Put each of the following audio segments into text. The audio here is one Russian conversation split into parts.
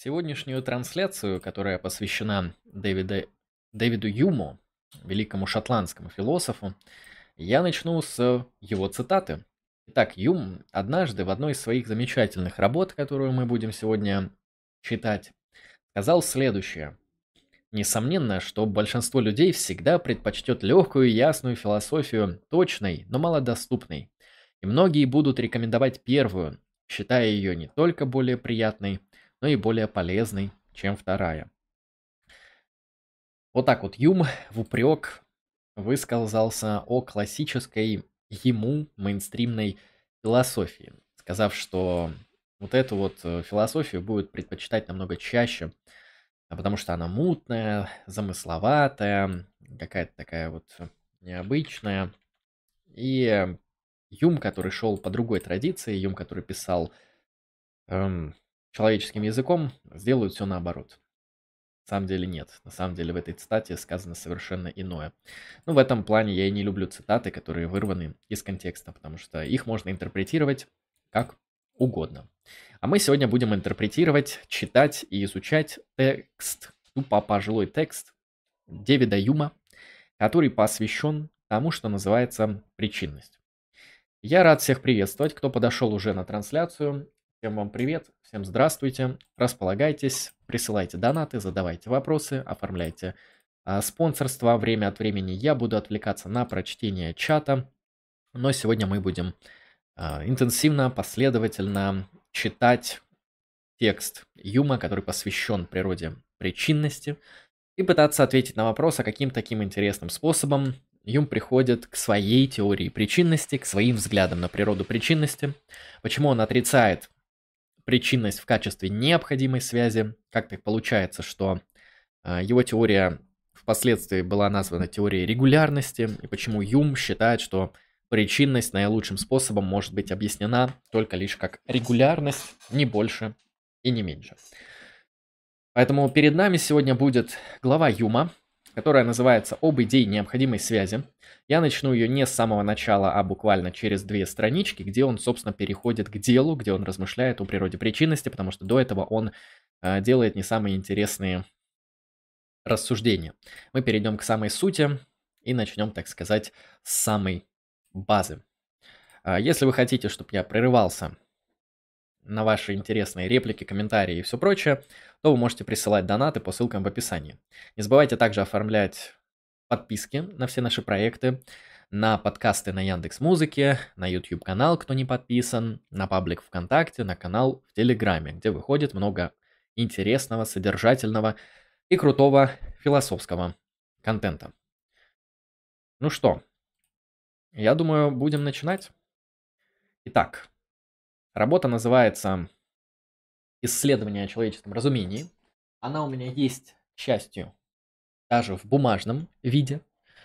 Сегодняшнюю трансляцию, которая посвящена Дэвиду Юму, великому шотландскому философу, я начну с его цитаты. Итак, Юм однажды в одной из своих замечательных работ, которую мы будем сегодня читать, сказал следующее. Несомненно, что большинство людей всегда предпочтет легкую и ясную философию, точной, но малодоступной. И многие будут рекомендовать первую, считая ее не только более приятной, но и более полезной, чем вторая. Вот так вот Юм в упрек высказался о классической ему мейнстримной философии, сказав, что вот эту вот философию будет предпочитать намного чаще, потому что она мутная, замысловатая, какая-то такая вот необычная. И Юм, который шел по другой традиции, Юм, который писал человеческим языком, сделают все наоборот. На самом деле нет. На самом деле в этой цитате сказано совершенно иное. Ну, в этом плане я и не люблю цитаты, которые вырваны из контекста, потому что их можно интерпретировать как угодно. А мы сегодня будем интерпретировать, читать и изучать текст, тупо пожилой текст Дэвида Юма, который посвящен тому, что называется причинность. Я рад всех приветствовать, кто подошел уже на трансляцию. Всем вам привет, всем здравствуйте, располагайтесь, присылайте донаты, задавайте вопросы, оформляйте спонсорство. Время от времени я буду отвлекаться на прочтение чата, но сегодня мы будем интенсивно, последовательно читать текст Юма, который посвящен природе причинности, и пытаться ответить на вопрос, а каким таким интересным способом Юм приходит к своей теории причинности, к своим взглядам на природу причинности, почему он отрицает причинность в качестве необходимой связи, как так получается, что его теория впоследствии была названа теорией регулярности, и почему Юм считает, что причинность наилучшим способом может быть объяснена только лишь как регулярность, не больше и не меньше. Поэтому перед нами сегодня будет глава Юма, которая называется «Об идее необходимой связи». Я начну ее не с самого начала, а буквально через 2 странички, где он, собственно, переходит к делу, где он размышляет о природе причинности, потому что до этого он делает не самые интересные рассуждения. Мы перейдем к самой сути и начнем, так сказать, с самой базы. Если вы хотите, чтобы я прерывался на ваши интересные реплики, комментарии и все прочее, то вы можете присылать донаты по ссылкам в описании. Не забывайте также оформлять подписки на все наши проекты, на подкасты на Яндекс.Музыке, на YouTube-канал, кто не подписан, на паблик ВКонтакте, на канал в Телеграме, где выходит много интересного, содержательного и крутого философского контента. Ну что, я думаю, будем начинать. Итак, работа называется «Исследование о человеческом разумении». Она у меня есть, к счастью, даже в бумажном виде.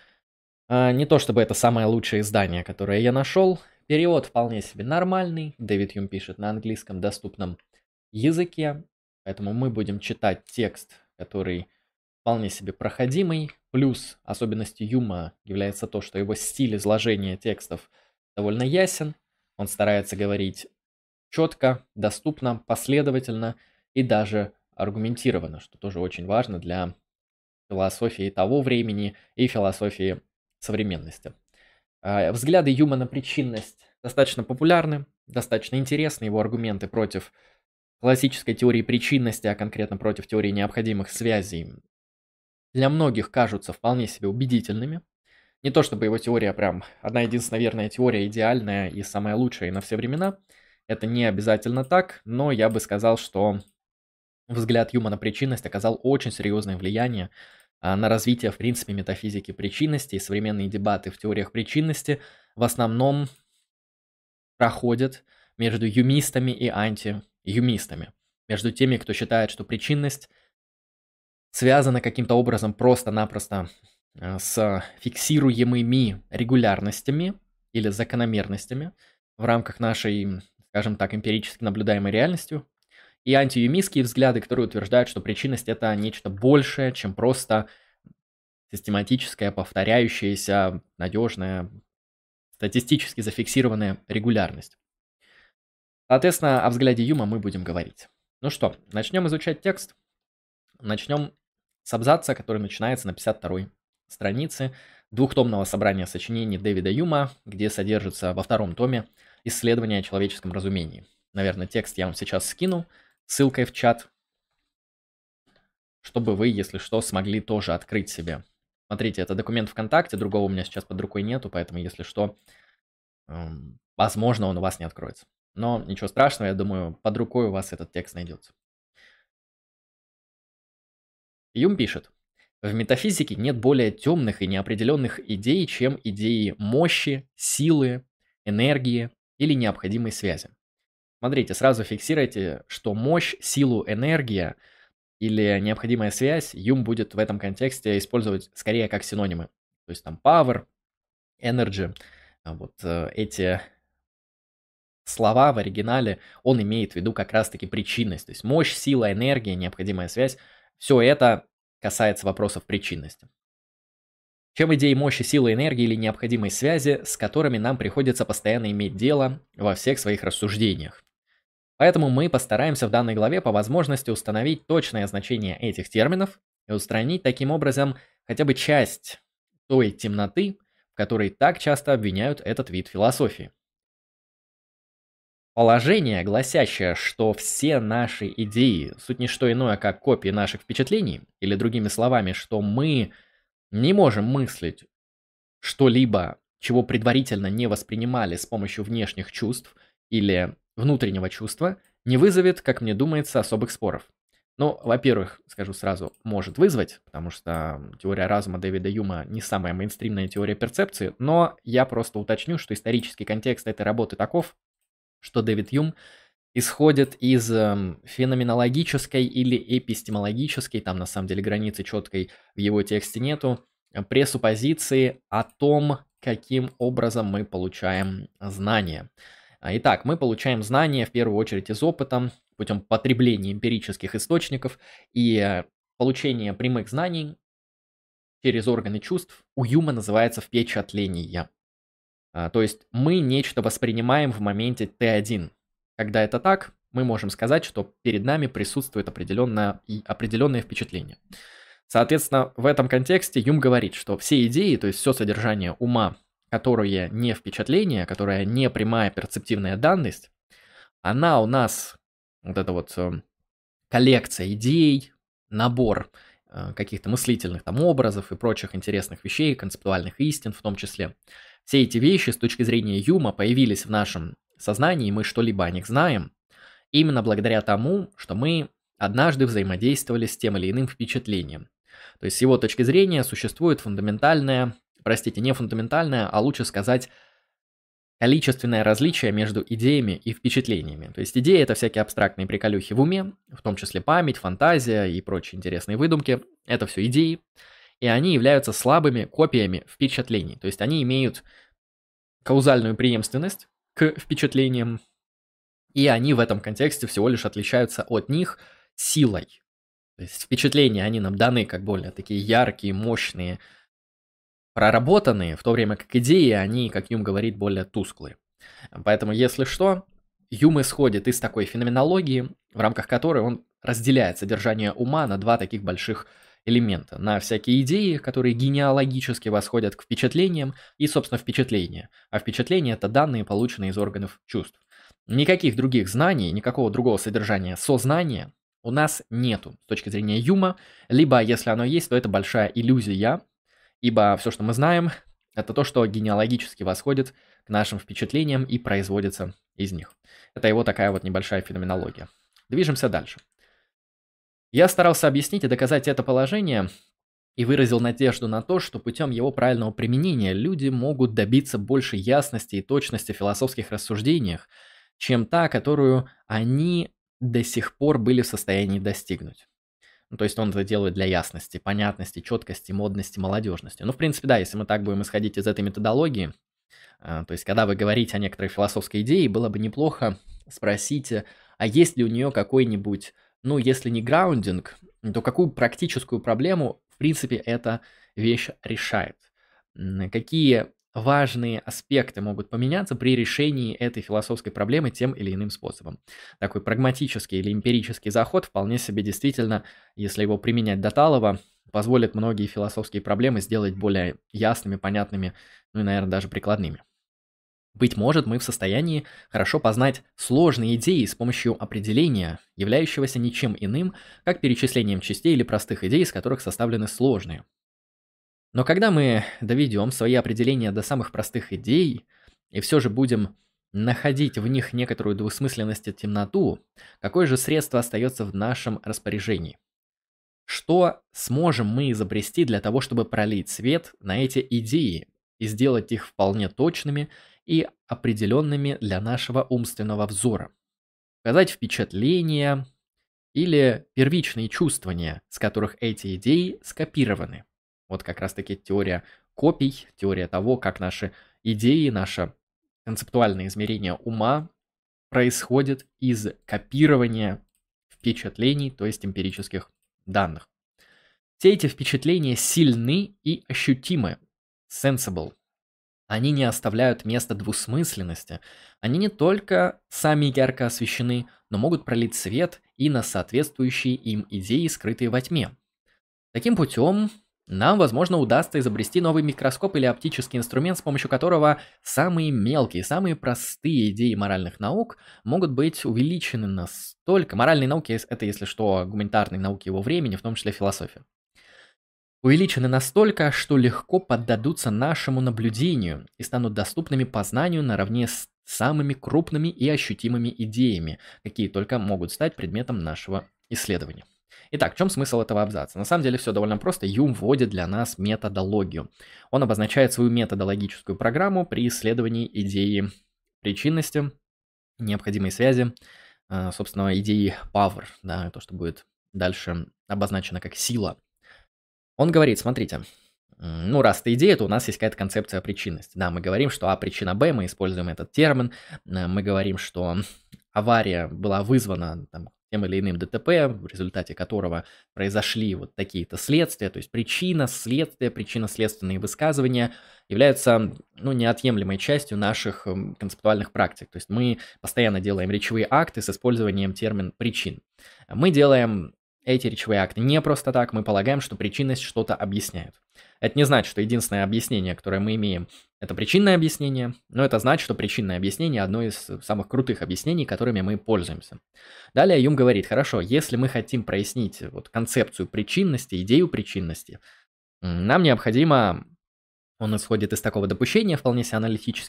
Не то чтобы это самое лучшее издание, которое я нашел. Перевод вполне себе нормальный. Дэвид Юм пишет на английском доступном языке. Поэтому мы будем читать текст, который вполне себе проходимый. Плюс особенностью Юма является то, что его стиль изложения текстов довольно ясен. Он старается говорить четко, доступно, последовательно и даже аргументированно, что тоже очень важно для философии того времени и философии современности. Взгляды Юма на причинность достаточно популярны, достаточно интересны. Его аргументы против классической теории причинности, а конкретно против теории необходимых связей, для многих кажутся вполне себе убедительными. Не то чтобы его теория прям одна единственная верная теория, идеальная и самая лучшая на все времена. Это не обязательно так, но я бы сказал, что взгляд Юма на причинность оказал очень серьезное влияние на развитие, в принципе, метафизики причинности, и современные дебаты в теориях причинности в основном проходят между юмистами и антиюмистами. Между теми, кто считает, что причинность связана каким-то образом просто-напросто с фиксируемыми регулярностями или закономерностями в рамках нашей, скажем так, эмпирически наблюдаемой реальностью, и антиюмистские взгляды, которые утверждают, что причинность – это нечто большее, чем просто систематическая, повторяющаяся, надежная, статистически зафиксированная регулярность. Соответственно, о взгляде Юма мы будем говорить. Ну что, начнем изучать текст. Начнем с абзаца, который начинается на 52-й странице двухтомного собрания сочинений Дэвида Юма, где содержится во втором томе исследование о человеческом разумении. Наверное, текст я вам сейчас скину ссылкой в чат, чтобы вы, если что, смогли тоже открыть себе. Смотрите, это документ ВКонтакте, другого у меня сейчас под рукой нету, поэтому, если что, возможно, он у вас не откроется. Но ничего страшного, я думаю, под рукой у вас этот текст найдется. Юм пишет: в метафизике нет более темных и неопределенных идей, чем идеи мощи, силы, энергии или необходимой связи. Смотрите, сразу фиксируйте, что мощь, силу, энергия или необходимая связь Юм будет в этом контексте использовать скорее как синонимы. То есть там power, energy, вот эти слова в оригинале он имеет в виду как раз-таки причинность. То есть мощь, сила, энергия, необходимая связь. Все это касается вопросов причинности. Чем идеи мощи, силы, энергии или необходимой связи, с которыми нам приходится постоянно иметь дело во всех своих рассуждениях. Поэтому мы постараемся в данной главе по возможности установить точное значение этих терминов и устранить таким образом хотя бы часть той темноты, в которой так часто обвиняют этот вид философии. Положение, гласящее, что все наши идеи – суть не что иное, как копии наших впечатлений, или другими словами, что мы не можем мыслить что-либо, чего предварительно не воспринимали с помощью внешних чувств или внутреннего чувства, не вызовет, как мне думается, особых споров. Ну, во-первых, скажу сразу, может вызвать, потому что теория разума Дэвида Юма не самая мейнстримная теория перцепции, но я просто уточню, что исторический контекст этой работы таков, что Дэвид Юм исходит из феноменологической или эпистемологической, там на самом деле границы четкой в его тексте нету, пресуппозиции о том, каким образом мы получаем знания. Итак, мы получаем знания в первую очередь из опыта, путем потребления эмпирических источников, и получение прямых знаний через органы чувств у Юма называется впечатление. То есть мы нечто воспринимаем в моменте Т1. Когда это так, мы можем сказать, что перед нами присутствует определенное впечатление. Соответственно, в этом контексте Юм говорит, что все идеи, то есть все содержание ума, которое не впечатление, которое не прямая перцептивная данность, она у нас, вот эта вот коллекция идей, набор каких-то мыслительных там образов и прочих интересных вещей, концептуальных истин в том числе. Все эти вещи с точки зрения Юма появились в нашем сознании, и мы что-либо о них знаем, именно благодаря тому, что мы однажды взаимодействовали с тем или иным впечатлением. То есть с его точки зрения существует не фундаментальное, а лучше сказать, количественное различие между идеями и впечатлениями. То есть идеи – это всякие абстрактные приколюхи в уме, в том числе память, фантазия и прочие интересные выдумки. Это все идеи, и они являются слабыми копиями впечатлений. То есть они имеют каузальную преемственность к впечатлениям, и они в этом контексте всего лишь отличаются от них силой. То есть впечатления, они нам даны как более такие яркие, мощные, проработанные, в то время как идеи, они, как Юм говорит, более тусклые. Поэтому, если что, Юм исходит из такой феноменологии, в рамках которой он разделяет содержание ума на два таких больших элемента. На всякие идеи, которые генеалогически восходят к впечатлениям, и, собственно, впечатления. А впечатления – это данные, полученные из органов чувств. Никаких других знаний, никакого другого содержания сознания у нас нету с точки зрения Юма, либо, если оно есть, то это большая иллюзия, ибо все, что мы знаем, это то, что генеалогически восходит к нашим впечатлениям и производится из них. Это его такая вот небольшая феноменология. Движемся дальше. Я старался объяснить и доказать это положение и выразил надежду на то, что путем его правильного применения люди могут добиться большей ясности и точности в философских рассуждениях, чем та, которую они до сих пор были в состоянии достигнуть. То есть он это делает для ясности, понятности, четкости, модности, молодежности. В принципе, да, если мы так будем исходить из этой методологии, то есть когда вы говорите о некоторой философской идее, было бы неплохо спросить, а есть ли у нее какой-нибудь, если не граундинг, то какую практическую проблему, в принципе, эта вещь решает. Какие важные аспекты могут поменяться при решении этой философской проблемы тем или иным способом. Такой прагматический или эмпирический заход вполне себе действительно, если его применять до талого, позволит многие философские проблемы сделать более ясными, понятными, ну и, наверное, даже прикладными. Быть может, мы в состоянии хорошо познать сложные идеи с помощью определения, являющегося ничем иным, как перечислением частей или простых идей, из которых составлены сложные. Но когда мы доведем свои определения до самых простых идей и все же будем находить в них некоторую двусмысленность и темноту, какое же средство остается в нашем распоряжении? Что сможем мы изобрести для того, чтобы пролить свет на эти идеи и сделать их вполне точными и определенными для нашего умственного взора? Показать впечатления или первичные чувствования, с которых эти идеи скопированы. Вот как раз-таки теория копий, теория того, как наши идеи, наше концептуальное измерение ума происходит из копирования впечатлений, то есть эмпирических данных. Все эти впечатления сильны и ощутимы, sensible. Они не оставляют места двусмысленности. Они не только сами ярко освещены, но могут пролить свет и на соответствующие им идеи, скрытые во тьме. Таким путем нам, возможно, удастся изобрести новый микроскоп или оптический инструмент, с помощью которого самые мелкие, самые простые идеи моральных наук могут быть увеличены настолько. Моральные науки – это, если что, гуманитарные науки его времени, в том числе философия. Увеличены настолько, что легко поддадутся нашему наблюдению и станут доступными познанию наравне с самыми крупными и ощутимыми идеями, какие только могут стать предметом нашего исследования. Итак, в чем смысл этого абзаца? На самом деле все довольно просто. Юм вводит для нас методологию. Он обозначает свою методологическую программу при исследовании идеи причинности, необходимой связи, собственно, идеи power, да, то, что будет дальше обозначено как сила. Он говорит, смотрите, ну, раз это идея, то у нас есть какая-то концепция причинности. Да, мы говорим, что А причина Б, мы используем этот термин, мы говорим, что авария была вызвана там, тем или иным ДТП, в результате которого произошли вот такие-то следствия, то есть причина-следствие, причинно-следственные высказывания являются неотъемлемой частью наших концептуальных практик. То есть мы постоянно делаем речевые акты с использованием термина причин. Мы делаем эти речевые акты не просто так, мы полагаем, что причинность что-то объясняет. Это не значит, что единственное объяснение, которое мы имеем, это причинное объяснение, но это значит, что причинное объяснение – одно из самых крутых объяснений, которыми мы пользуемся. Далее Юм говорит, хорошо, если мы хотим прояснить вот концепцию причинности, идею причинности, нам необходимо, он исходит из такого допущения, вполне себе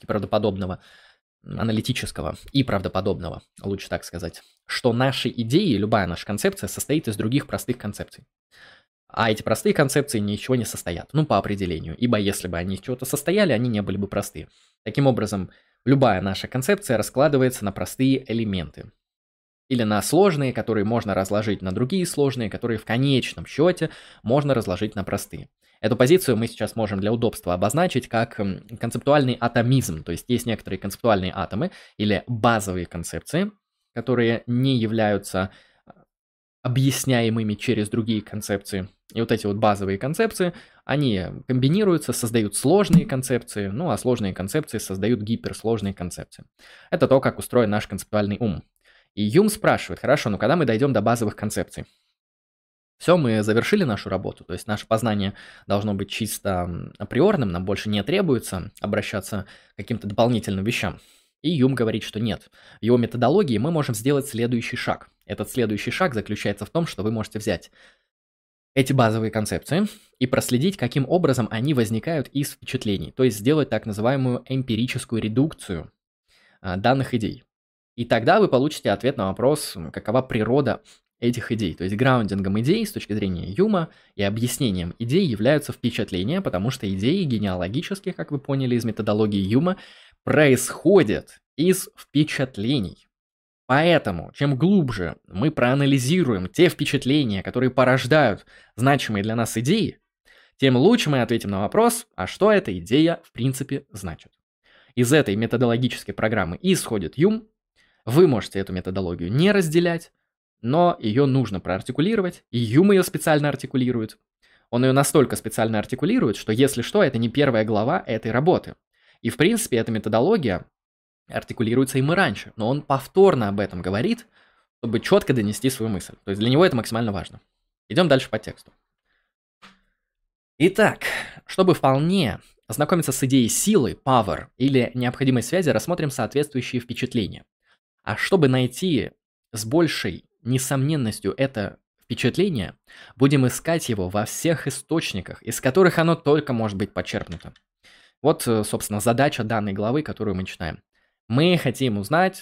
аналитического и правдоподобного, лучше так сказать, что наши идеи, любая наша концепция состоит из других простых концепций. А эти простые концепции ничего не состоят, по определению, ибо если бы они из чего-то состояли, они не были бы простые. Таким образом, любая наша концепция раскладывается на простые элементы. Или на сложные, которые можно разложить на другие сложные, которые в конечном счете можно разложить на простые. Эту позицию мы сейчас можем для удобства обозначить как концептуальный атомизм, то есть есть некоторые концептуальные атомы или базовые концепции, которые не являются объясняемыми через другие концепции. И вот эти вот базовые концепции, они комбинируются, создают сложные концепции, а сложные концепции создают гиперсложные концепции. Это то, как устроен наш концептуальный ум. И Юм спрашивает, хорошо, когда мы дойдем до базовых концепций? Все, мы завершили нашу работу, то есть наше познание должно быть чисто априорным, нам больше не требуется обращаться к каким-то дополнительным вещам. И Юм говорит, что нет. В его методологии мы можем сделать следующий шаг. Этот следующий шаг заключается в том, что вы можете взять эти базовые концепции и проследить, каким образом они возникают из впечатлений, то есть сделать так называемую эмпирическую редукцию данных идей. И тогда вы получите ответ на вопрос, какова природа этих идей. То есть граундингом идей с точки зрения Юма и объяснением идей являются впечатления, потому что идеи генеалогические, как вы поняли из методологии Юма, происходят из впечатлений. Поэтому, чем глубже мы проанализируем те впечатления, которые порождают значимые для нас идеи, тем лучше мы ответим на вопрос, а что эта идея в принципе значит. Из этой методологической программы исходит Юм. Вы можете эту методологию не разделять, но ее нужно проартикулировать, и Юм ее специально артикулирует. Он ее настолько специально артикулирует, что если что, это не первая глава этой работы. И, в принципе, эта методология артикулируется им и раньше, но он повторно об этом говорит, чтобы четко донести свою мысль. То есть для него это максимально важно. Идем дальше по тексту. Итак, чтобы вполне ознакомиться с идеей силы, power или необходимой связи, рассмотрим соответствующие впечатления. А чтобы найти с большей несомненностью это впечатление, будем искать его во всех источниках, из которых оно только может быть почерпнуто. Вот, собственно, задача данной главы, которую мы читаем. Мы хотим узнать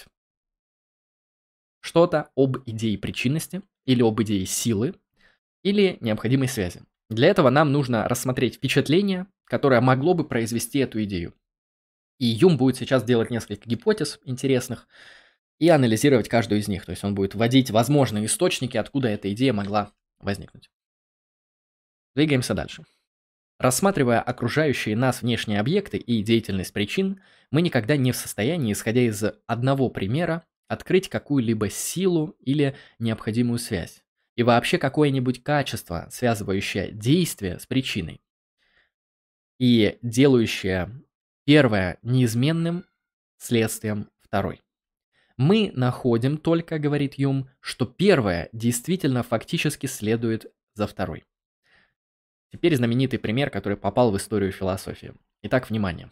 что-то об идее причинности, или об идее силы, или необходимой связи. Для этого нам нужно рассмотреть впечатление, которое могло бы произвести эту идею. И Юм будет сейчас делать несколько гипотез интересных и анализировать каждую из них. То есть он будет вводить возможные источники, откуда эта идея могла возникнуть. Двигаемся дальше. Рассматривая окружающие нас внешние объекты и деятельность причин, мы никогда не в состоянии, исходя из одного примера, открыть какую-либо силу или необходимую связь, и вообще какое-нибудь качество, связывающее действие с причиной, и делающее первое неизменным следствием второй. Мы находим только, говорит Юм, что первое действительно фактически следует за второй. Теперь знаменитый пример, который попал в историю философии. Итак, внимание.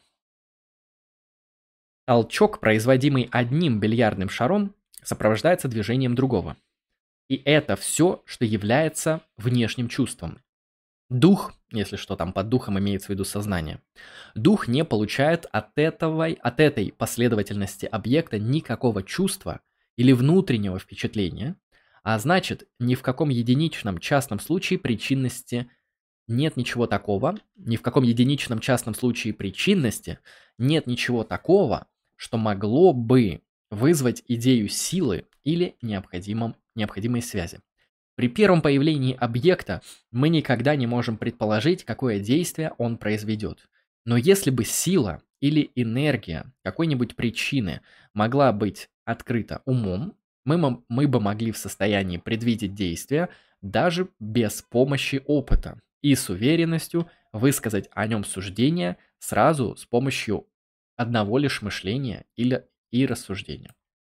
Толчок, производимый одним бильярдным шаром, сопровождается движением другого. И это все, что является внешним чувством. Дух, если что там под духом имеется в виду сознание, дух не получает от этой последовательности объекта никакого чувства или внутреннего впечатления, а значит, ни в каком единичном частном случае причинности нет ничего такого, ни в каком единичном частном случае причинности нет ничего такого, что могло бы вызвать идею силы или необходимой связи. При первом появлении объекта мы никогда не можем предположить, какое действие он произведет. Но если бы сила или энергия какой-нибудь причины могла быть открыта умом, мы бы могли в состоянии предвидеть действие даже без помощи опыта и с уверенностью высказать о нем суждение сразу с помощью одного лишь мышления и рассуждения.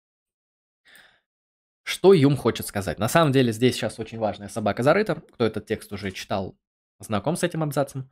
Что Юм хочет сказать? На самом деле здесь сейчас очень важная собака зарыта. Кто этот текст уже читал, знаком с этим абзацем.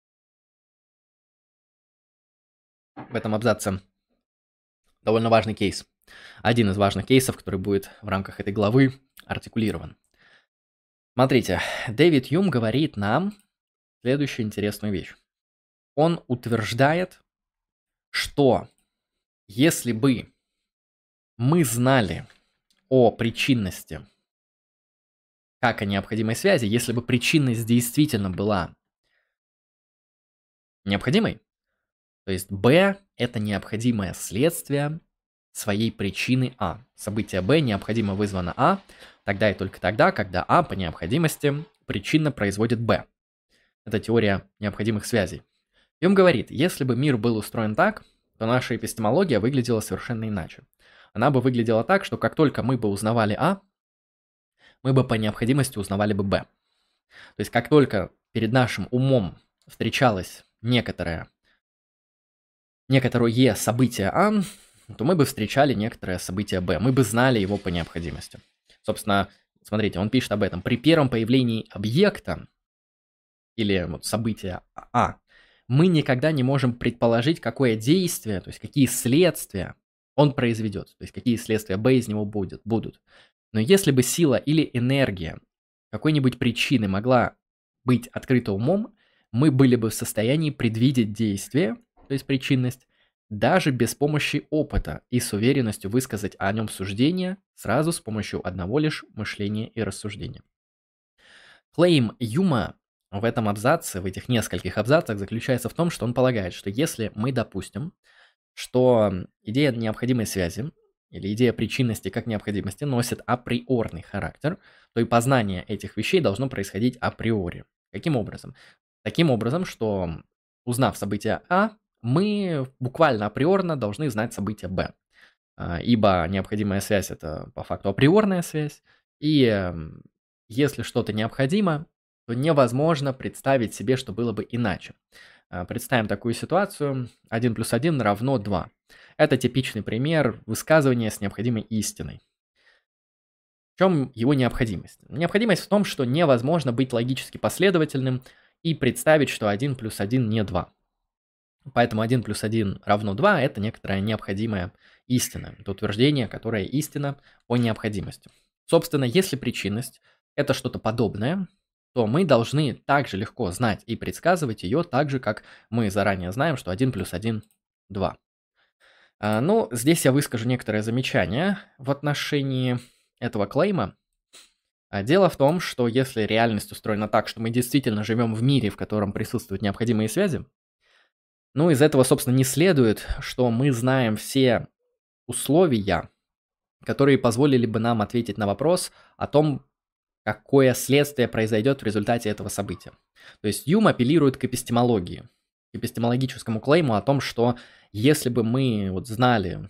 В этом абзаце довольно важный кейс. Один из важных кейсов, который будет в рамках этой главы артикулирован. Смотрите, Дэвид Юм говорит нам следующую интересную вещь. Он утверждает, что если бы мы знали о причинности, как о необходимой связи, если бы причинность действительно была необходимой, то есть B – это необходимое следствие своей причины А. Событие B необходимо вызвано А, тогда и только тогда, когда А по необходимости причинно производит B. Это теория необходимых связей. И он говорит, если бы мир был устроен так, то наша эпистемология выглядела совершенно иначе. Она бы выглядела так, что как только мы бы узнавали А, мы бы по необходимости узнавали бы Б. То есть как только перед нашим умом встречалось некоторое событие А, то мы бы встречали некоторое событие Б. Мы бы знали его по необходимости. Собственно, смотрите, он пишет об этом. При первом появлении объекта или вот события А, мы никогда не можем предположить, какое действие, то есть какие следствия он произведет, то есть какие следствия Б из него будут. Но если бы сила или энергия какой-нибудь причины могла быть открыта умом, мы были бы в состоянии предвидеть действие, то есть причинность, даже без помощи опыта и с уверенностью высказать о нем суждение сразу с помощью одного лишь мышления и рассуждения. Клейм Юма в этом абзаце, в этих нескольких абзацах заключается в том, что он полагает, что если мы допустим, что идея необходимой связи или идея причинности как необходимости носит априорный характер, то и познание этих вещей должно происходить априори. Каким образом? Таким образом, что узнав событие А, мы буквально априорно должны знать событие Б. Ибо необходимая связь – это по факту априорная связь, и если что-то необходимо, то невозможно представить себе, что было бы иначе. Представим такую ситуацию. 1 плюс 1 равно 2. Это типичный пример высказывания с необходимой истиной. В чем его необходимость? Необходимость в том, что невозможно быть логически последовательным и представить, что 1 плюс 1 не 2. Поэтому 1 плюс 1 равно 2 – это некоторая необходимая истина. Это утверждение, которое истина по необходимости. Собственно, если причинность – это что-то подобное, то мы должны также легко знать и предсказывать ее так же, как мы заранее знаем, что 1 плюс 1 – 2. Ну, здесь я выскажу некоторое замечание в отношении этого клейма. Дело в том, что если реальность устроена так, что мы действительно живем в мире, в котором присутствуют необходимые связи, ну, из этого, собственно, не следует, что мы знаем все условия, которые позволили бы нам ответить на вопрос о том, какое следствие произойдет в результате этого события. То есть Юм апеллирует к эпистемологии, к эпистемологическому клейму о том, что если бы мы знали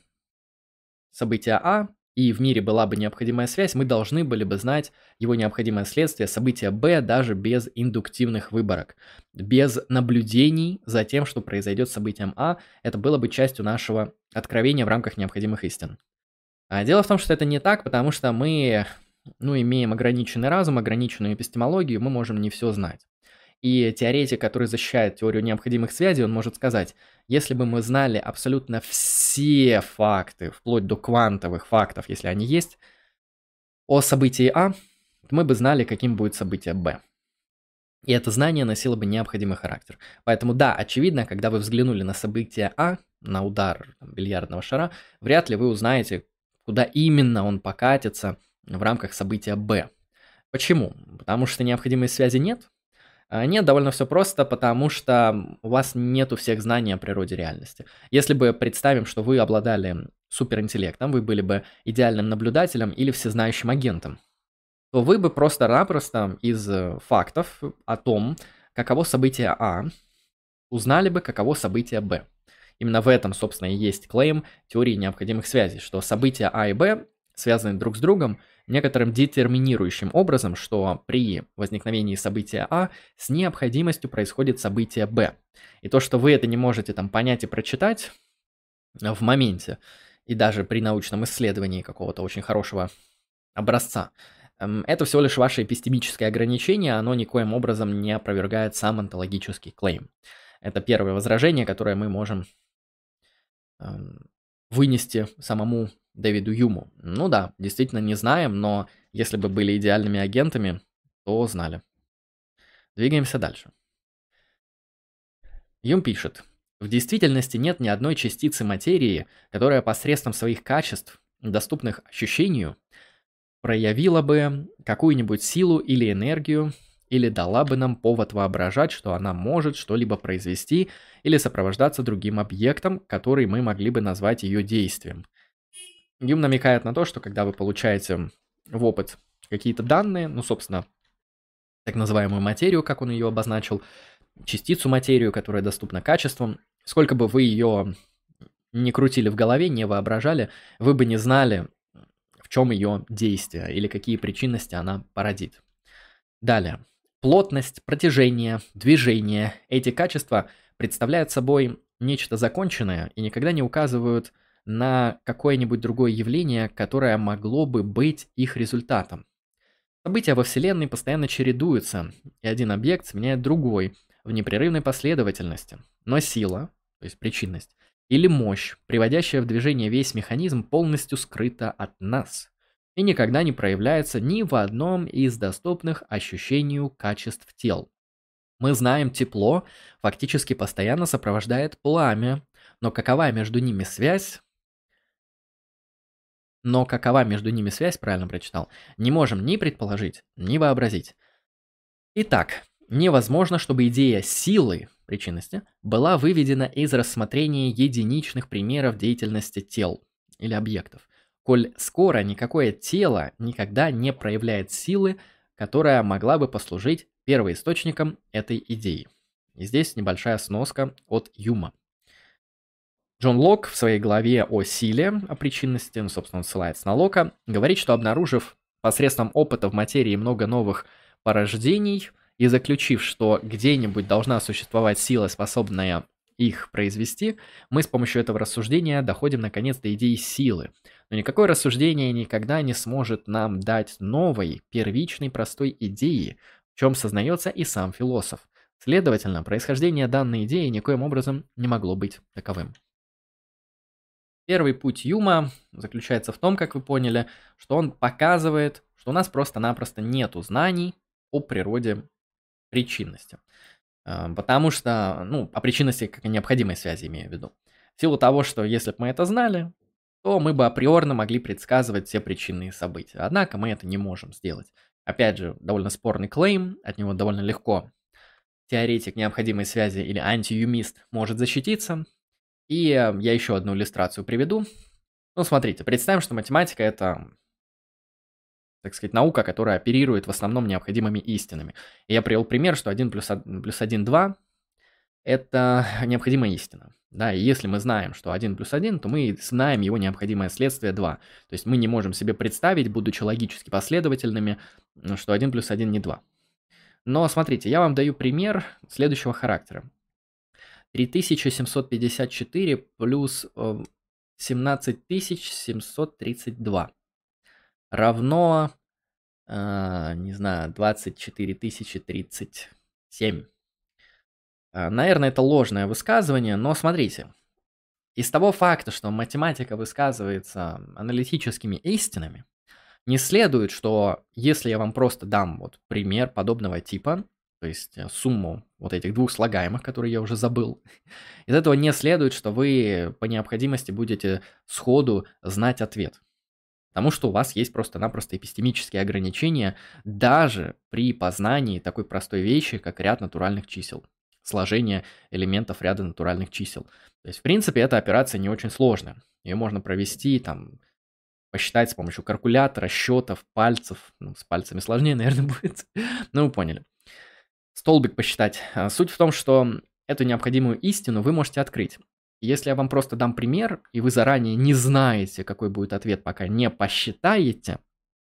событие А, и в мире была бы необходимая связь, мы должны были бы знать его необходимое следствие события Б даже без индуктивных выборок, без наблюдений за тем, что произойдет с событием А. Это было бы частью нашего откровения в рамках необходимых истин. Дело в том, что это не так, потому что мы имеем ограниченный разум, ограниченную эпистемологию, мы можем не все знать. И теоретик, который защищает теорию необходимых связей, он может сказать, если бы мы знали абсолютно все факты, вплоть до квантовых фактов, если они есть, о событии А, мы бы знали, каким будет событие Б. И это знание носило бы необходимый характер. Поэтому да, очевидно, когда вы взглянули на событие А, на удар бильярдного шара, вряд ли вы узнаете, куда именно он покатится в рамках события Б. Почему? Потому что необходимой связи нет? Нет, довольно все просто, потому что у вас нету всех знаний о природе реальности. Если бы представим, что вы обладали суперинтеллектом, вы были бы идеальным наблюдателем или всезнающим агентом, то вы бы просто-напросто из фактов о том, каково событие А, узнали бы, каково событие Б. Именно в этом, собственно, и есть клейм теории необходимых связей, что события А и Б связаны друг с другом некоторым детерминирующим образом, что при возникновении события А с необходимостью происходит событие Б. И то, что вы это не можете понять и прочитать в моменте, и даже при научном исследовании какого-то очень хорошего образца, это всего лишь ваше эпистемическое ограничение, оно никоим образом не опровергает сам онтологический клейм. Это первое возражение, которое мы можем вынести самому Дэвиду Юму. Ну да, действительно не знаем, но если бы были идеальными агентами, то знали. Двигаемся дальше. Юм пишет. В действительности нет ни одной частицы материи, которая посредством своих качеств, доступных ощущению, проявила бы какую-нибудь силу или энергию, или дала бы нам повод воображать, что она может что-либо произвести или сопровождаться другим объектом, который мы могли бы назвать ее действием. Юм намекает на то, что когда вы получаете в опыт какие-то данные, собственно, так называемую материю, как он ее обозначил, частицу материю, которая доступна качествам, сколько бы вы ее не крутили в голове, не воображали, вы бы не знали, в чем ее действие или какие причинности она породит. Далее. Плотность, протяжение, движение – эти качества представляют собой нечто законченное и никогда не указывают на какое-нибудь другое явление, которое могло бы быть их результатом. События во Вселенной постоянно чередуются, и один объект сменяет другой в непрерывной последовательности. Но сила, то есть причинность, или мощь, приводящая в движение весь механизм, полностью скрыта от нас и никогда не проявляется ни в одном из доступных ощущению качеств тел. Мы знаем, тепло фактически постоянно сопровождает пламя, но какова между ними связь, правильно прочитал, не можем ни предположить, ни вообразить. Итак, невозможно, чтобы идея силы, причинности, была выведена из рассмотрения единичных примеров деятельности тел или объектов, коль скоро никакое тело никогда не проявляет силы, которая могла бы послужить первоисточником этой идеи. И здесь небольшая сноска от Юма. Джон Лок в своей главе о силе, о причинности, собственно, он ссылается на Лока, говорит, что обнаружив посредством опыта в материи много новых порождений и заключив, что где-нибудь должна существовать сила, способная их произвести, мы с помощью этого рассуждения доходим наконец до идеи силы. Но никакое рассуждение никогда не сможет нам дать новой, первичной, простой идеи, в чем сознается и сам философ. Следовательно, происхождение данной идеи никоим образом не могло быть таковым. Первый путь Юма заключается в том, как вы поняли, что он показывает, что у нас просто-напросто нету знаний о природе причинности. Потому что, ну, о причинности как о необходимой связи имею в виду. В силу того, что если бы мы это знали, то мы бы априорно могли предсказывать все причинные события. Однако мы это не можем сделать. Опять же, довольно спорный клейм, от него довольно легко теоретик необходимой связи или антиюмист может защититься. И я еще одну иллюстрацию приведу. Ну, смотрите, представим, что математика – это, так сказать, наука, которая оперирует в основном необходимыми истинами. И я привел пример, что 1 плюс 1 – 2 – это необходимая истина. Да, и если мы знаем, что 1 плюс 1, то мы знаем его необходимое следствие 2. То есть мы не можем себе представить, будучи логически последовательными, что 1 плюс 1 не 2. Но смотрите, я вам даю пример следующего характера. 3754 плюс 17732 равно, не знаю, 24037. Наверное, это ложное высказывание, но смотрите. Из того факта, что математика высказывается аналитическими истинами, не следует, что если я вам просто дам вот пример подобного типа, то есть сумму вот этих двух слагаемых, которые я уже забыл, из этого не следует, что вы по необходимости будете сходу знать ответ. Потому что у вас есть просто-напросто эпистемические ограничения даже при познании такой простой вещи, как ряд натуральных чисел, сложение элементов ряда натуральных чисел. То есть, в принципе, эта операция не очень сложная. Ее можно провести, там, посчитать с помощью калькулятора, счетов, пальцев. Ну, с пальцами сложнее, наверное, будет. Ну, вы поняли. Столбик посчитать. Суть в том, что эту необходимую истину вы можете открыть. Если я вам просто дам пример, и вы заранее не знаете, какой будет ответ, пока не посчитаете,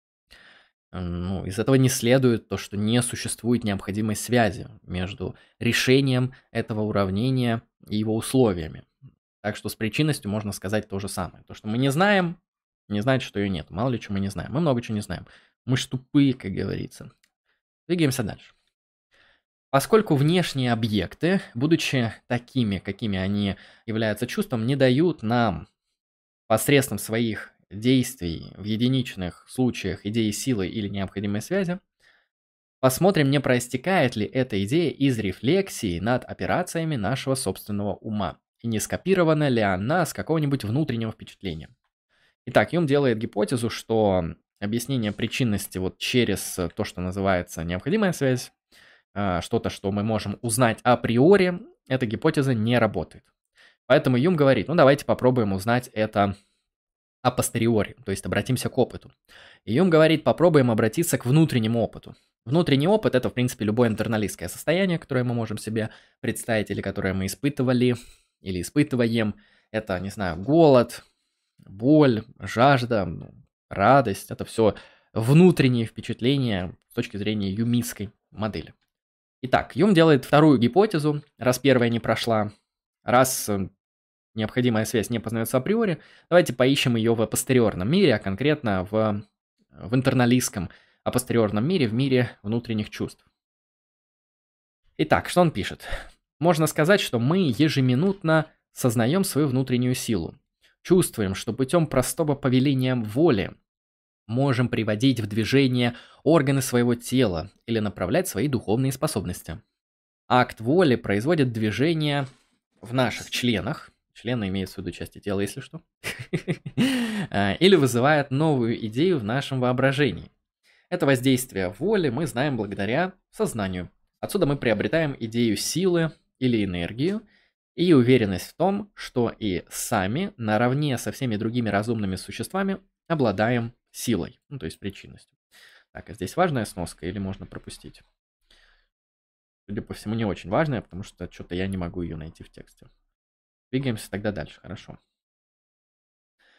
ну, из этого не следует то, что не существует необходимой связи между решением этого уравнения и его условиями. Так что с причинностью можно сказать то же самое. То, что мы не знаем, не значит, что ее нет. Мало ли, что мы не знаем. Мы много чего не знаем. Мы ж тупые, как говорится. Двигаемся дальше. Поскольку внешние объекты, будучи такими, какими они являются чувством, не дают нам посредством своих действий в единичных случаях идеи силы или необходимой связи, посмотрим, не проистекает ли эта идея из рефлексии над операциями нашего собственного ума, и не скопирована ли она с какого-нибудь внутреннего впечатления. Итак, Юм делает гипотезу, что объяснение причинности вот через то, что называется необходимая связь, что-то, что мы можем узнать априори, эта гипотеза не работает. Поэтому Юм говорит, ну давайте попробуем узнать это апостериори, то есть обратимся к опыту. И Юм говорит, попробуем обратиться к внутреннему опыту. Внутренний опыт – это, в принципе, любое интерналистское состояние, которое мы можем себе представить, или которое мы испытывали, или испытываем. Это, не знаю, голод, боль, жажда, радость. Это все внутренние впечатления с точки зрения юмистской модели. Итак, Юм делает вторую гипотезу, раз первая не прошла, раз необходимая связь не познается априори, давайте поищем ее в апостериорном мире, а конкретно в интерналистском апостериорном мире, в мире внутренних чувств. Итак, что он пишет? Можно сказать, что мы ежеминутно сознаем свою внутреннюю силу, чувствуем, что путем простого повеления воли можем приводить в движение органы своего тела или направлять свои духовные способности. Акт воли производит движение в наших членах, члены имеются в виду части тела, если что, или вызывает новую идею в нашем воображении. Это воздействие воли мы знаем благодаря сознанию. Отсюда мы приобретаем идею силы или энергию и уверенность в том, что и сами, наравне со всеми другими разумными существами, обладаем силой, ну, то есть причинностью. Так, а здесь важная сноска или можно пропустить? Судя по всему, не очень важная, потому что что-то я не могу ее найти в тексте. Двигаемся тогда дальше, хорошо.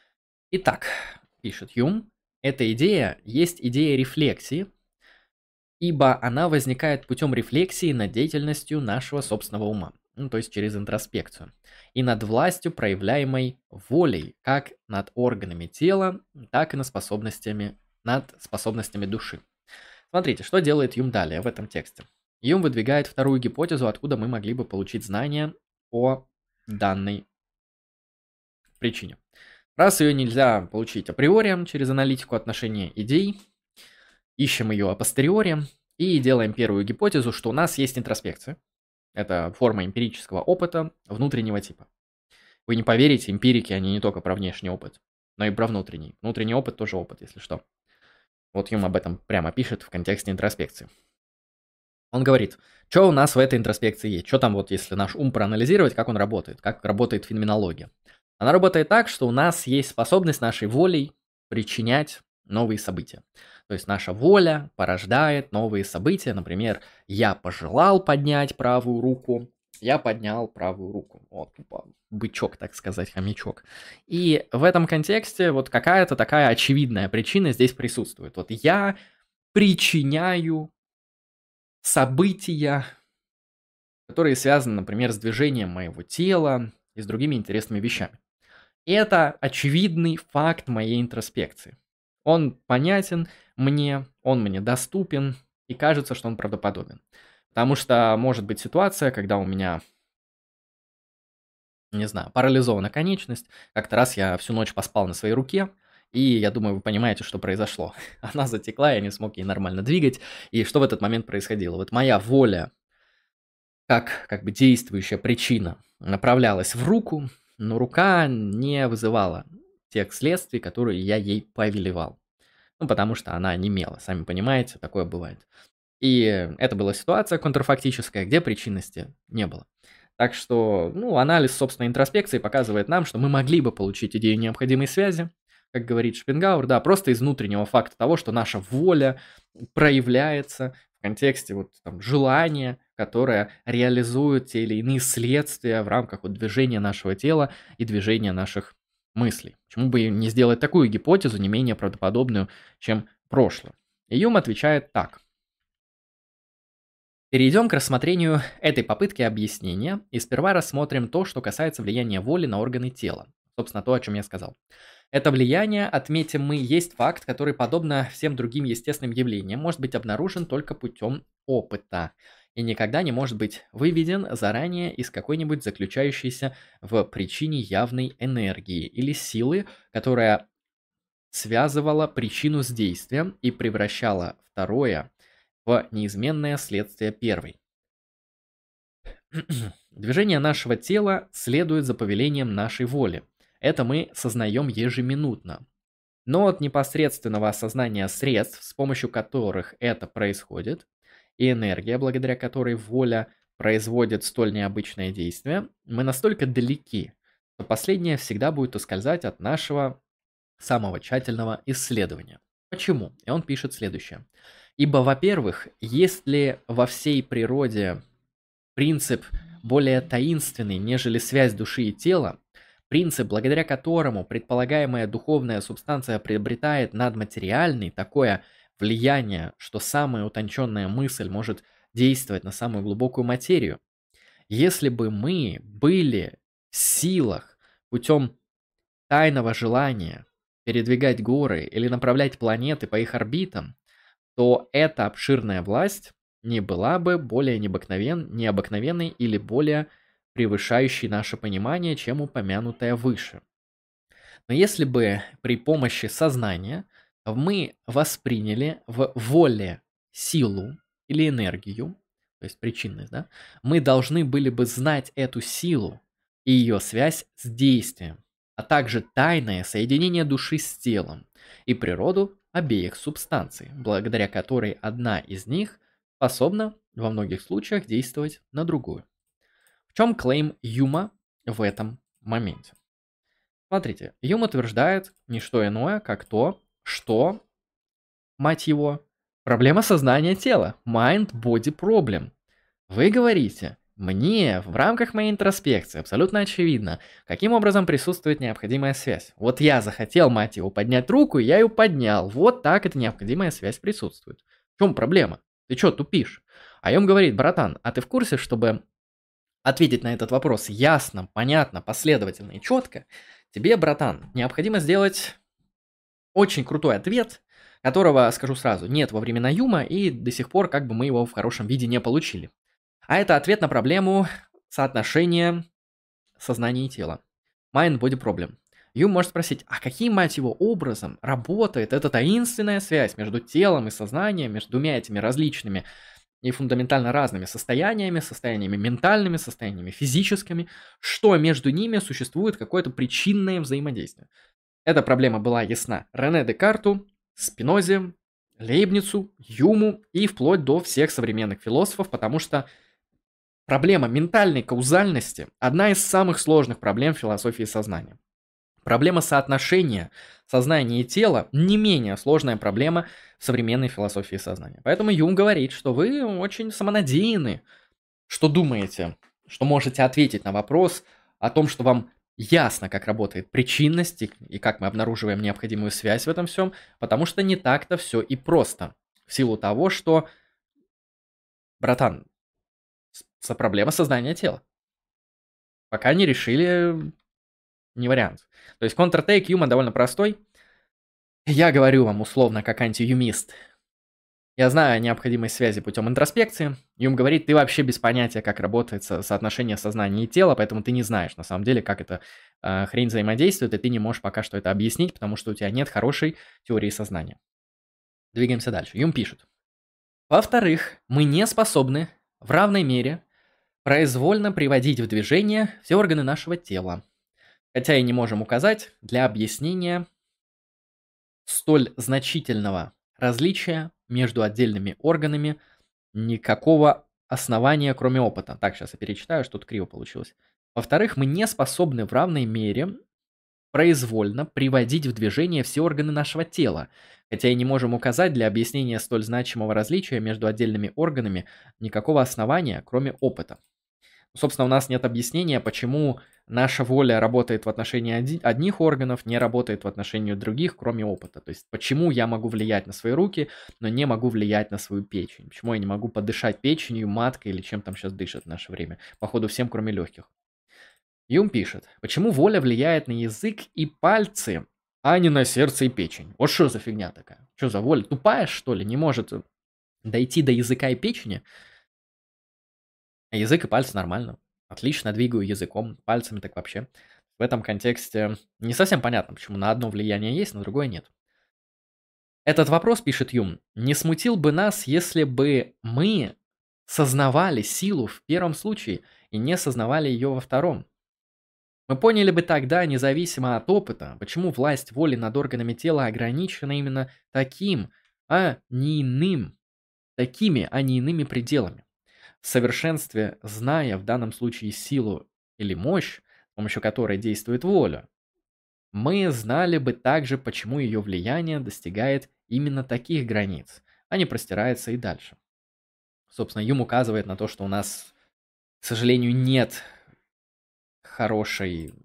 Итак, пишет Юм, эта идея есть идея рефлексии, ибо она возникает путем рефлексии над деятельностью нашего собственного ума, ну, то есть через интроспекцию, и над властью, проявляемой волей, как над органами тела, так и над способностями души. Смотрите, что делает Юм далее в этом тексте. Юм выдвигает вторую гипотезу, откуда мы могли бы получить знания о данной причине. Раз ее нельзя получить априори через аналитику отношения идей, ищем ее апостериори и делаем первую гипотезу, что у нас есть интроспекция. Это форма эмпирического опыта внутреннего типа. Вы не поверите, эмпирики, они не только про внешний опыт, но и про внутренний. Внутренний опыт тоже опыт, если что. Вот Юм об этом прямо пишет в контексте интроспекции. Он говорит, что у нас в этой интроспекции есть, что там вот, если наш ум проанализировать, как он работает, как работает феноменология. Она работает так, что у нас есть способность нашей волей причинять новые события. То есть наша воля порождает новые события. Например, я пожелал поднять правую руку, я поднял правую руку. Вот, бычок, так сказать, хомячок. И в этом контексте вот какая-то такая очевидная причина здесь присутствует. Вот я причиняю события, которые связаны, например, с движением моего тела и с другими интересными вещами. И это очевидный факт моей интроспекции. Он понятен мне, он мне доступен, и кажется, что он правдоподобен. Потому что может быть ситуация, когда у меня, не знаю, парализована конечность. Как-то раз я всю ночь поспал на своей руке, и я думаю, вы понимаете, что произошло. Она затекла, я не смог ей нормально двигать. И что в этот момент происходило? Вот моя воля, как бы действующая причина, направлялась в руку, но рука не вызывала тех следствий, которые я ей повелевал. Ну, потому что она онемела, сами понимаете, такое бывает. И это была ситуация контрфактическая, где причинности не было. Так что, анализ собственной интроспекции показывает нам, что мы могли бы получить идею необходимой связи, как говорит Шопенгауэр, да, просто из внутреннего факта того, что наша воля проявляется в контексте вот там желания, которое реализует те или иные следствия в рамках вот движения нашего тела и движения наших мыслей. Почему бы не сделать такую гипотезу, не менее правдоподобную, чем прошлое? И Юм отвечает так. Перейдем к рассмотрению этой попытки объяснения и сперва рассмотрим то, что касается влияния воли на органы тела. Собственно, то, о чем я сказал. Это влияние, отметим мы, есть факт, который, подобно всем другим естественным явлениям, может быть обнаружен только путем опыта и никогда не может быть выведен заранее из какой-нибудь заключающейся в причине явной энергии или силы, которая связывала причину с действием и превращала второе в неизменное следствие первой. Движение нашего тела следует за повелением нашей воли. Это мы сознаем ежеминутно. Но от непосредственного осознания средств, с помощью которых это происходит, и энергия, благодаря которой воля производит столь необычное действие, мы настолько далеки, что последнее всегда будет ускользать от нашего самого тщательного исследования. Почему? И он пишет следующее. Ибо, во-первых, есть ли во всей природе принцип более таинственный, нежели связь души и тела, принцип, благодаря которому предполагаемая духовная субстанция приобретает над материальной такое влияние, что самая утонченная мысль может действовать на самую глубокую материю. Если бы мы были в силах путем тайного желания передвигать горы или направлять планеты по их орбитам, то эта обширная власть не была бы более необыкновенной или более превышающей наше понимание, чем упомянутая выше. Но если бы при помощи сознания мы восприняли в воле силу или энергию, то есть причинность, да, мы должны были бы знать эту силу и ее связь с действием, а также тайное соединение души с телом и природу обеих субстанций, благодаря которой одна из них способна во многих случаях действовать на другую. В чем клейм Юма в этом моменте? Смотрите, Юм утверждает не что иное, как то, что, мать его, проблема сознания тела, mind-body problem. Вы говорите, мне в рамках моей интроспекции абсолютно очевидно, каким образом присутствует необходимая связь. Вот я захотел, мать его, поднять руку, и я ее поднял. Вот так эта необходимая связь присутствует. В чем проблема? Ты чё тупишь? А Юм говорит: братан, а ты в курсе, чтобы ответить на этот вопрос ясно, понятно, последовательно и четко, тебе, братан, необходимо сделать очень крутой ответ, которого, скажу сразу, нет во времена Юма, и до сих пор как бы мы его в хорошем виде не получили. А это ответ на проблему соотношения сознания и тела. Mind-body problem. Юм может спросить, а каким, мать его, образом работает эта таинственная связь между телом и сознанием, между двумя этими различными и фундаментально разными состояниями ментальными, состояниями физическими, что между ними существует какое-то причинное взаимодействие. Эта проблема была ясна Рене Декарту, Спинозе, Лейбницу, Юму и вплоть до всех современных философов, потому что проблема ментальной каузальности – одна из самых сложных проблем в философии сознания. Проблема соотношения сознания и тела – не менее сложная проблема в современной философии сознания. Поэтому Юм говорит, что вы очень самонадеянны, что думаете, что можете ответить на вопрос о том, что вам ясно, как работает причинность и как мы обнаруживаем необходимую связь в этом всем, потому что не так-то все и просто. В силу того, что, братан, проблема сознания тела. Пока не решили, не вариант. То есть контртейк Юма довольно простой. Я говорю вам условно, как антиюмист. Я знаю о необходимой связи путем интроспекции. Юм говорит, ты вообще без понятия, как работает соотношение сознания и тела, поэтому ты не знаешь, на самом деле, как эта хрень взаимодействует, и ты не можешь пока что это объяснить, потому что у тебя нет хорошей теории сознания. Двигаемся дальше. Юм пишет. Во-вторых, мы не способны в равной мере произвольно приводить в движение все органы нашего тела, хотя и не можем указать для объяснения столь значительного различия между отдельными органами никакого основания, кроме опыта. Так, сейчас я перечитаю, что-то криво получилось. Во-вторых, мы не способны в равной мере произвольно приводить в движение все органы нашего тела, хотя и не можем указать для объяснения столь значимого различия между отдельными органами никакого основания, кроме опыта. Собственно, у нас нет объяснения, почему наша воля работает в отношении одних органов, не работает в отношении других, кроме опыта. То есть, почему я могу влиять на свои руки, но не могу влиять на свою печень? Почему я не могу подышать печенью, маткой или чем там сейчас дышат в наше время? Походу, всем, кроме легких. Юм пишет, почему воля влияет на язык и пальцы, а не на сердце и печень? Вот что за фигня такая? Что за воля? Тупая, что ли? Не может дойти до языка и печени? А язык и пальцы нормально. Отлично двигаю языком, пальцами так вообще. В этом контексте не совсем понятно, почему на одно влияние есть, на другое нет. Этот вопрос, пишет Юм, не смутил бы нас, если бы мы сознавали силу в первом случае и не сознавали ее во втором. Мы поняли бы тогда, независимо от опыта, почему власть воли над органами тела ограничена именно такими, а не иными пределами. В совершенстве, зная в данном случае силу или мощь, с помощью которой действует воля, мы знали бы также, почему ее влияние достигает именно таких границ, а не простирается и дальше. Собственно, Юм указывает на то, что у нас, к сожалению, нет хорошей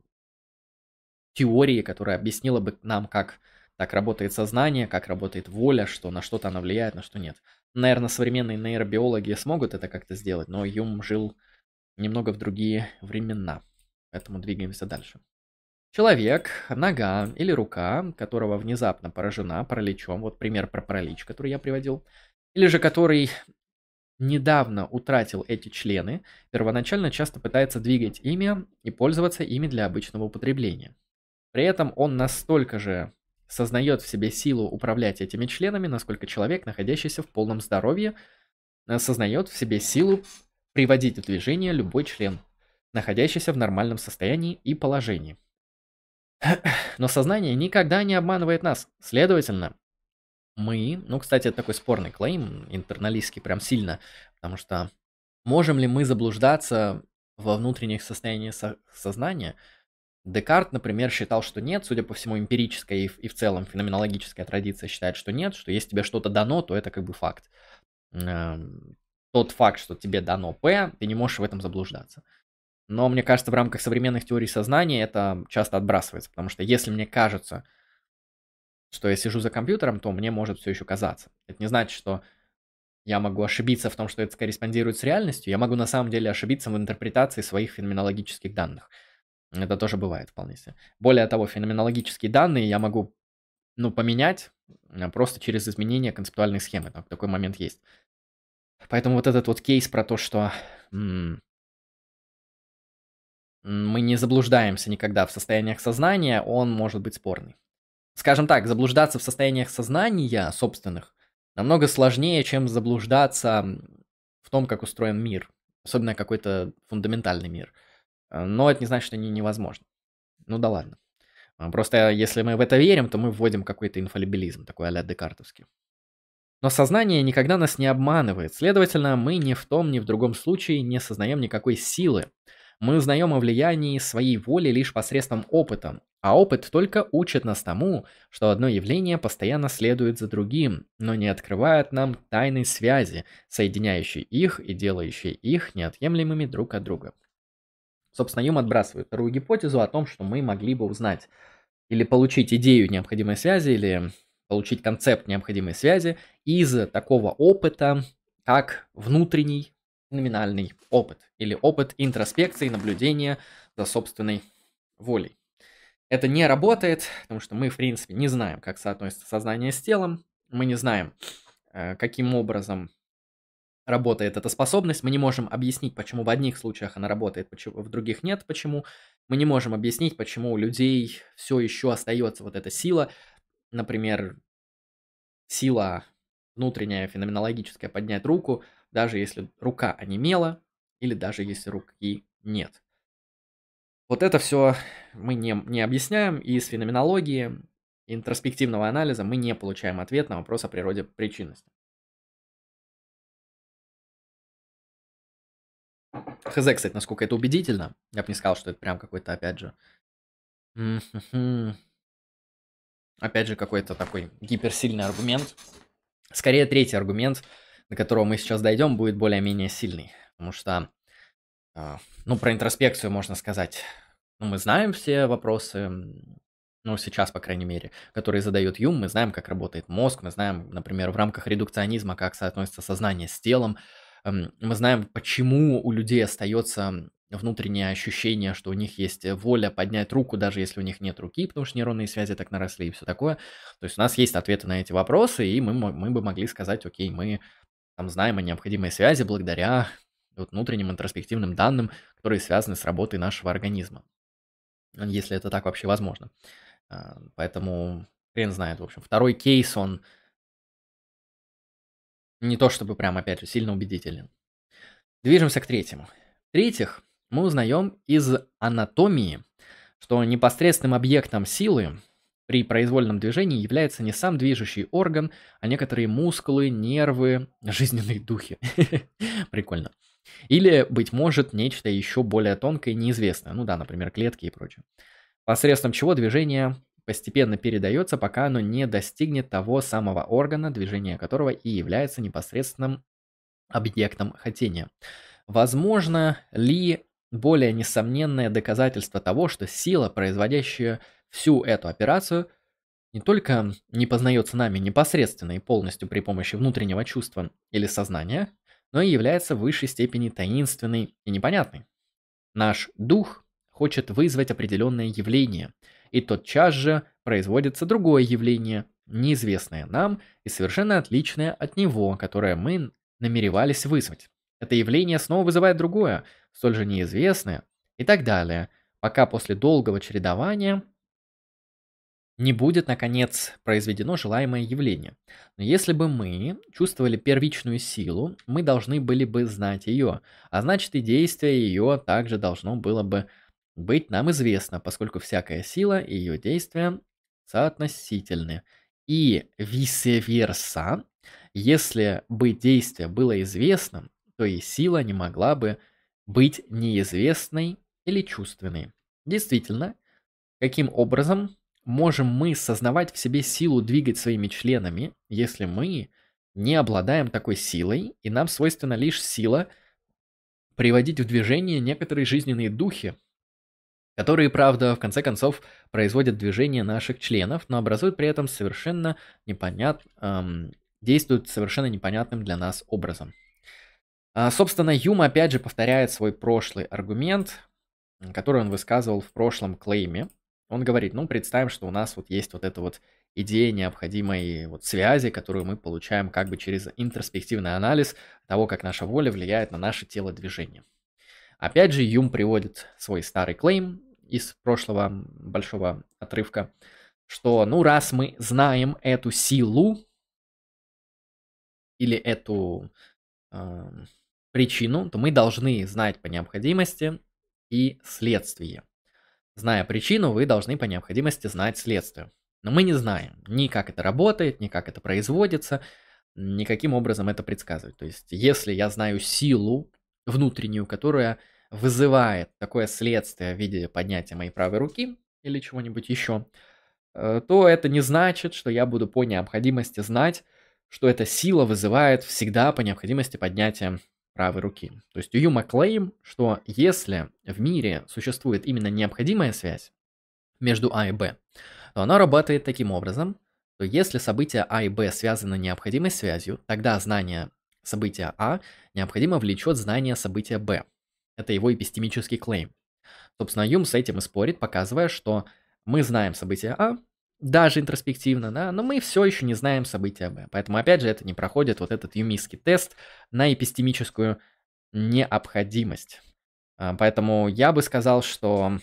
теории, которая объяснила бы нам, как так работает сознание, как работает воля, что на что-то она влияет, на что нет. Наверное, современные нейробиологи смогут это как-то сделать, но Юм жил немного в другие времена. Поэтому двигаемся дальше. Человек, нога или рука, которого внезапно поражена параличом, вот пример про паралич, который я приводил, или же который недавно утратил эти члены, первоначально часто пытается двигать ими и пользоваться ими для обычного употребления. При этом он настолько же сознает в себе силу управлять этими членами, насколько человек, находящийся в полном здоровье, сознает в себе силу приводить в движение любой член, находящийся в нормальном состоянии и положении. Но сознание никогда не обманывает нас. Следовательно, мы, кстати, это такой спорный клейм, интерналистский прям сильно, потому что можем ли мы заблуждаться во внутренних состояниях сознания? Декарт, например, считал, что нет, судя по всему, эмпирическая и в целом феноменологическая традиция считает, что нет, что если тебе что-то дано, то это как бы факт. Тот факт, что тебе дано P, ты не можешь в этом заблуждаться. Но мне кажется, в рамках современных теорий сознания это часто отбрасывается, потому что если мне кажется, что я сижу за компьютером, то мне может все еще казаться. Это не значит, что Я могу ошибиться в том, что это корреспондирует с реальностью. Я могу на самом деле ошибиться в интерпретации своих феноменологических данных. Это тоже бывает вполне себе. Более того, феноменологические данные я могу, поменять просто через изменение концептуальной схемы. Такой момент есть. Поэтому вот этот вот кейс про то, что мы не заблуждаемся никогда в состояниях сознания, он может быть спорный. Скажем так, заблуждаться в состояниях сознания собственных намного сложнее, чем заблуждаться в том, как устроен мир. Особенно какой-то фундаментальный мир. Но это не значит, что невозможно. Ну да ладно. Просто если мы в это верим, то мы вводим какой-то инфаллибилизм, такой а-ля декартовский. Но сознание никогда нас не обманывает. Следовательно, мы ни в том, ни в другом случае не сознаем никакой силы. Мы узнаем о влиянии своей воли лишь посредством опыта. А опыт только учит нас тому, что одно явление постоянно следует за другим, но не открывает нам тайной связи, соединяющей их и делающей их неотъемлемыми друг от друга. Собственно, Юм отбрасывает вторую гипотезу о том, что мы могли бы узнать или получить идею необходимой связи, или получить концепт необходимой связи из такого опыта, как внутренний феноменальный опыт, или опыт интроспекции, наблюдения за собственной волей. Это не работает, потому что мы, в принципе, не знаем, как соотносится сознание с телом, мы не знаем, каким образом работает эта способность, мы не можем объяснить, почему в одних случаях она работает, в других нет, почему. Мы не можем объяснить, почему у людей все еще остается вот эта сила, например, сила внутренняя, феноменологическая, поднять руку, даже если рука онемела, или даже если руки нет. Вот это все мы не объясняем, и из феноменологии, интроспективного анализа мы не получаем ответ на вопрос о природе причинности. Хз, кстати, насколько это убедительно. Я бы не сказал, что это прям какой-то, опять же, опять же, какой-то такой гиперсильный аргумент. Скорее, третий аргумент, до которого мы сейчас дойдем, будет более-менее сильный. Потому что, про интроспекцию можно сказать, мы знаем все вопросы, сейчас, по крайней мере, которые задает Юм, мы знаем, как работает мозг, мы знаем, например, в рамках редукционизма, как соотносится сознание с телом, мы знаем, почему у людей остается внутреннее ощущение, что у них есть воля поднять руку, даже если у них нет руки, потому что нейронные связи так наросли и все такое. То есть у нас есть ответы на эти вопросы, и мы бы могли сказать, окей, мы там знаем о необходимой связи благодаря внутренним интроспективным данным, которые связаны с работой нашего организма. Если это так вообще возможно. Поэтому хрен знает, в общем. Второй кейс, он не то чтобы прям, опять же, сильно убедителен. Движемся к третьему. В-третьих, мы узнаем из анатомии, что непосредственным объектом силы при произвольном движении является не сам движущий орган, а некоторые мускулы, нервы, жизненные духи. Прикольно. Или, быть может, нечто еще более тонкое и неизвестное. Например, клетки и прочее. Посредством чего движение постепенно передается, пока оно не достигнет того самого органа, движение которого и является непосредственным объектом хотения. Возможно ли более несомненное доказательство того, что сила, производящая всю эту операцию, не только не познается нами непосредственно и полностью при помощи внутреннего чувства или сознания, но и является в высшей степени таинственной и непонятной. Наш дух хочет вызвать определенное явление, и тотчас же производится другое явление, неизвестное нам и совершенно отличное от него, которое мы намеревались вызвать. Это явление снова вызывает другое, столь же неизвестное, и так далее, пока после долгого чередования не будет, наконец, произведено желаемое явление. Но если бы мы чувствовали первичную силу, мы должны были бы знать ее, а значит и действие ее также должно было бы быть нам известно, поскольку всякая сила и ее действия соотносительны. И vice-versa, если бы действие было известным, то и сила не могла бы быть неизвестной или чувственной. Действительно, каким образом можем мы сознавать в себе силу двигать своими членами, если мы не обладаем такой силой, и нам свойственна лишь сила приводить в движение некоторые жизненные духи, которые, правда, в конце концов производят движение наших членов, но образуют при этом совершенно действуют совершенно непонятным для нас образом. Собственно, Юм опять же повторяет свой прошлый аргумент, который он высказывал в прошлом клейме. Он говорит, ну, представим, что у нас вот есть вот эта вот идея необходимой вот связи, которую мы получаем как бы через интроспективный анализ того, как наша воля влияет на наше телодвижение. Опять же, Юм приводит свой старый клейм из прошлого большого отрывка, что, ну, раз мы знаем эту силу или эту причину, то мы должны знать по необходимости и следствие. Зная причину, вы должны по необходимости знать следствие. Но мы не знаем ни как это работает, ни как это производится, никаким образом это предсказывать. То есть, если я знаю силу внутреннюю, которая вызывает такое следствие в виде поднятия моей правой руки или чего-нибудь еще, то это не значит, что я буду по необходимости знать, что эта сила вызывает всегда по необходимости поднятия правой руки. То есть у Юма клейм, что если в мире существует именно необходимая связь между А и Б, то она работает таким образом, что если события А и Б связаны необходимой связью, тогда знание события А необходимо влечет знание события Б. Это его эпистемический клейм. Собственно, Юм с этим и спорит, показывая, что мы знаем события А, даже интроспективно, да, но мы все еще не знаем события Б. Поэтому, опять же, это не проходит вот этот юмистский тест на эпистемическую необходимость. Поэтому я бы сказал, что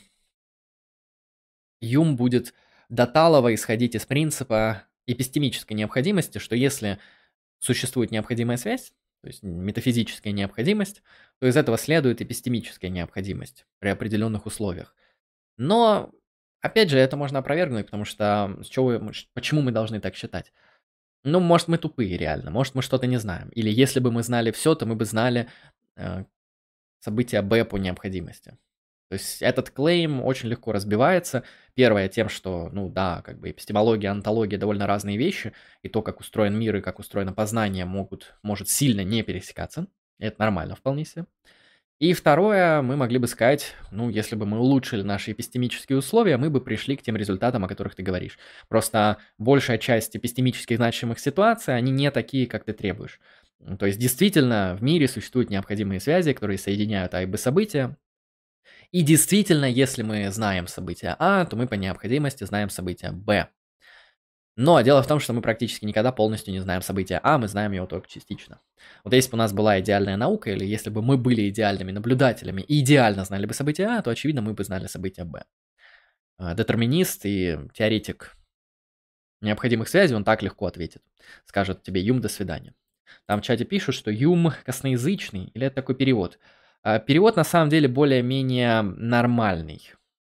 Юм будет до талого исходить из принципа эпистемической необходимости, что если существует необходимая связь, то есть метафизическая необходимость, то из этого следует эпистемическая необходимость при определенных условиях. Но, опять же, это можно опровергнуть, потому что почему мы должны так считать? Ну, может, мы тупые реально, может, мы что-то не знаем. Или если бы мы знали все, то мы бы знали события Б по необходимости. То есть этот клейм очень легко разбивается. Первое тем, что, ну да, как бы эпистемология, онтология довольно разные вещи, и то, как устроен мир и как устроено познание, может сильно не пересекаться. Это нормально вполне себе. И второе, мы могли бы сказать, ну, если бы мы улучшили наши эпистемические условия, мы бы пришли к тем результатам, о которых ты говоришь. Просто большая часть эпистемически значимых ситуаций, они не такие, как ты требуешь. То есть, действительно, в мире существуют необходимые связи, которые соединяют А и Б события. И действительно, если мы знаем события А, то мы по необходимости знаем события Б. Но дело в том, что мы практически никогда полностью не знаем события А, мы знаем его только частично. Вот если бы у нас была идеальная наука, или если бы мы были идеальными наблюдателями и идеально знали бы события А, то, очевидно, мы бы знали события Б. Детерминист и теоретик необходимых связей, он так легко ответит. Скажет тебе: Юм, до свидания. Там в чате пишут, что Юм косноязычный, или это такой перевод. Перевод на самом деле более-менее нормальный.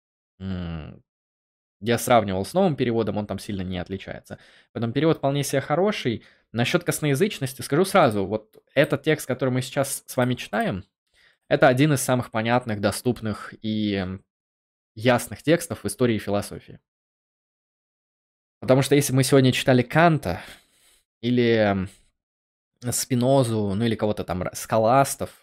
Я сравнивал с новым переводом, он там сильно не отличается. Поэтому перевод вполне себе хороший. Насчет косноязычности скажу сразу, вот этот текст, который мы сейчас с вами читаем, это один из самых понятных, доступных и ясных текстов в истории философии. Потому что если мы сегодня читали Канта или Спинозу, ну или кого-то там, Схоластов,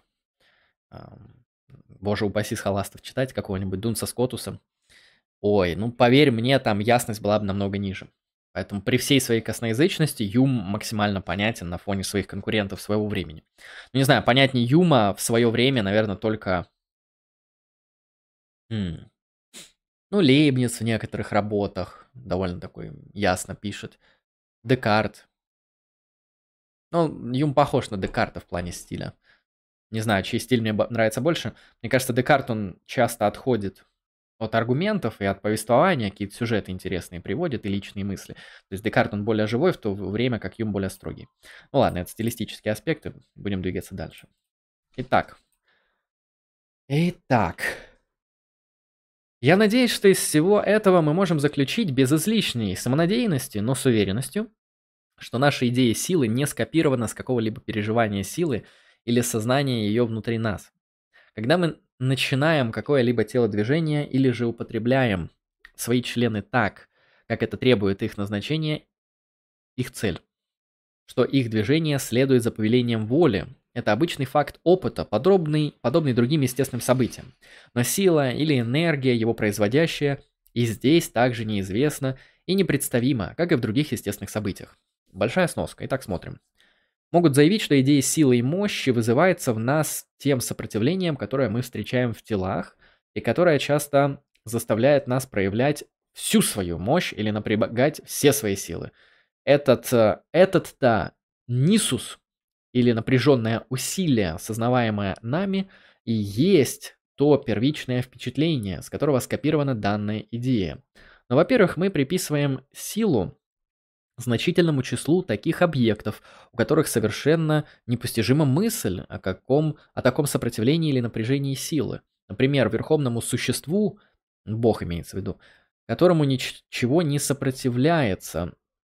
боже упаси Схоластов читать, какого-нибудь Дунса Скотуса, ой, ну поверь мне, там ясность была бы намного ниже. Поэтому при всей своей косноязычности Юм максимально понятен на фоне своих конкурентов своего времени. Ну, не знаю, понятнее Юма в свое время, наверное, только... Ну, Лейбниц в некоторых работах довольно такой ясно пишет. Декарт. Ну, Юм похож на Декарта в плане стиля. Не знаю, чей стиль мне нравится больше. Мне кажется, Декарт, он часто отходит от аргументов и от повествования, какие-то сюжеты интересные приводит и личные мысли. То есть Декарт, он более живой, в то время как Юм более строгий. Ну ладно, это стилистические аспекты, будем двигаться дальше. Итак. Я надеюсь, что из всего этого мы можем заключить без излишней самонадеянности, но с уверенностью, что наша идея силы не скопирована с какого-либо переживания силы или сознания ее внутри нас. Когда мы начинаем какое-либо телодвижение или же употребляем свои члены так, как это требует их назначение, их цель, что их движение следует за повелением воли, это обычный факт опыта, подобный другим естественным событиям. Но сила или энергия, его производящая, и здесь также неизвестна и непредставима, как и в других естественных событиях. Большая сноска. Итак, смотрим. Могут заявить, что идея силы и мощи вызывается в нас тем сопротивлением, которое мы встречаем в телах, и которое часто заставляет нас проявлять всю свою мощь или напрягать все свои силы. Этот нисус или напряженное усилие, осознаваемое нами, и есть то первичное впечатление, с которого скопирована данная идея. Но, во-первых, мы приписываем силу значительному числу таких объектов, у которых совершенно непостижима мысль о таком сопротивлении или напряжении силы. Например, верховному существу, Бог имеется в виду, которому ничего не сопротивляется,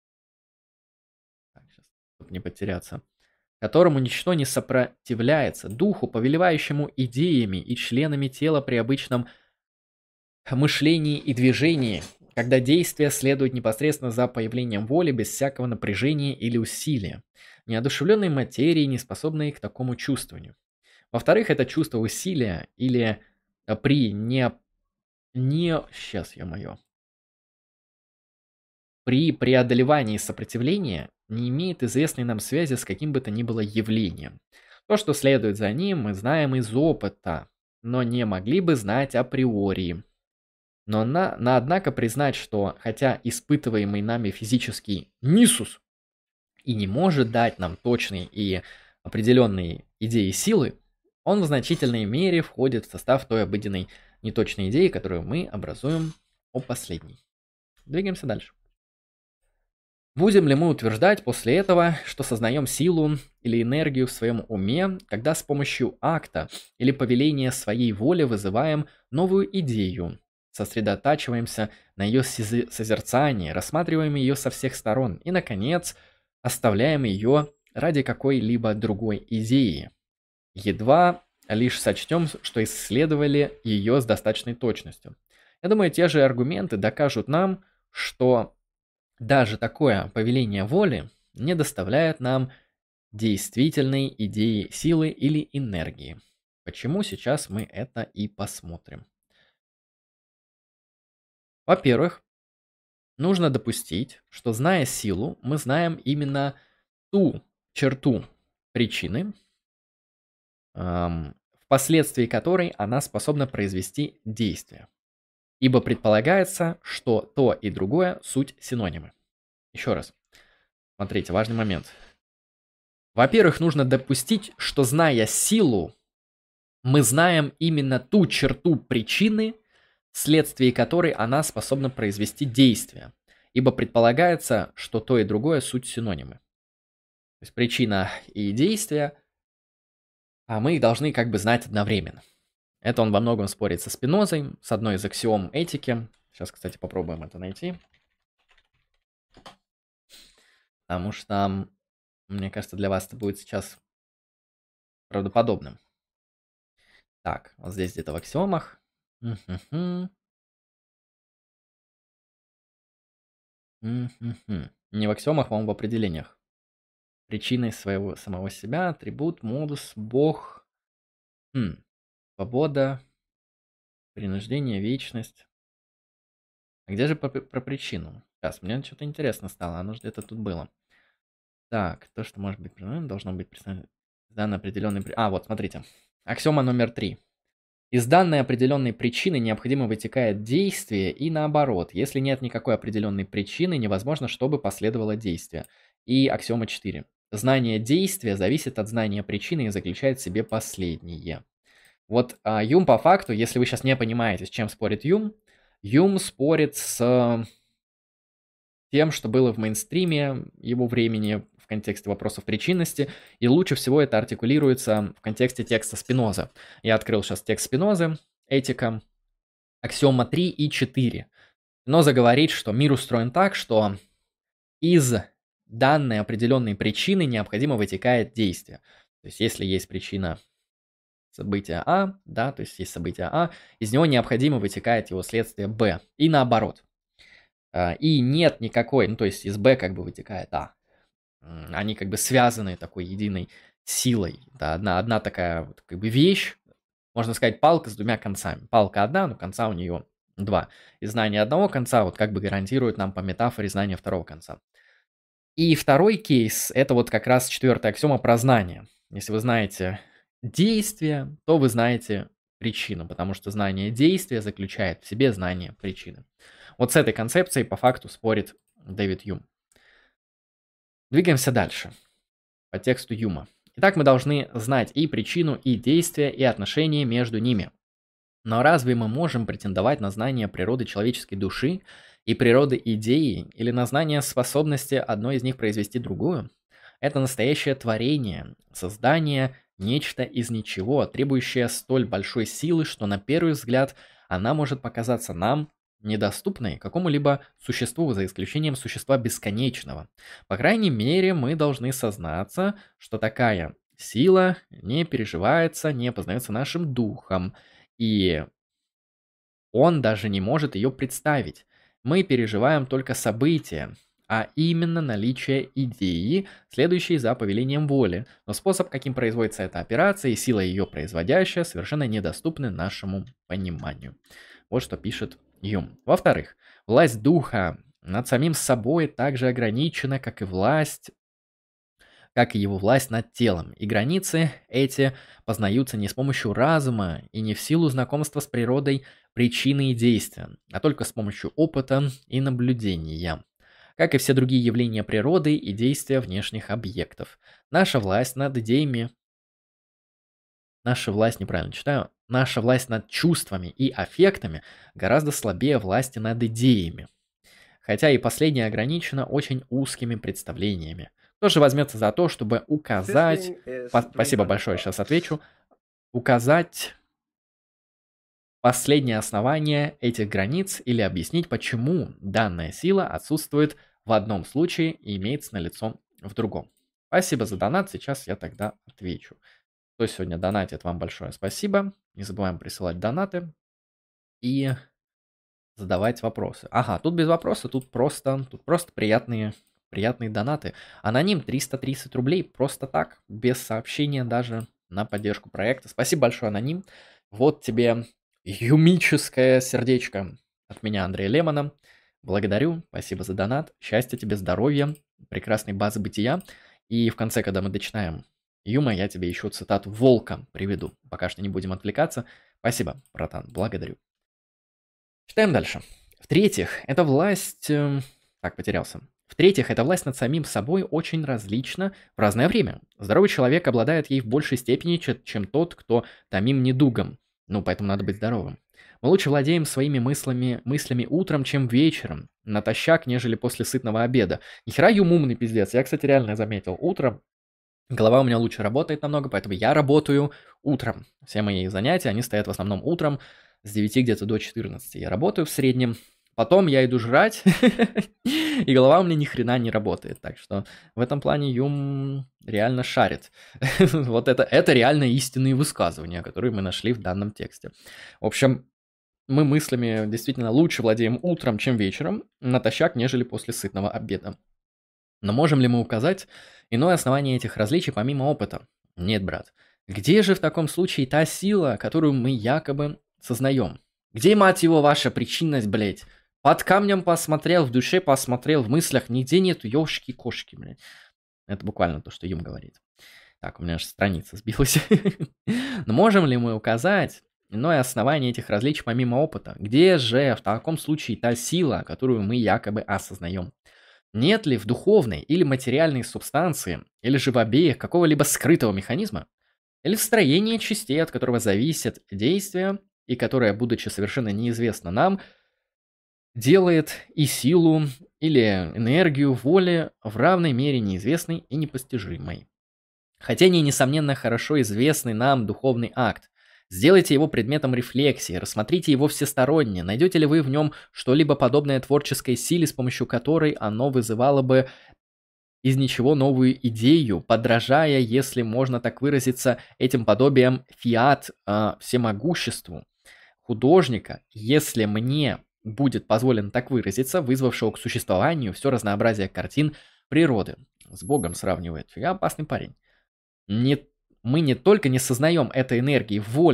так, сейчас, чтобы не потеряться, которому ничто не сопротивляется, духу, повелевающему идеями и членами тела при обычном мышлении и движении, когда действие следует непосредственно за появлением воли без всякого напряжения или усилия, неодушевленной материи, не способной к такому чувствованию. Во-вторых, это чувство усилия или при сейчас, ё-моё, при преодолевании сопротивления не имеет известной нам связи с каким бы то ни было явлением. То, что следует за ним, мы знаем из опыта, но не могли бы знать априори. Но однако признать, что хотя испытываемый нами физический нисус и не может дать нам точные и определенные идеи силы, он в значительной мере входит в состав той обыденной неточной идеи, которую мы образуем о последней. Двигаемся дальше. Будем ли мы утверждать после этого, что сознаем силу или энергию в своем уме, когда с помощью акта или повеления своей воли вызываем новую идею, сосредотачиваемся на ее созерцании, рассматриваем ее со всех сторон и, наконец, оставляем ее ради какой-либо другой идеи, едва лишь сочтем, что исследовали ее с достаточной точностью. Я думаю, те же аргументы докажут нам, что даже такое повеление воли не доставляет нам действительной идеи силы или энергии. Почему сейчас мы это и посмотрим. Во-первых, нужно допустить, что, зная силу, мы знаем именно ту черту причины, впоследствии которой она способна произвести действие. Ибо предполагается, что то и другое суть синонимы. Еще раз. Смотрите, важный момент. Во-первых, нужно допустить, что, зная силу, мы знаем именно ту черту причины, вследствие которой она способна произвести действие. Ибо предполагается, что то и другое суть синонимы. То есть причина и действие, а мы их должны как бы знать одновременно. Это он во многом спорит со Спинозой, с одной из аксиом этики. Сейчас, кстати, попробуем это найти. Потому что, мне кажется, для вас это будет сейчас правдоподобным. Так, вот здесь где-то в аксиомах. Не в аксиомах, по-моему, в определениях. Причиной своего самого себя, атрибут, модус, бог, свобода, принуждение, вечность. А где же про причину? Сейчас, мне что-то интересно стало, оно же где-то тут было. Так, то, что может быть должно быть представлено из данной определенной... вот, смотрите. Аксиома номер 3. Из данной определенной причины необходимо вытекает действие и наоборот. Если нет никакой определенной причины, невозможно, чтобы последовало действие. И аксиома 4. Знание действия зависит от знания причины и заключает в себе последнее. Вот Юм по факту, если вы сейчас не понимаете, с чем спорит Юм спорит с тем, что было в мейнстриме его времени в контексте вопросов причинности, и лучше всего это артикулируется в контексте текста Спинозы. Я открыл сейчас текст Спинозы, этика, аксиома 3 и 4. Спиноза говорит, что мир устроен так, что из данной определенной причины необходимо вытекает действие. То есть если есть причина события А, да, то есть есть событие А, из него необходимо вытекает его следствие Б, и наоборот. И нет никакой, то есть из Б как бы вытекает А. Они как бы связаны такой единой силой. Да, одна такая вот как бы вещь, можно сказать, палка с двумя концами. Палка одна, но конца у нее два. И знание одного конца вот как бы гарантирует нам по метафоре знание второго конца. И второй кейс – это вот как раз четвертая аксиома про знание. Если вы знаете действие, то вы знаете причину, потому что знание действия заключает в себе знание причины. Вот с этой концепцией по факту спорит Дэвид Юм. Двигаемся дальше по тексту Юма. Итак, мы должны знать и причину, и действие, и отношения между ними. Но разве мы можем претендовать на знание природы человеческой души и природы идеи, или на знание способности одной из них произвести другую? Это настоящее творение, создание нечто из ничего, требующее столь большой силы, что на первый взгляд она может показаться нам недоступной какому-либо существу, за исключением существа бесконечного. По крайней мере, мы должны сознаться, что такая сила не переживается, не познается нашим духом, и он даже не может ее представить. Мы переживаем только события, а именно наличие идеи, следующей за повелением воли. Но способ, каким производится эта операция и сила ее производящая, совершенно недоступны нашему пониманию. Вот что пишет Юм. Во-вторых, власть духа над самим собой также ограничена, как и его власть над телом, и границы эти познаются не с помощью разума и не в силу знакомства с природой причины и действия, а только с помощью опыта и наблюдения. Как и все другие явления природы и действия внешних объектов. Наша власть над идеями... Наша власть над чувствами и аффектами гораздо слабее власти над идеями. Хотя и последняя ограничена очень узкими представлениями. Кто же возьмется за то, чтобы указать... Спасибо большое, сейчас отвечу. Указать последнее основание этих границ или объяснить, почему данная сила отсутствует в одном случае и имеется налицо в другом. Спасибо за донат, сейчас я тогда отвечу. Кто сегодня донатит, вам большое спасибо. Не забываем присылать донаты и задавать вопросы. Ага, тут без вопроса, тут просто приятные донаты. Аноним 330 рублей, просто так, без сообщения даже на поддержку проекта. Спасибо большое, Аноним. Вот тебе юмическое сердечко от меня, Андрея Лемона. Благодарю, спасибо за донат. Счастья тебе, здоровья, прекрасной базы бытия. И в конце, когда мы начинаем Юма, я тебе еще цитату Волка приведу. Пока что не будем отвлекаться. Спасибо, братан, благодарю. Читаем дальше. В-третьих, эта власть... потерялся. В-третьих, эта власть над самим собой очень различна в разное время. Здоровый человек обладает ей в большей степени, чем тот, кто томим недугом. Поэтому надо быть здоровым. Мы лучше владеем своими мыслями утром, чем вечером, натощак, нежели после сытного обеда. Нихера умный пиздец. Я, кстати, реально заметил. Утром голова у меня лучше работает намного, поэтому я работаю утром. Все мои занятия, они стоят в основном утром, с 9 где-то до 14. Я работаю в среднем. Потом я иду жрать, и голова у меня ни хрена не работает. Так что в этом плане Юм реально шарит. Вот это реально истинные высказывания, которые мы нашли в данном тексте. В общем, мы мыслями действительно лучше владеем утром, чем вечером, натощак, нежели после сытного обеда. Но можем ли мы указать иное основание этих различий помимо опыта? Нет, брат. Где же в таком случае та сила, которую мы якобы сознаем? Где, мать его, ваша причинность, блядь? Под камнем посмотрел, в душе посмотрел, в мыслях нигде нету ёшки-кошки, блядь. Это буквально то, что Юм говорит. Так, у меня аж страница сбилась. Но можем ли мы указать иное основание этих различий помимо опыта? Где же в таком случае та сила, которую мы якобы осознаем? Нет ли в духовной или материальной субстанции, или же в обеих какого-либо скрытого механизма, или в строении частей, от которого зависит действие, и которое, будучи совершенно неизвестно нам, делает и силу, или энергию воли в равной мере неизвестной и непостижимой. Хотя не несомненно хорошо известный нам духовный акт. Сделайте его предметом рефлексии, рассмотрите его всесторонне. Найдете ли вы в нем что-либо подобное творческой силе, с помощью которой оно вызывало бы из ничего новую идею, подражая, если можно так выразиться, этим подобием фиат всемогуществу художника, если мне будет позволено так выразиться, вызвавшего к существованию все разнообразие картин природы. С Богом сравнивает. Фига опасный парень. Мы не только не сознаем этой энергии в воле,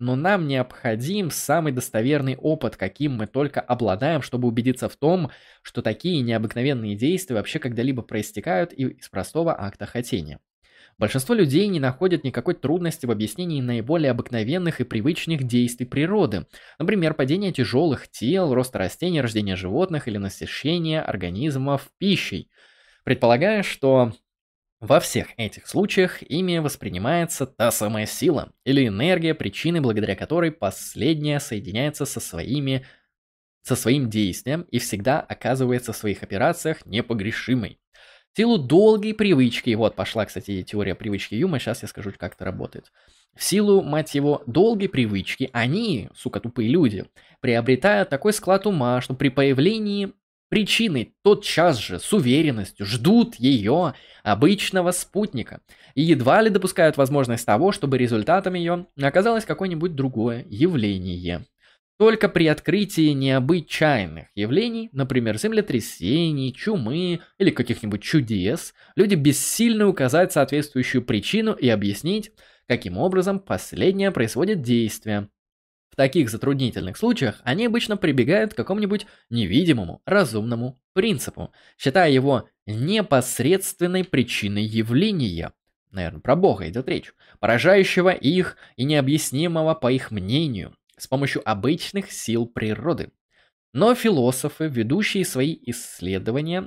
но нам необходим самый достоверный опыт, каким мы только обладаем, чтобы убедиться в том, что такие необыкновенные действия вообще когда-либо проистекают из простого акта хотения. Большинство людей не находят никакой трудности в объяснении наиболее обыкновенных и привычных действий природы. Например, падение тяжелых тел, рост растений, рождение животных или насыщение организмов пищей. Предполагая, что во всех этих случаях ими воспринимается та самая сила или энергия, причины, благодаря которой последняя соединяется со своим действием и всегда оказывается в своих операциях непогрешимой. В силу долгой привычки, вот пошла, кстати, теория привычки Юма, сейчас я скажу, как это работает. В силу, мать его, долгой привычки, они, сука, тупые люди, приобретают такой склад ума, что при появлении причины тотчас же с уверенностью ждут ее обычного спутника и едва ли допускают возможность того, чтобы результатом ее оказалось какое-нибудь другое явление. Только при открытии необычайных явлений, например, землетрясений, чумы или каких-нибудь чудес, люди бессильны указать соответствующую причину и объяснить, каким образом последнее производит действие. В таких затруднительных случаях они обычно прибегают к какому-нибудь невидимому, разумному принципу, считая его непосредственной причиной явления. Наверное, про Бога идет речь, поражающего их и необъяснимого по их мнению, с помощью обычных сил природы. Но философы, ведущие свои исследования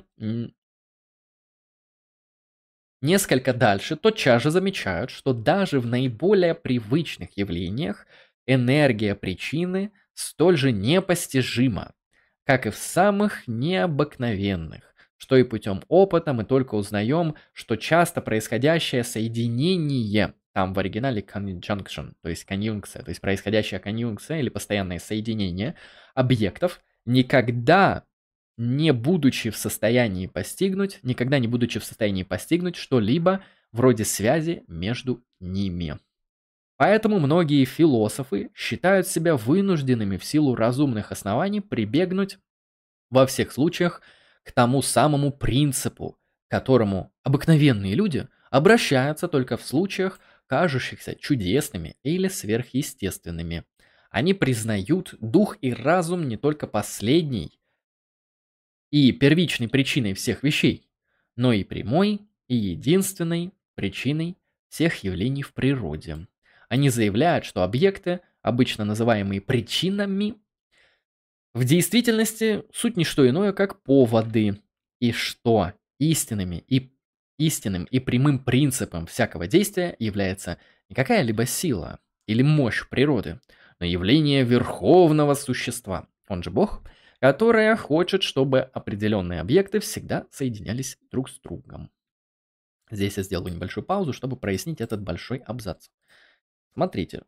несколько дальше, тотчас же замечают, что даже в наиболее привычных явлениях энергия причины столь же непостижима, как и в самых необыкновенных, что и путем опыта мы только узнаем, что часто происходящее соединение, там в оригинале conjunction, то есть конъюнкция, то есть происходящая конъюнкция или постоянное соединение объектов, никогда не будучи в состоянии постигнуть что-либо вроде связи между ними. Поэтому многие философы считают себя вынужденными в силу разумных оснований прибегнуть во всех случаях к тому самому принципу, к которому обыкновенные люди обращаются только в случаях, кажущихся чудесными или сверхъестественными. Они признают дух и разум не только последней и первичной причиной всех вещей, но и прямой и единственной причиной всех явлений в природе. Они заявляют, что объекты, обычно называемые причинами, в действительности суть не что иное, как поводы, и что истинным и прямым принципом всякого действия является не какая-либо сила или мощь природы, но явление верховного существа, он же Бог, которое хочет, чтобы определенные объекты всегда соединялись друг с другом. Здесь я сделаю небольшую паузу, чтобы прояснить этот большой абзац. Смотрите,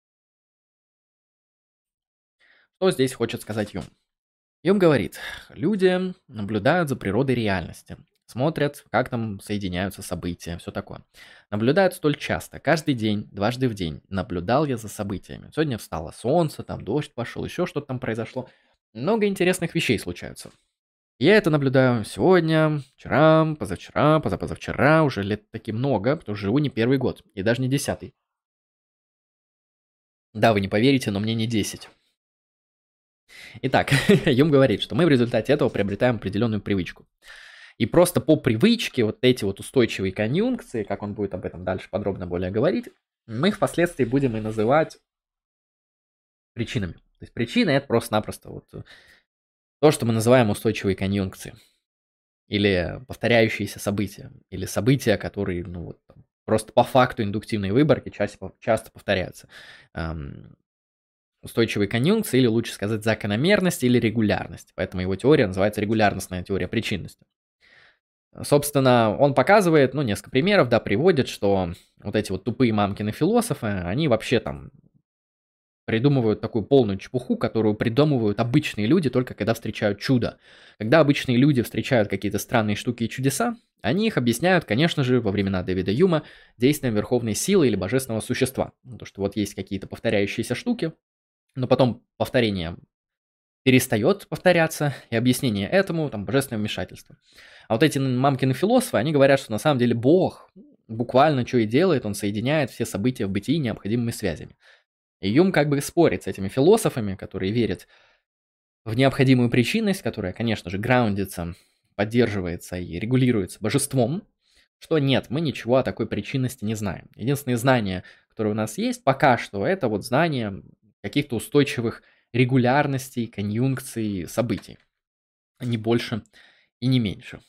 что здесь хочет сказать Юм. Юм говорит, люди наблюдают за природой реальности, смотрят, как там соединяются события, все такое. Наблюдают столь часто, каждый день, дважды в день наблюдал я за событиями. Сегодня встало солнце, там дождь пошел, еще что-то там произошло. Много интересных вещей случаются. Я это наблюдаю сегодня, вчера, позавчера, позапозавчера, уже лет таки много, потому что живу не первый год, и даже не 10-й. Да, вы не поверите, но мне не 10. Итак, Юм говорит, что мы в результате этого приобретаем определенную привычку. И просто по привычке вот эти вот устойчивые конъюнкции, как он будет об этом дальше подробно более говорить, мы их впоследствии будем и называть причинами. То есть причина — это просто-напросто вот то, что мы называем устойчивые конъюнкции. Или повторяющиеся события. Или события, которые просто по факту индуктивной выборки часто повторяются. Устойчивые конъюнкции, или лучше сказать закономерность или регулярность. Поэтому его теория называется регулярностная теория причинности. Собственно, он показывает, несколько примеров, приводит, что вот эти вот тупые мамкины философы, они вообще там придумывают такую полную чепуху, которую придумывают обычные люди только когда встречают чудо. Когда обычные люди встречают какие-то странные штуки и чудеса, они их объясняют, конечно же, во времена Дэвида Юма действием верховной силы или божественного существа. То, что вот есть какие-то повторяющиеся штуки, но потом повторение перестает повторяться, и объяснение этому божественное вмешательство. А вот эти мамкины философы, они говорят, что на самом деле Бог буквально что и делает, он соединяет все события в бытии необходимыми связями. И Юм как бы спорит с этими философами, которые верят в необходимую причинность, которая, конечно же, граундится, поддерживается и регулируется божеством, что нет, мы ничего о такой причинности не знаем. Единственные знания, которые у нас есть пока что, это вот знания каких-то устойчивых регулярностей, конъюнкций, событий. Не больше и не меньше.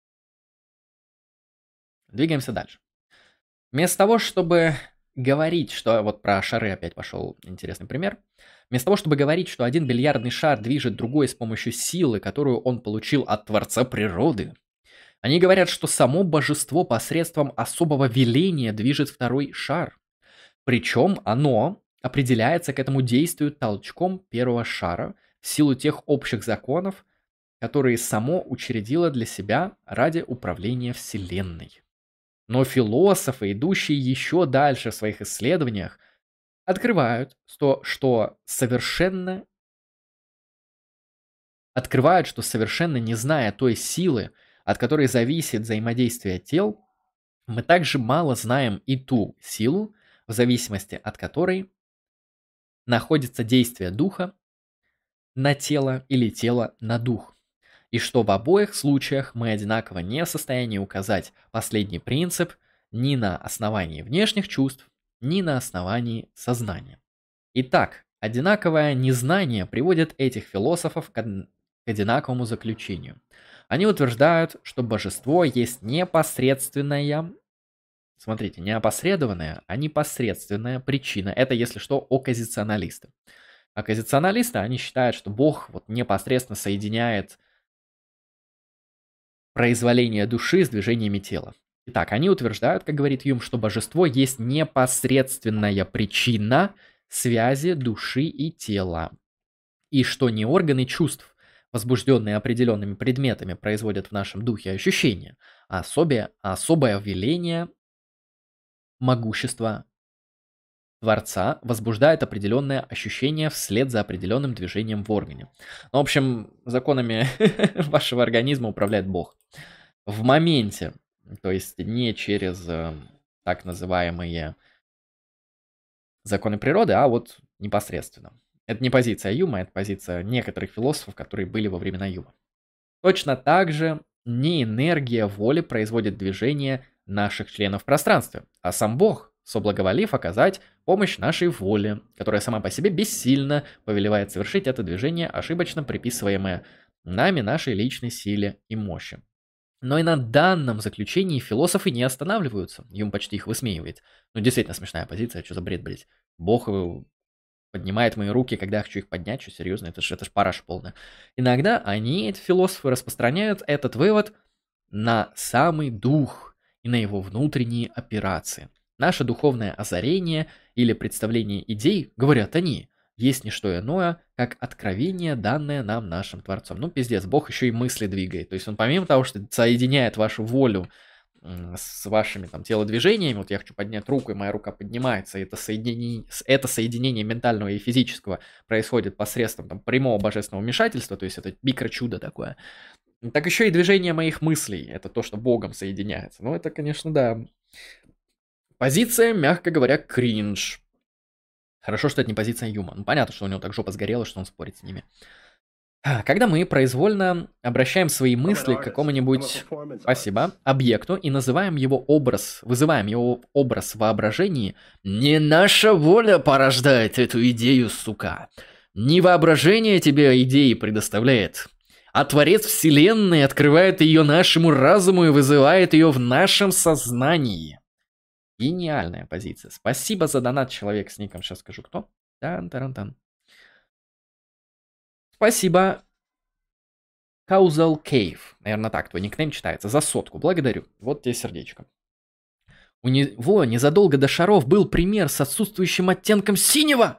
Двигаемся дальше. Вместо того, чтобы говорить, что... Вот про шары опять пошел интересный пример. Вместо того, чтобы говорить, что один бильярдный шар движет другой с помощью силы, которую он получил от Творца природы, они говорят, что само божество посредством особого веления движет второй шар. Причем оно определяется к этому действию толчком первого шара в силу тех общих законов, которые само учредило для себя ради управления Вселенной. Но философы, идущие еще дальше в своих исследованиях, открывают, что совершенно не зная той силы, от которой зависит взаимодействие тел, мы также мало знаем и ту силу, в зависимости от которой находится действие духа на тело или тело на дух. И что в обоих случаях мы одинаково не в состоянии указать последний принцип ни на основании внешних чувств, ни на основании сознания. Итак, одинаковое незнание приводит этих философов к одинаковому заключению. Они утверждают, что божество есть непосредственная, смотрите, не опосредованная, а непосредственная причина. Это, если что, окказионалисты. Окказионалисты, они считают, что Бог вот непосредственно соединяет произволение души с движениями тела. Итак, они утверждают, как говорит Юм, что божество есть непосредственная причина связи души и тела. И что не органы чувств, возбужденные определенными предметами, производят в нашем духе ощущения, а особое веление могущества Творца возбуждает определенное ощущение вслед за определенным движением в органе. В общем, законами вашего организма управляет Бог. В моменте, то есть не через так называемые законы природы, а вот непосредственно. Это не позиция Юма, это позиция некоторых философов, которые были во времена Юма. Точно так же не энергия воли производит движение наших членов в пространстве, а сам Бог, соблаговолив оказать помощь нашей воле, которая сама по себе бессильно повелевает совершить это движение, ошибочно приписываемое нами нашей личной силе и мощи. Но и на данном заключении философы не останавливаются. Юм почти их высмеивает. Ну, действительно смешная позиция, что за бред, блядь. Бог поднимает мои руки, когда я хочу их поднять, что серьезно, это ж параша полная. Иногда они, эти философы, распространяют этот вывод на самый дух и на его внутренние операции. Наше духовное озарение или представление идей, говорят они, есть не что иное, как откровение, данное нам нашим Творцом. Ну, пиздец, Бог еще и мысли двигает. То есть он помимо того, что соединяет вашу волю с вашими там телодвижениями, вот я хочу поднять руку, и моя рука поднимается, и это соединение ментального и физического происходит посредством там, прямого божественного вмешательства, то есть это микрочудо такое. Так еще и движение моих мыслей, это то, что Богом соединяется. Ну, это, конечно, да. Позиция, мягко говоря, кринж. Хорошо, что это не позиция Юма. Ну, понятно, что у него так жопа сгорела, что он спорит с ними. Когда мы произвольно обращаем свои мысли к какому-нибудь, спасибо, объекту и вызываем его образ в воображении, не наша воля порождает эту идею, сука. Не воображение тебе идеи предоставляет, а Творец Вселенной открывает ее нашему разуму и вызывает ее в нашем сознании. Гениальная позиция. Спасибо за донат, человек с ником. Сейчас скажу, кто. Тан-таран-тан. Спасибо. Causal Cave. Наверное, так твой никнейм читается. За 100. Благодарю. Вот тебе сердечко. У него незадолго до шаров был пример с отсутствующим оттенком синего.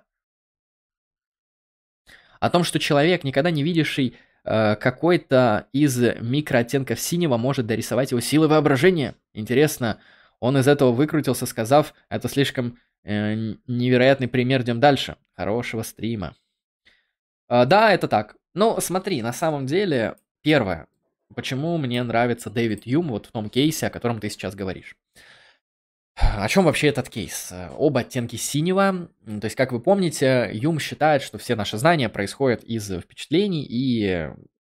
О том, что человек, никогда не видевший какой-то из микрооттенков синего, может дорисовать его силой воображения. Интересно, он из этого выкрутился, сказав, это слишком невероятный пример, идем дальше. Хорошего стрима. Да, это так. Ну, смотри, на самом деле, первое, почему мне нравится Дэвид Юм вот в том кейсе, о котором ты сейчас говоришь. О чем вообще этот кейс? Оба оттенки синего. То есть, как вы помните, Юм считает, что все наши знания происходят из впечатлений, и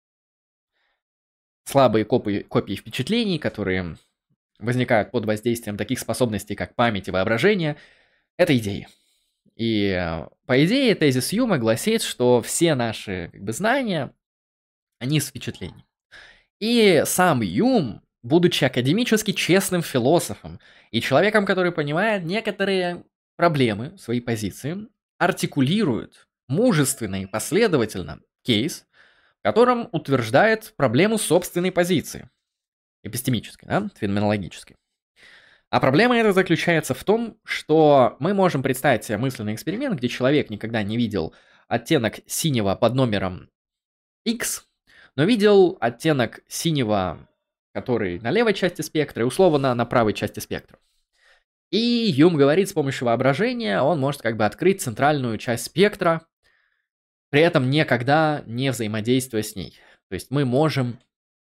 слабые копии впечатлений, которые возникают под воздействием таких способностей, как память и воображение, это идеи. И по идее тезис Юма гласит, что все наши знания, они из впечатлений. И сам Юм, будучи академически честным философом и человеком, который понимает некоторые проблемы своей позиции, артикулирует мужественно и последовательно кейс, в котором утверждает проблему собственной позиции. Эпистемической, да, феноменологической. А проблема эта заключается в том, что мы можем представить себе мысленный эксперимент, где человек никогда не видел оттенок синего под номером X, но видел оттенок синего, который на левой части спектра, и условно на правой части спектра. И Юм говорит, с помощью воображения он может открыть центральную часть спектра, при этом никогда не взаимодействуя с ней. То есть мы можем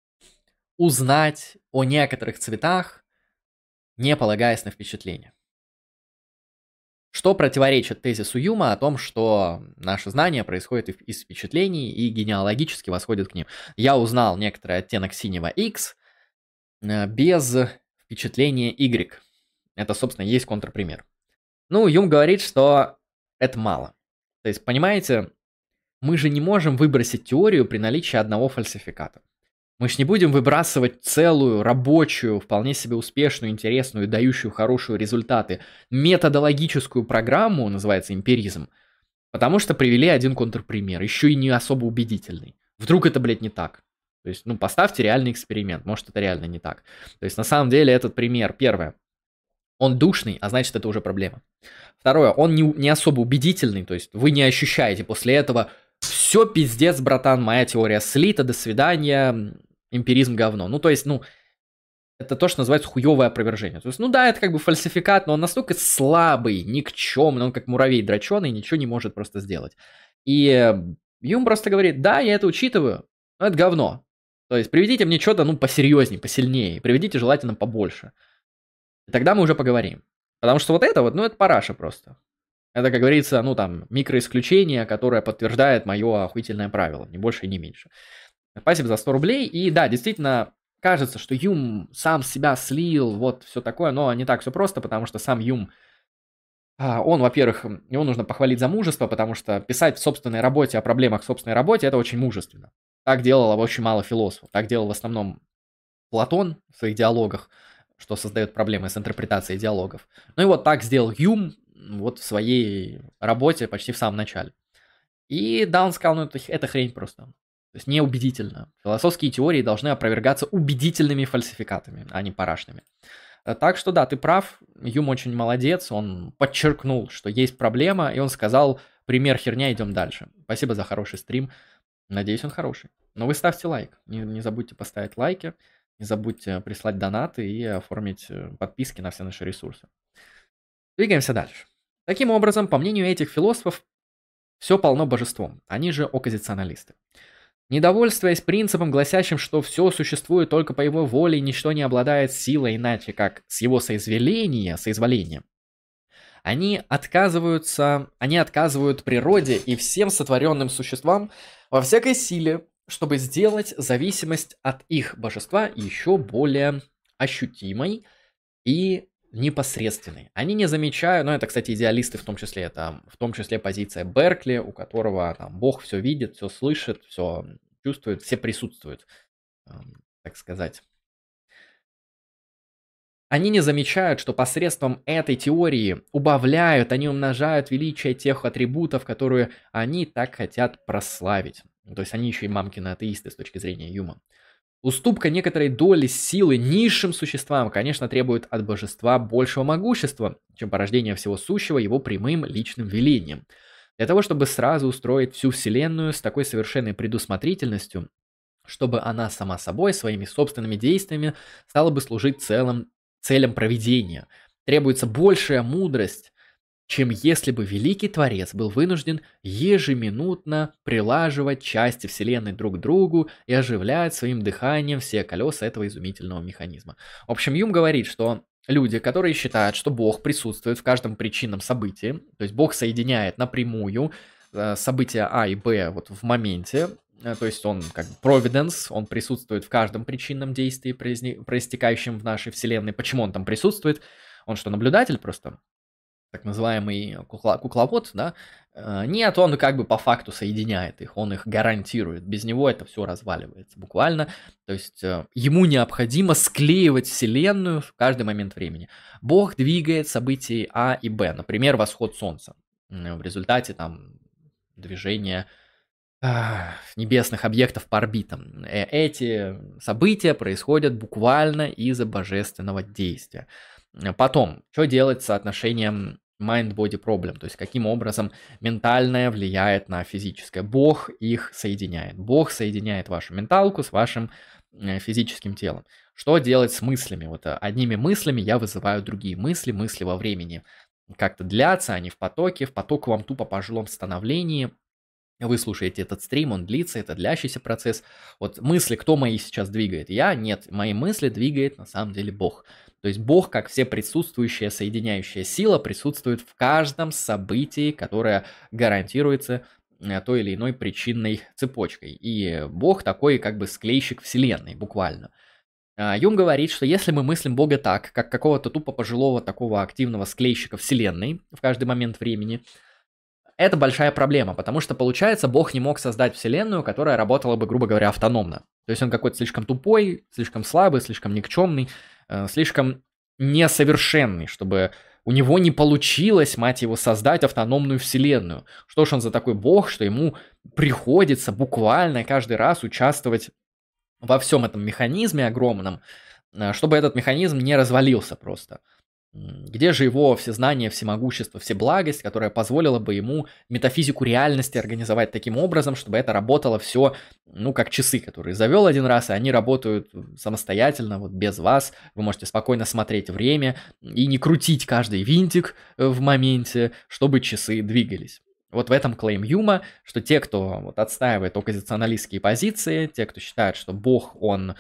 узнать о некоторых цветах, не полагаясь на впечатление. Что противоречит тезису Юма о том, что наше знание происходит из впечатлений и генеалогически восходит к ним. Я узнал некоторый оттенок синего X без впечатления Y. Это, собственно, есть контрпример. Юм говорит, что это мало. То есть, понимаете, мы же не можем выбросить теорию при наличии одного фальсификата. Мы же не будем выбрасывать целую, рабочую, вполне себе успешную, интересную, дающую хорошие результаты методологическую программу, называется эмпиризм, потому что привели один контрпример, еще и не особо убедительный. Вдруг это, не так. То есть, поставьте реальный эксперимент, может, это реально не так. То есть, на самом деле, этот пример, первое, он душный, а значит, это уже проблема. Второе, он не особо убедительный, то есть, вы не ощущаете после этого все пиздец, братан, моя теория слита, до свидания, эмпиризм говно. Это то, что называется хуёвое опровержение. То есть, да, это фальсификат, но он настолько слабый, никчемный, он как муравей дроченый, ничего не может просто сделать. И Юм просто говорит, да, я это учитываю, но это говно. То есть, приведите мне что-то, посерьезнее, посильнее, приведите желательно побольше. И тогда мы уже поговорим. Потому что это параша просто. Это, как говорится, микроисключение, которое подтверждает мое охуительное правило, ни больше и не меньше. Спасибо за 100 рублей. И да, действительно, кажется, что Юм сам себя слил, все такое, но не так все просто, потому что сам Юм, он, во-первых, его нужно похвалить за мужество, потому что писать в собственной работе о проблемах в собственной работе – это очень мужественно. Так делало очень мало философов. Так делал в основном Платон в своих диалогах, что создает проблемы с интерпретацией диалогов. И так сделал Юм в своей работе почти в самом начале. И да, он сказал, это хрень просто. То есть неубедительно. Философские теории должны опровергаться убедительными фальсификатами, а не парашными. Так что да, ты прав, Юм очень молодец, он подчеркнул, что есть проблема, и он сказал, пример херня, идем дальше. Спасибо за хороший стрим, надеюсь, он хороший. Но вы ставьте лайк, не забудьте поставить лайки, не забудьте прислать донаты и оформить подписки на все наши ресурсы. Двигаемся дальше. Таким образом, по мнению этих философов, все полно божеством, они же оппозиционалисты. Недовольствуясь принципом, гласящим, что все существует только по его воле и ничто не обладает силой иначе, как с его соизволения, они отказывают природе и всем сотворенным существам во всякой силе, чтобы сделать зависимость от их божества еще более ощутимой и непосредственной. Они не замечают, это, кстати, идеалисты в том числе, это в том числе позиция Беркли, у которого Бог все видит, все слышит, все чувствует, все присутствуют, так сказать. Они не замечают, что посредством этой теории они умножают величие тех атрибутов, которые они так хотят прославить. То есть они еще и мамкины атеисты с точки зрения Юма. Уступка некоторой доли силы низшим существам, конечно, требует от божества большего могущества, чем порождение всего сущего его прямым личным велением. Для того, чтобы сразу устроить всю Вселенную с такой совершенной предусмотрительностью, чтобы она сама собой, своими собственными действиями, стала бы служить целям провидения. Требуется большая мудрость, чем если бы великий Творец был вынужден ежеминутно прилаживать части Вселенной друг к другу и оживлять своим дыханием все колеса этого изумительного механизма. В общем, Юм говорит, что люди, которые считают, что Бог присутствует в каждом причинном событии, то есть Бог соединяет напрямую события А и Б вот в моменте, то есть он как бы providence, он присутствует в каждом причинном действии, проистекающем в нашей Вселенной. Почему он там присутствует? Он что, наблюдатель просто? Так называемый кукловод, да? Нет, он как бы по факту соединяет их, он их гарантирует. Без него это все разваливается буквально. То есть ему необходимо склеивать Вселенную в каждый момент времени. Бог двигает события А и Б, например, восход Солнца. В результате там движения небесных объектов по орбитам. Эти события происходят буквально из-за божественного действия. Потом, что делать с соотношением mind-body problem, то есть каким образом ментальное влияет на физическое. Бог их соединяет. Бог соединяет вашу менталку с вашим физическим телом. Что делать с мыслями? Вот одними мыслями я вызываю другие мысли, мысли во времени как-то длятся, они в потоковом тупо пожилом становлении. Вы слушаете этот стрим, он длится, это длящийся процесс. Вот мысли, кто мои сейчас двигает? Я? Нет, мои мысли двигает на самом деле Бог. То есть Бог, как все присутствующая, соединяющая сила, присутствует в каждом событии, которое гарантируется той или иной причинной цепочкой. И Бог такой как бы склейщик Вселенной, буквально. Юм говорит, что если мы мыслим Бога так, как какого-то тупо пожилого такого активного склейщика Вселенной в каждый момент времени, это большая проблема, потому что, получается, Бог не мог создать вселенную, которая работала бы, грубо говоря, автономно. То есть он какой-то слишком тупой, слишком слабый, слишком никчемный, слишком несовершенный, чтобы у него не получилось, мать его, создать автономную вселенную. Что ж он за такой Бог, что ему приходится буквально каждый раз участвовать во всем этом механизме огромном, чтобы этот механизм не развалился просто. Где же его всезнание, всемогущество, всеблагость, которая позволила бы ему метафизику реальности организовать таким образом, чтобы это работало все, ну, как часы, которые завел один раз, и они работают самостоятельно, вот без вас. Вы можете спокойно смотреть время и не крутить каждый винтик в моменте, чтобы часы двигались. Вот в этом клейм Юма, что те, кто вот отстаивает оппозиционалистские позиции, те, кто считает, что Бог, он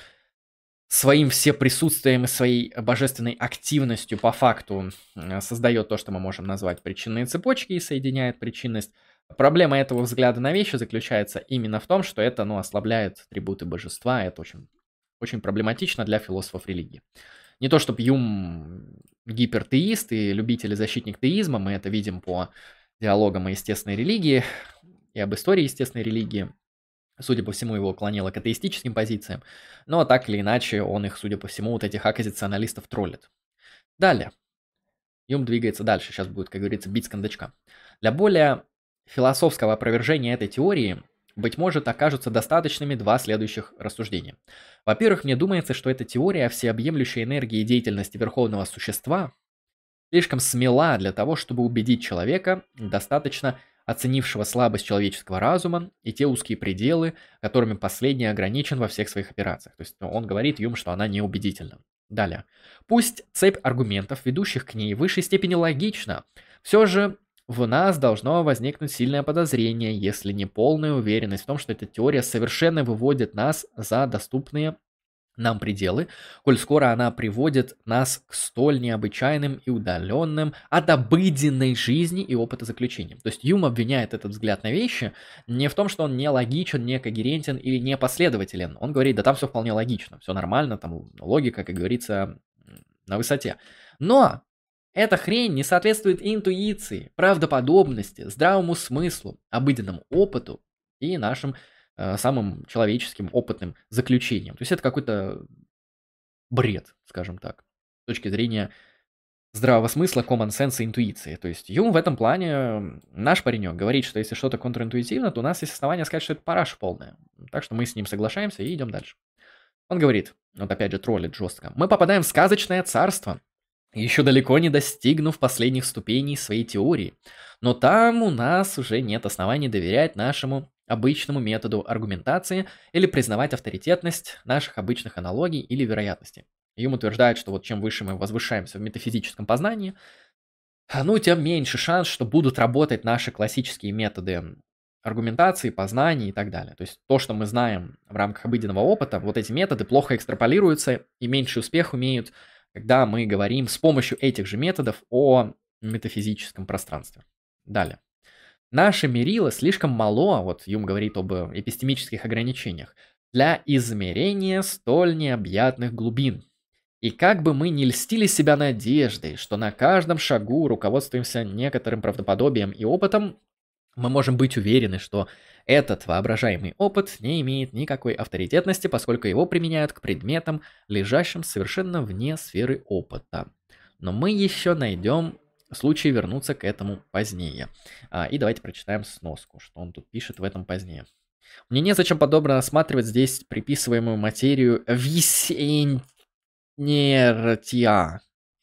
своим всеприсутствием и своей божественной активностью по факту создает то, что мы можем назвать причинные цепочки и соединяет причинность. Проблема этого взгляда на вещи заключается именно в том, что это, ну, ослабляет атрибуты божества, это очень, очень проблематично для философов религии. Не то чтобы Юм гипертеист и любитель и защитник теизма, мы это видим по диалогам о естественной религии и об истории естественной религии. Судя по всему, его клонило к атеистическим позициям, но так или иначе он их, судя по всему, вот этих оппозиционалистов троллит. Далее. Юм двигается дальше, сейчас будет, как говорится, бить с кондачка. Для более философского опровержения этой теории, быть может, окажутся достаточными два следующих рассуждения. Во-первых, мне думается, что эта теория о всеобъемлющей энергии и деятельности Верховного Существа слишком смела для того, чтобы убедить человека, достаточно оценившего слабость человеческого разума и те узкие пределы, которыми последний ограничен во всех своих операциях. То есть он говорит Юм, что она неубедительна. Далее. Пусть цепь аргументов, ведущих к ней в высшей степени логична, все же в нас должно возникнуть сильное подозрение, если не полная уверенность в том, что эта теория совершенно выводит нас за доступные нам пределы, коль скоро она приводит нас к столь необычайным и удаленным от обыденной жизни и опытозаключениям. То есть Юм обвиняет этот взгляд на вещи не в том, что он не логичен, не когерентен или не последователен. Он говорит, да там все вполне логично, все нормально, там логика, как говорится, на высоте. Но эта хрень не соответствует интуиции, правдоподобности, здравому смыслу, обыденному опыту и нашим самым человеческим опытным заключением. То есть это какой-то бред, скажем так, с точки зрения здравого смысла, common sense и интуиции. То есть Юм в этом плане, наш паренек, говорит, что если что-то контринтуитивно, то у нас есть основания сказать, что это параша полная. Так что мы с ним соглашаемся и идем дальше. Он говорит, вот опять же троллит жестко, мы попадаем в сказочное царство, еще далеко не достигнув последних ступеней своей теории. Но там у нас уже нет оснований доверять нашему обычному методу аргументации или признавать авторитетность наших обычных аналогий или вероятностей. Юм утверждает, что вот чем выше мы возвышаемся в метафизическом познании, ну, тем меньше шанс, что будут работать наши классические методы аргументации, познания и так далее. То есть то, что мы знаем в рамках обыденного опыта, вот эти методы плохо экстраполируются и меньший успех имеют когда мы говорим с помощью этих же методов о метафизическом пространстве. Далее. Наше мерило слишком мало, вот Юм говорит об эпистемических ограничениях, для измерения столь необъятных глубин. И как бы мы ни льстили себя надеждой, что на каждом шагу руководствуемся некоторым правдоподобием и опытом, мы можем быть уверены, что этот воображаемый опыт не имеет никакой авторитетности, поскольку его применяют к предметам, лежащим совершенно вне сферы опыта. Но мы еще найдем случай вернуться к этому позднее. И давайте прочитаем сноску, что он тут пишет в этом позднее. Мне незачем подробно осматривать здесь приписываемую материю висинертия,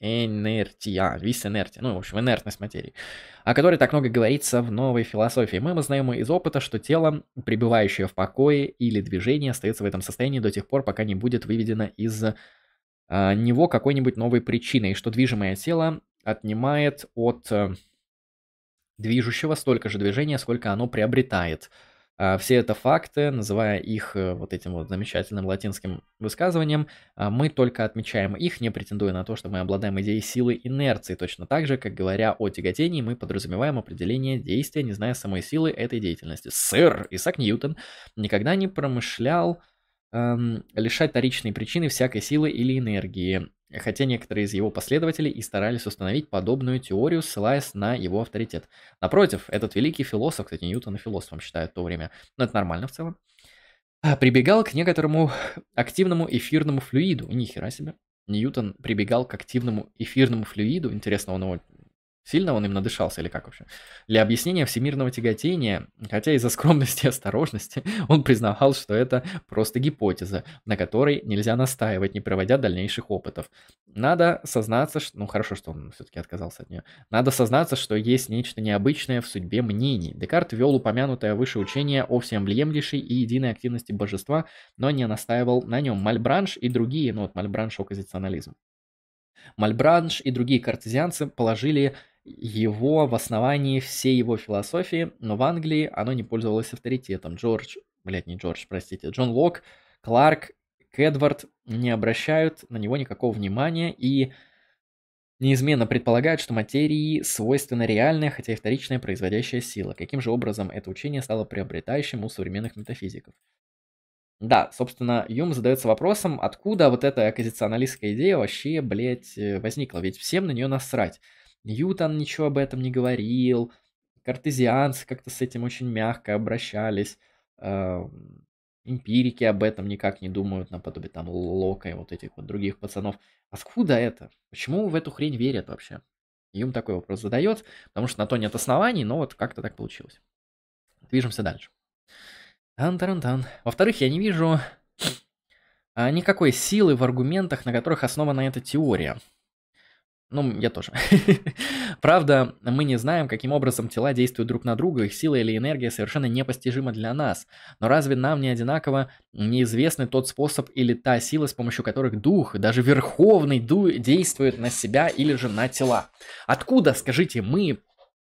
ну, в общем, инертность материи, о которой так много говорится в новой философии. Мы знаем из опыта, что тело, пребывающее в покое или движении, остается в этом состоянии до тех пор, пока не будет выведено из него какой-нибудь новой причиной, и что движимое тело отнимает от движущего столько же движения, сколько оно приобретает. Все это факты, называя их вот этим вот замечательным латинским высказыванием, мы только отмечаем их, не претендуя на то, что мы обладаем идеей силы инерции, точно так же, как говоря о тяготении, мы подразумеваем определение действия, не зная самой силы этой деятельности. Сэр Исаак Ньютон никогда не промышлял лишать вторичной причины всякой силы или энергии, хотя некоторые из его последователей и старались установить подобную теорию, ссылаясь на его авторитет. Напротив, этот великий философ, кстати, Ньютона философом считают в то время, но это нормально в целом, прибегал к некоторому активному эфирному флюиду. Ни хера себе. Ньютон прибегал к активному эфирному флюиду. Интересно, он его... Сильно он им надышался или как вообще? Для объяснения всемирного тяготения, хотя из-за скромности и осторожности, он признавал, что это просто гипотеза, на которой нельзя настаивать, не проводя дальнейших опытов. Надо сознаться, что... Ну, хорошо, что он все-таки отказался от нее. Надо сознаться, что есть нечто необычное в судьбе мнений. Декарт вел упомянутое выше учение о всеобъемлющей и единой активности божества, но не настаивал на нем. Мальбранш и другие, ну вот Мальбранш оппозиционализм. Мальбранш и другие картезианцы положили его в основании всей его философии, но в Англии оно не пользовалось авторитетом. Джон Лок, Кларк, Кэдвард не обращают на него никакого внимания и неизменно предполагают, что материи свойственна реальная, хотя и вторичная производящая сила. Каким же образом это учение стало приобретающим у современных метафизиков? Да, собственно, Юм задается вопросом, откуда вот эта аккозиционалистская идея вообще, блядь, возникла. Ведь всем на нее насрать. Ньютон ничего об этом не говорил, картезианцы как-то с этим очень мягко обращались, эмпирики об этом никак не думают, наподобие там Лока и вот этих вот других пацанов. Откуда это? Почему в эту хрень верят вообще? Юм такой вопрос задает, потому что на то нет оснований, но вот как-то так получилось. Движемся дальше. Тан-таран-тан. Во-вторых, я не вижу никакой силы в аргументах, на которых основана эта теория. Ну, я тоже. Правда, мы не знаем, каким образом тела действуют друг на друга, их сила или энергия совершенно непостижима для нас. Но разве нам не одинаково неизвестны тот способ или та сила, с помощью которых дух, даже верховный дух, действует на себя или же на тела? Откуда, скажите мне,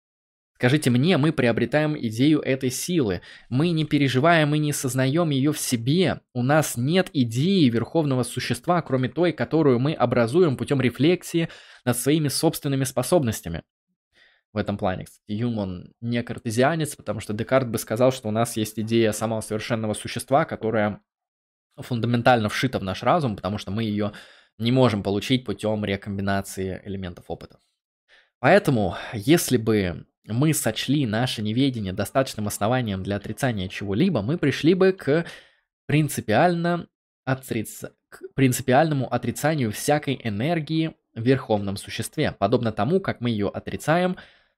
мы приобретаем идею этой силы. Мы не переживаем и не сознаем ее в себе. У нас нет идеи верховного существа, кроме той, которую мы образуем путем рефлексии над своими собственными способностями. В этом плане, кстати, Юм, он не картезианец, потому что Декарт бы сказал, что у нас есть идея самого совершенного существа, которая фундаментально вшита в наш разум, потому что мы ее не можем получить путем рекомбинации элементов опыта. Поэтому, если бы мы сочли наше неведение достаточным основанием для отрицания чего-либо, мы пришли бы к принципиальному отрицанию всякой энергии в верховном существе, подобно тому, как мы отрицаем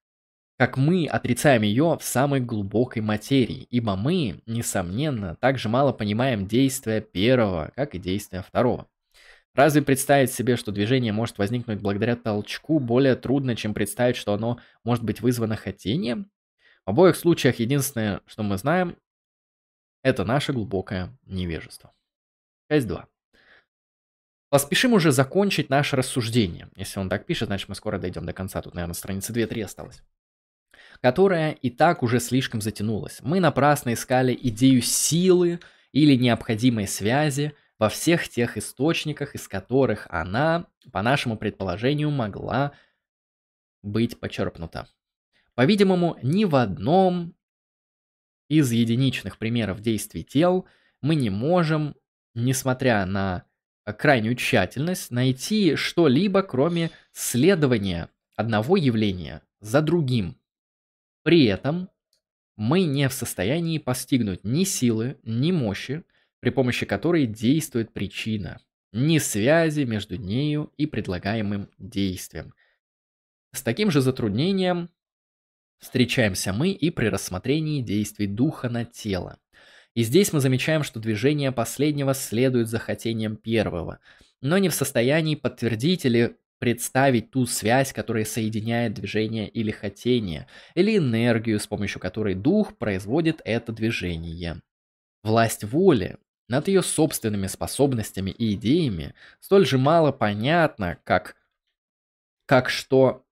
ее в самой глубокой материи, ибо мы, несомненно, так же мало понимаем действия первого, как и действия второго. Разве представить себе, что движение может возникнуть благодаря толчку, более трудно, чем представить, что оно может быть вызвано хотением? В обоих случаях единственное, что мы знаем, это наше глубокое невежество. Часть 2. Поспешим уже закончить наше рассуждение. Если он так пишет, значит мы скоро дойдем до конца. Тут, наверное, страницы 2-3 осталось. Которая и так уже слишком затянулась. Мы напрасно искали идею силы или необходимой связи во всех тех источниках, из которых она, по нашему предположению, могла быть почерпнута. По-видимому, ни в одном из единичных примеров действий тел мы не можем, несмотря на крайнюю тщательность, найти что-либо, кроме следования одного явления за другим. При этом мы не в состоянии постигнуть ни силы, ни мощи, при помощи которой действует причина, ни связи между нею и предлагаемым действием. С таким же затруднением встречаемся мы и при рассмотрении действий духа на тело. И здесь мы замечаем, что движение последнего следует за хотением первого, но не в состоянии подтвердить или представить ту связь, которая соединяет движение или хотение, или энергию, с помощью которой дух производит это движение. Власть воли над ее собственными способностями и идеями столь же мало понятна, так что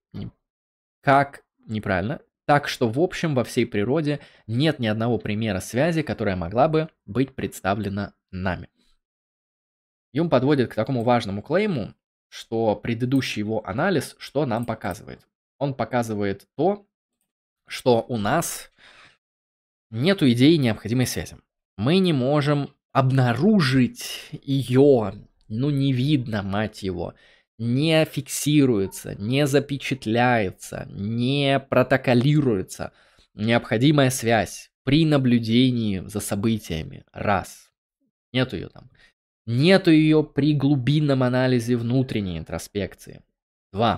в общем во всей природе нет ни одного примера связи, которая могла бы быть представлена нами. Юм подводит к такому важному клейму, что предыдущий его анализ что нам показывает? Он показывает то, что у нас нету идеи необходимой связи. Мы не можем обнаружить ее, не видно, мать его, не фиксируется, не запечатляется, не протоколируется необходимая связь при наблюдении за событиями. Раз. Нету ее там. Нету ее при глубинном анализе внутренней интроспекции. 2.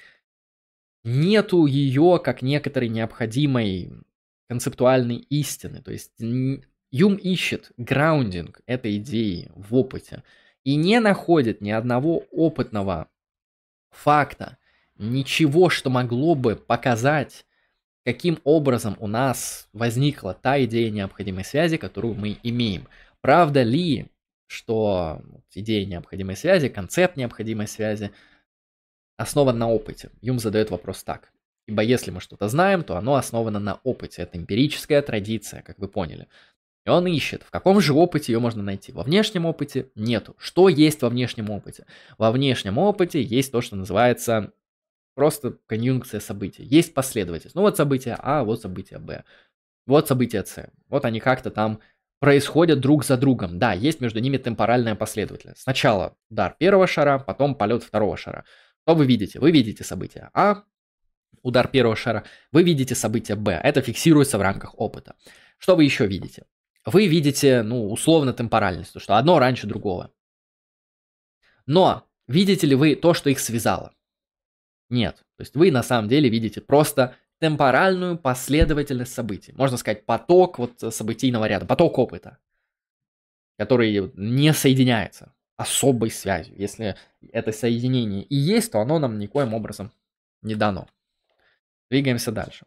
Нету ее как некоторой необходимой концептуальной истины. То есть Юм ищет граундинг этой идеи в опыте и не находит ни одного опытного факта, ничего, что могло бы показать, каким образом у нас возникла та идея необходимой связи, которую мы имеем. Правда ли, что идея необходимой связи, концепт необходимой связи основан на опыте? Юм задает вопрос так. Ибо если мы что-то знаем, то оно основано на опыте. Это эмпирическая традиция, как вы поняли. И он ищет, в каком же опыте ее можно найти. Во внешнем опыте нету. Что есть во внешнем опыте? Во внешнем опыте есть то, что называется просто конъюнкция событий. Есть последовательность. Вот событие А, вот событие Б. Вот событие С. Вот они как-то там происходят друг за другом. Да, есть между ними темпоральная последовательность. Сначала удар первого шара, потом полет второго шара. Что вы видите? Вы видите событие А, удар первого шара. Вы видите событие Б. Это фиксируется в рамках опыта. Что вы еще видите? Вы видите, условно темпоральность, что одно раньше другого. Но видите ли вы то, что их связало? Нет. То есть вы на самом деле видите просто темпоральную последовательность событий. Можно сказать, поток событийного ряда, поток опыта, который не соединяется особой связью. Если это соединение и есть, то оно нам никоим образом не дано. Двигаемся дальше.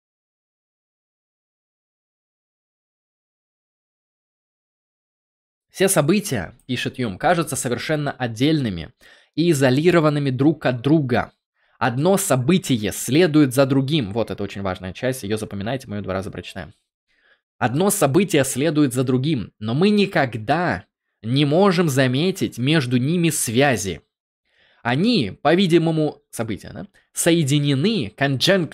Все события, пишет Юм, кажутся совершенно отдельными и изолированными друг от друга. Одно событие следует за другим. Вот это очень важная часть, ее запоминайте, мы ее 2 раза прочитаем. Одно событие следует за другим, но мы никогда не можем заметить между ними связи. Они, по-видимому, события, соединены, conjoined,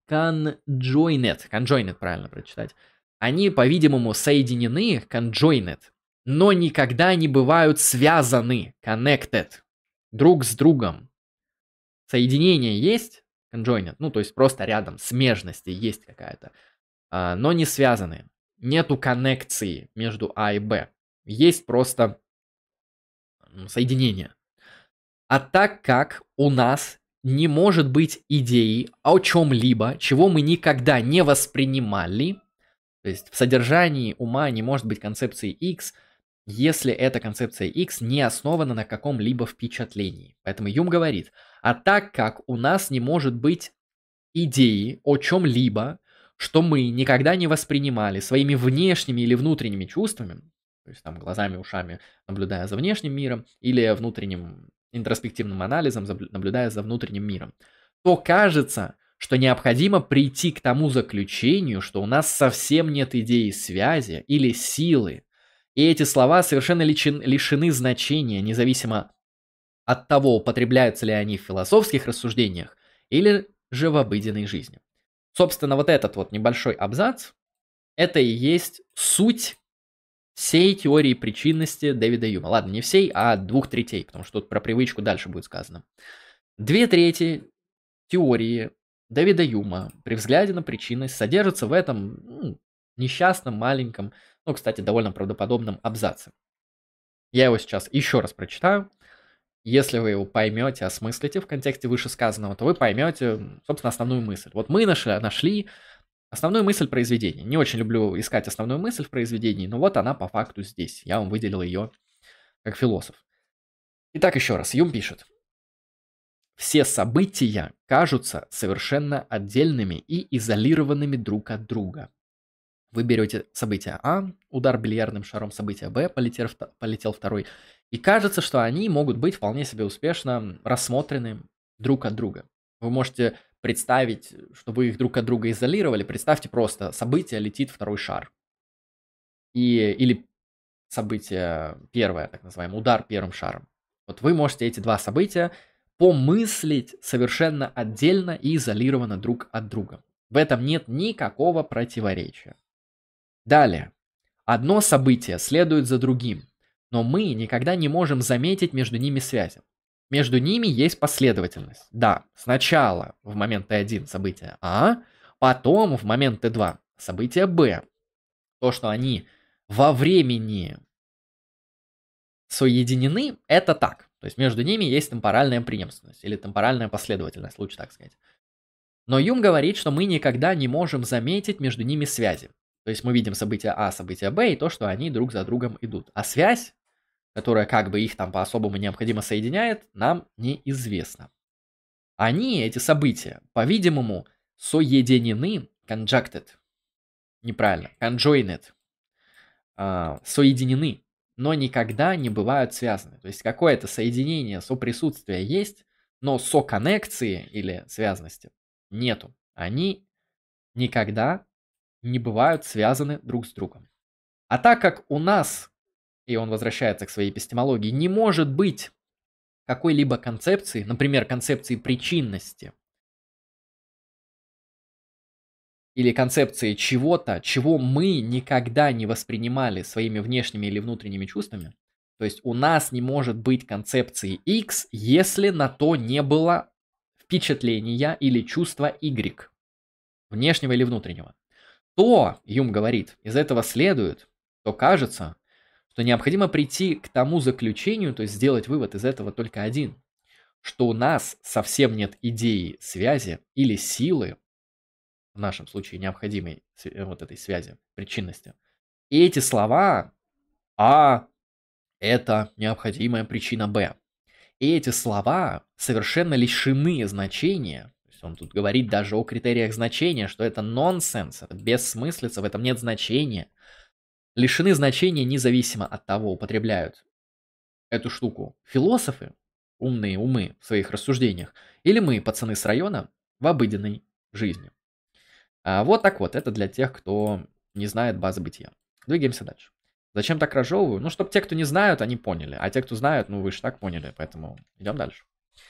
правильно прочитать. Они, по-видимому, соединены, conjoined, но никогда не бывают связаны, connected, друг с другом. Соединение есть, conjoined, то есть просто рядом, смежности есть какая-то, но не связаны. Нету коннекции между А и Б. Есть просто соединение. А так как у нас не может быть идеи о чем-либо, чего мы никогда не воспринимали, то есть в содержании ума не может быть концепции X, если эта концепция X не основана на каком-либо впечатлении. Поэтому Юм говорит, а так как у нас не может быть идеи о чем-либо, что мы никогда не воспринимали своими внешними или внутренними чувствами, то есть там глазами, ушами, наблюдая за внешним миром, или внутренним интроспективным анализом, наблюдая за внутренним миром, то кажется, что необходимо прийти к тому заключению, что у нас совсем нет идеи связи или силы, И эти слова совершенно лишены значения, независимо от того, употребляются ли они в философских рассуждениях или же в обыденной жизни. Собственно, вот этот вот небольшой абзац, это и есть суть всей теории причинности Дэвида Юма. Ладно, не всей, а 2/3, потому что тут про привычку дальше будет сказано. 2/3 теории Дэвида Юма при взгляде на причинность содержится в этом несчастном, маленьком, кстати, довольно правдоподобном абзаце. Я его сейчас еще раз прочитаю. Если вы его поймете, осмыслите в контексте вышесказанного, то вы поймете, собственно, основную мысль. Вот мы нашли основную мысль произведения. Не очень люблю искать основную мысль в произведении, но вот она по факту здесь. Я вам выделил ее как философ. Итак, еще раз. Юм пишет. Все события кажутся совершенно отдельными и изолированными друг от друга. Вы берете событие А, удар бильярдным шаром, событие Б, полетел второй, и кажется, что они могут быть вполне себе успешно рассмотрены друг от друга. Вы можете представить, что вы их друг от друга изолировали. Представьте просто, событие летит второй шар. Или событие первое, так называемый, удар первым шаром. Вот вы можете эти два события помыслить совершенно отдельно и изолированно друг от друга. В этом нет никакого противоречия. Далее. Одно событие следует за другим, но мы никогда не можем заметить между ними связи. Между ними есть последовательность. Да, сначала в момент Т1 событие А, потом в момент Т2 событие Б. То, что они во времени соединены, это так. То есть между ними есть темпоральная преемственность или темпоральная последовательность, лучше так сказать. Но Юм говорит, что мы никогда не можем заметить между ними связи. То есть мы видим события А, события Б и то, что они друг за другом идут. А связь, которая как бы их там по-особому необходимо соединяет, нам неизвестна. Они, эти события, по-видимому, соединены, conjuncted, неправильно, conjoined, соединены, но никогда не бывают связаны. То есть какое-то соединение, соприсутствие есть, но соконнекции или связности нету. Они никогда не бывают связаны друг с другом. А так как у нас, и он возвращается к своей эпистемологии, не может быть какой-либо концепции, например, концепции причинности, или концепции чего-то, чего мы никогда не воспринимали своими внешними или внутренними чувствами, то есть у нас не может быть концепции X, если на то не было впечатления или чувства Y, внешнего или внутреннего. То, Юм говорит, из этого следует, то кажется, что необходимо прийти к тому заключению, то есть сделать вывод из этого только один, что у нас совсем нет идеи связи или силы, в нашем случае необходимой вот этой связи, причинности. И эти слова А – это необходимая причина Б. И эти слова совершенно лишены значения. То есть он тут говорит даже о критериях значения, что это нонсенс, это бессмыслица, в этом нет значения. Лишены значения независимо от того, употребляют эту штуку философы, умные умы в своих рассуждениях, или мы, пацаны с района, в обыденной жизни. Вот так вот, это для тех, кто не знает базы бытия. Двигаемся дальше. Зачем так разжевываю? Ну, чтобы те, кто не знают, они поняли. А те, кто знают, ну, вы же так поняли, поэтому идем дальше.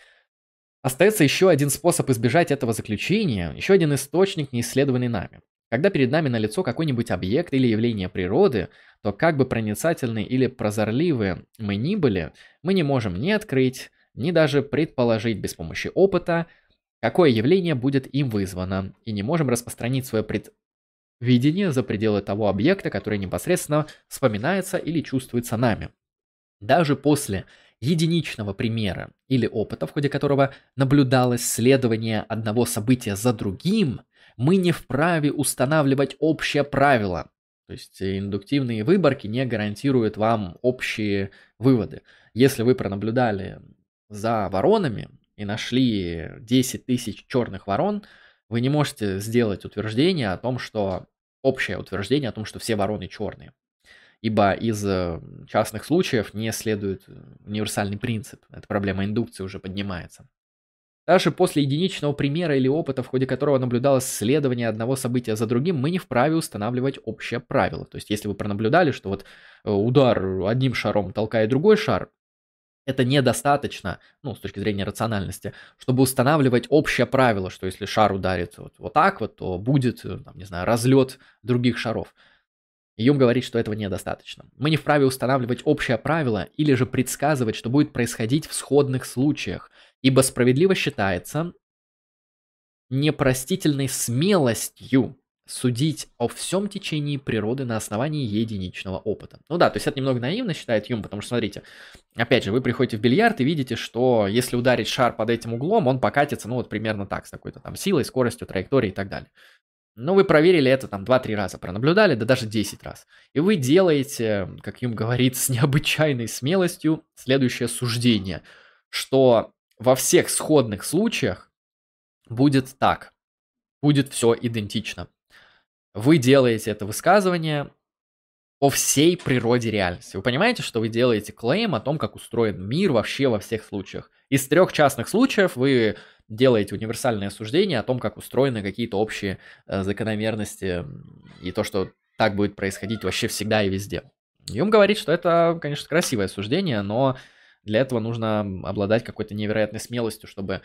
Остается еще один способ избежать этого заключения, еще один источник, неисследованный нами. Когда перед нами налицо какой-нибудь объект или явление природы, то как бы проницательны или прозорливы мы ни были, мы не можем ни открыть, ни даже предположить без помощи опыта, какое явление будет им вызвано, и не можем распространить свое предвидение за пределы того объекта, который непосредственно вспоминается или чувствуется нами. Даже после единичного примера или опыта, в ходе которого наблюдалось следование одного события за другим, мы не вправе устанавливать общее правило. То есть индуктивные выборки не гарантируют вам общие выводы. Если вы пронаблюдали за воронами и нашли 10 тысяч черных ворон, вы не можете сделать утверждение о том, что общее утверждение о том, что все вороны черные. Ибо из частных случаев не следует универсальный принцип. Эта проблема индукции уже поднимается. Даже после единичного примера или опыта, в ходе которого наблюдалось следование одного события за другим, мы не вправе устанавливать общее правило. То есть, если вы пронаблюдали, что вот удар одним шаром толкает другой шар, это недостаточно, ну, с точки зрения рациональности, чтобы устанавливать общее правило, что если шар ударит вот так вот, то будет, там, не знаю, разлет других шаров. Юм говорит, что этого недостаточно. Мы не вправе устанавливать общее правило или же предсказывать, что будет происходить в сходных случаях, ибо справедливо считается непростительной смелостью судить о всем течении природы на основании единичного опыта. Ну да, то есть это немного наивно считает Юм, потому что, смотрите, опять же, вы приходите в бильярд и видите, что если ударить шар под этим углом, он покатится, ну вот примерно так, с такой-то там силой, скоростью, траекторией и так далее. Ну, вы проверили это там 2-3 раза, пронаблюдали, да даже 10 раз. И вы делаете, как Юм говорит, с необычайной смелостью следующее суждение, что во всех сходных случаях будет так, будет все идентично. Вы делаете это высказывание о всей природе реальности. Вы понимаете, что вы делаете клейм о том, как устроен мир вообще во всех случаях. Из 3 частных случаев вы делаете универсальное суждение о том, как устроены какие-то общие закономерности и то, что так будет происходить вообще всегда и везде. Юм говорит, что это, конечно, красивое суждение, но для этого нужно обладать какой-то невероятной смелостью, чтобы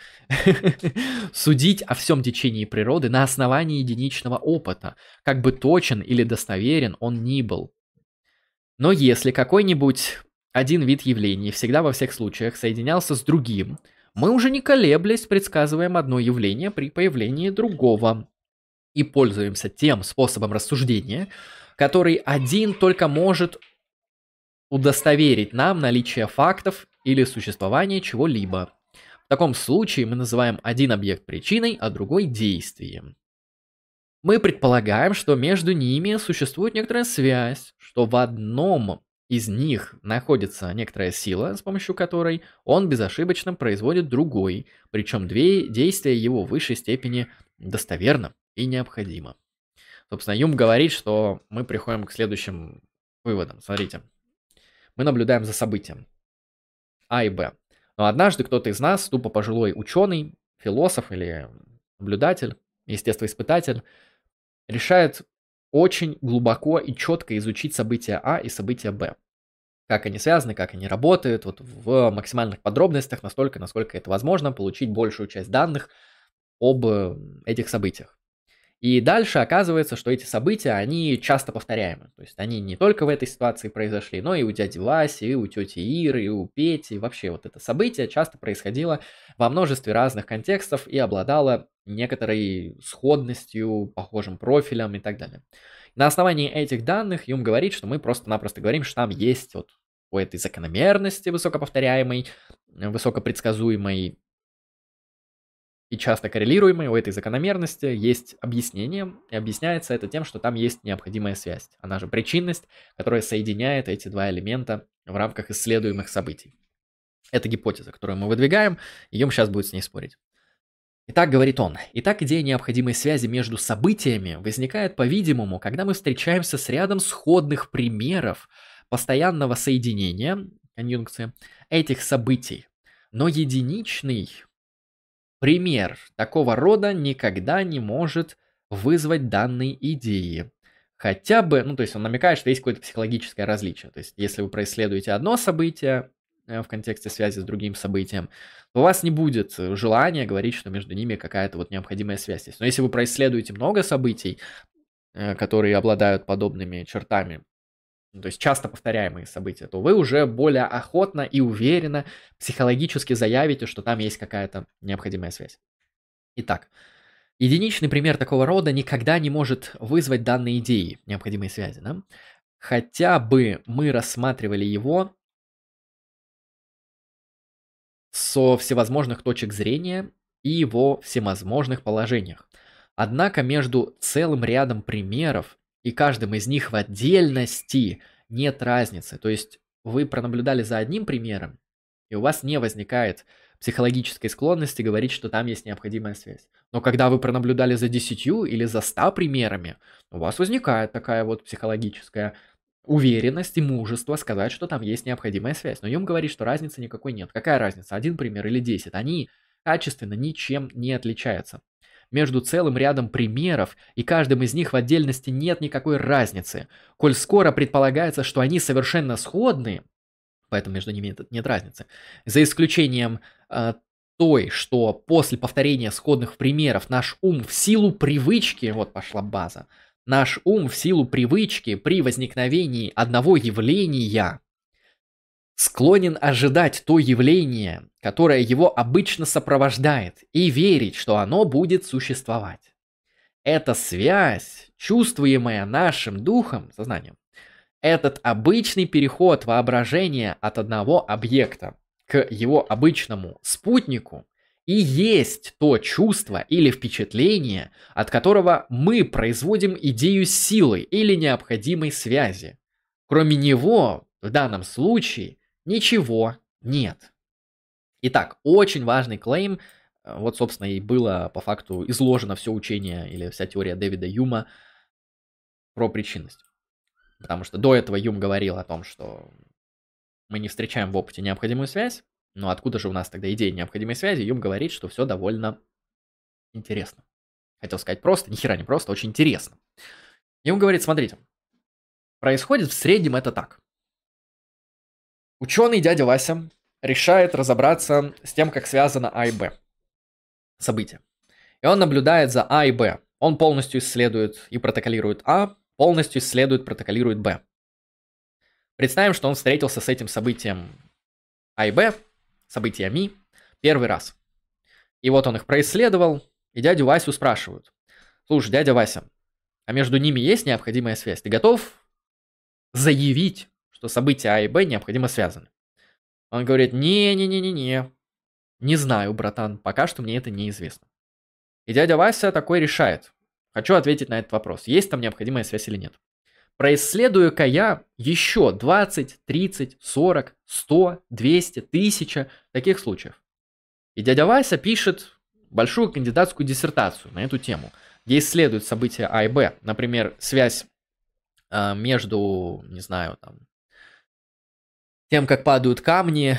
судить о всем течении природы на основании единичного опыта, как бы точен или достоверен он ни был. Но если какой-нибудь один вид явлений всегда во всех случаях соединялся с другим, мы уже не колеблясь предсказываем одно явление при появлении другого и пользуемся тем способом рассуждения, который один только может удостоверить нам наличие фактов или существование чего-либо. В таком случае мы называем один объект причиной, а другой действием. Мы предполагаем, что между ними существует некоторая связь, что в одном из них находится некоторая сила, с помощью которой он безошибочно производит другой, причем две действия его в высшей степени достоверно и необходимо. Собственно, Юм говорит, что мы приходим к следующим выводам. Смотрите, мы наблюдаем за событием А и Б. Но однажды кто-то из нас, тупо пожилой ученый, философ или наблюдатель, естествоиспытатель, решает очень глубоко и четко изучить события А и события Б. Как они связаны, как они работают, вот в максимальных подробностях, настолько, насколько это возможно, получить большую часть данных об этих событиях. И дальше оказывается, что эти события, они часто повторяемы. То есть они не только в этой ситуации произошли, но и у дяди Васи, и у тети Иры, и у Пети. И вообще вот это событие часто происходило во множестве разных контекстов и обладало некоторой сходностью, похожим профилем и так далее. На основании этих данных Юм говорит, что мы просто-напросто говорим, что там есть вот у этой закономерности высокоповторяемой, высокопредсказуемой и часто коррелируемой, у этой закономерности есть объяснение, и объясняется это тем, что там есть необходимая связь, она же причинность, которая соединяет эти два элемента в рамках исследуемых событий. Это гипотеза, которую мы выдвигаем, и Юм сейчас будет с ней спорить. Итак, говорит он, итак, идея необходимой связи между событиями возникает, по-видимому, когда мы встречаемся с рядом сходных примеров постоянного соединения, конъюнкции, этих событий. Но единичный пример такого рода никогда не может вызвать данной идеи. Хотя бы, ну то есть он намекает, что есть какое-то психологическое различие. То есть если вы происследуете одно событие в контексте связи с другим событием, то у вас не будет желания говорить, что между ними какая-то вот необходимая связь есть. Но если вы происследуете много событий, которые обладают подобными чертами, то есть часто повторяемые события, то вы уже более охотно и уверенно психологически заявите, что там есть какая-то необходимая связь. Итак, единичный пример такого рода никогда не может вызвать данные идеи, необходимой связи. Да? Хотя бы мы рассматривали его со всевозможных точек зрения и его всевозможных положениях. Однако между целым рядом примеров и каждым из них в отдельности нет разницы. То есть вы пронаблюдали за одним примером, и у вас не возникает психологической склонности говорить, что там есть необходимая связь. Но когда вы пронаблюдали за 10 или за 100 примерами, у вас возникает такая вот психологическая уверенность и мужество сказать, что там есть необходимая связь. Но Юм говорит, что разницы никакой нет. Какая разница, один пример или 10? Они качественно ничем не отличается. Между целым рядом примеров и каждым из них в отдельности нет никакой разницы. Коль скоро предполагается, что они совершенно сходны, поэтому между ними нет разницы, за исключением той, что после повторения сходных примеров наш ум в силу привычки, вот пошла база, наш ум в силу привычки при возникновении одного явления склонен ожидать то явление, которое его обычно сопровождает, и верить, что оно будет существовать. Эта связь, чувствуемая нашим духом, сознанием, этот обычный переход воображения от одного объекта к его обычному спутнику и есть то чувство или впечатление, от которого мы производим идею силы или необходимой связи. Кроме него, в данном случае, ничего нет. Итак, очень важный клейм, вот, собственно, и было по факту изложено все учение или вся теория Дэвида Юма про причинность. Потому что до этого Юм говорил о том, что мы не встречаем в опыте необходимую связь, но откуда же у нас тогда идея необходимой связи? Юм говорит, что все довольно интересно. Хотел сказать просто, ни хера не просто, очень интересно. Юм говорит, смотрите, происходит в среднем это так. Ученый дядя Вася решает разобраться с тем, как связано А и Б события. И он наблюдает за А и Б. Он полностью исследует и протоколирует А, полностью исследует, протоколирует Б. Представим, что он встретился с этим событием А и Б, событиями, первый раз. И вот он их происследовал, и дядю Васю спрашивают. Слушай, дядя Вася, а между ними есть необходимая связь? Ты готов заявить, что события А и Б необходимо связаны? Он говорит, не знаю, братан, пока что мне это неизвестно. И дядя Вася такой решает. Хочу ответить на этот вопрос, есть там необходимая связь или нет. Происследую-ка я еще 20, 30, 40, 100, 200, 1000 таких случаев. И дядя Вася пишет большую кандидатскую диссертацию на эту тему, где исследует события А и Б. Например, связь между, не знаю, там, тем, как падают камни,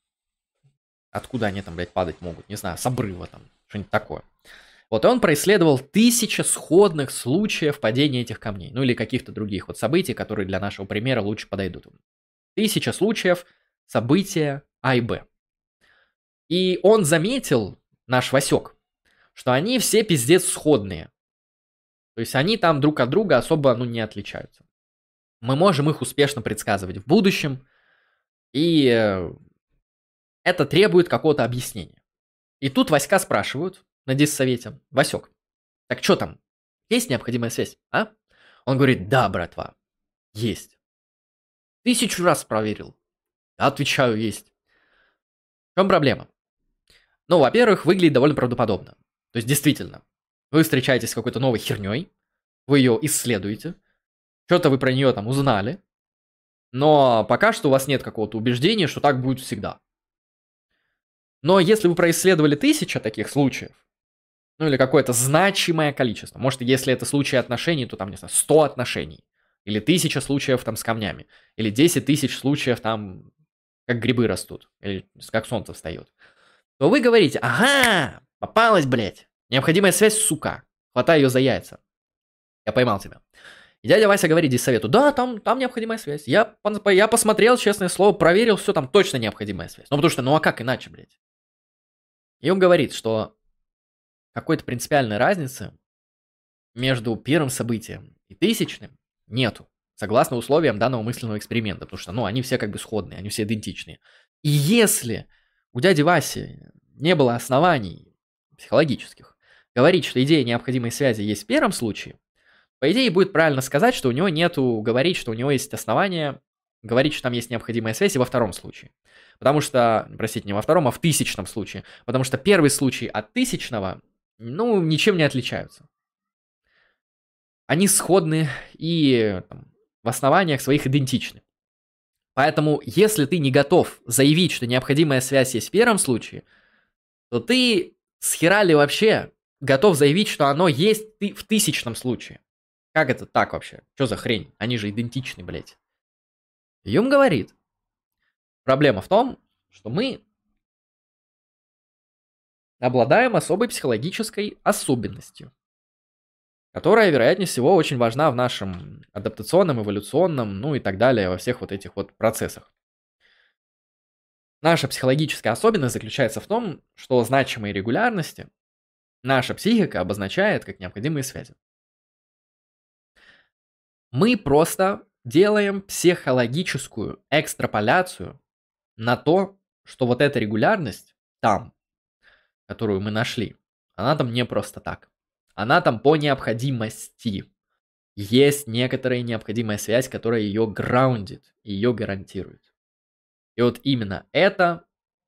откуда они там, блядь, падать могут, не знаю, с обрыва там, что-нибудь такое. Вот, и он происследовал 1000 сходных случаев падения этих камней, ну или каких-то других вот событий, которые для нашего примера лучше подойдут. 1000 случаев события А и Б. И он заметил, наш Васек, что они все пиздец сходные. То есть они там друг от друга особо, не отличаются. Мы можем их успешно предсказывать в будущем, и это требует какого-то объяснения. И тут Васька спрашивают на диссовете: Васек, так что там? Есть необходимая связь, а? Он говорит, да, братва, есть. 1000 раз проверил. Отвечаю, есть. В чем проблема? Во-первых, выглядит довольно правдоподобно. То есть, действительно, вы встречаетесь с какой-то новой херней, вы ее исследуете, что-то вы про нее там узнали, но пока что у вас нет какого-то убеждения, что так будет всегда. Но если вы происследовали 1000 таких случаев, или какое-то значимое количество, может, если это случаи отношений, то там, не знаю, 100 отношений, или 1000 случаев там с камнями, или 10 000 случаев там, как грибы растут, или как солнце встает, то вы говорите, ага, попалась, блядь, необходимая связь, сука, хватай ее за яйца. Я поймал тебя. И дядя Вася говорит диссовету, да, там необходимая связь. Я посмотрел, честное слово, проверил, все, там точно необходимая связь. Потому что, а как иначе, блядь? И он говорит, что какой-то принципиальной разницы между первым событием и 1000 нету. Согласно условиям данного мысленного эксперимента. Потому что, они все как бы сходные, они все идентичные. И если у дяди Васи не было оснований психологических говорить, что идея необходимой связи есть в первом случае, по идее, будет правильно сказать, что у него нету говорить, что у него есть основания говорить, что там есть необходимая связь и во втором случае. Потому что, простите, не во втором, а в 1000 случае. Потому что первый случай от 1000, ничем не отличаются. Они сходны и в основаниях своих идентичны. Поэтому, если ты не готов заявить, что необходимая связь есть в первом случае, то ты с хера ли вообще готов заявить, что оно есть в 1000 случае? Как это так вообще? Что за хрень? Они же идентичны, блядь. Юм говорит, проблема в том, что мы обладаем особой психологической особенностью, которая, вероятнее всего, очень важна в нашем адаптационном, эволюционном, ну и так далее, во всех вот этих вот процессах. Наша психологическая особенность заключается в том, что значимые регулярности наша психика обозначает как необходимые связи. Мы просто делаем психологическую экстраполяцию на то, что вот эта регулярность там, которую мы нашли, она там не просто так. Она там по необходимости. Есть некоторая необходимая связь, которая ее граундит, ее гарантирует. И вот именно это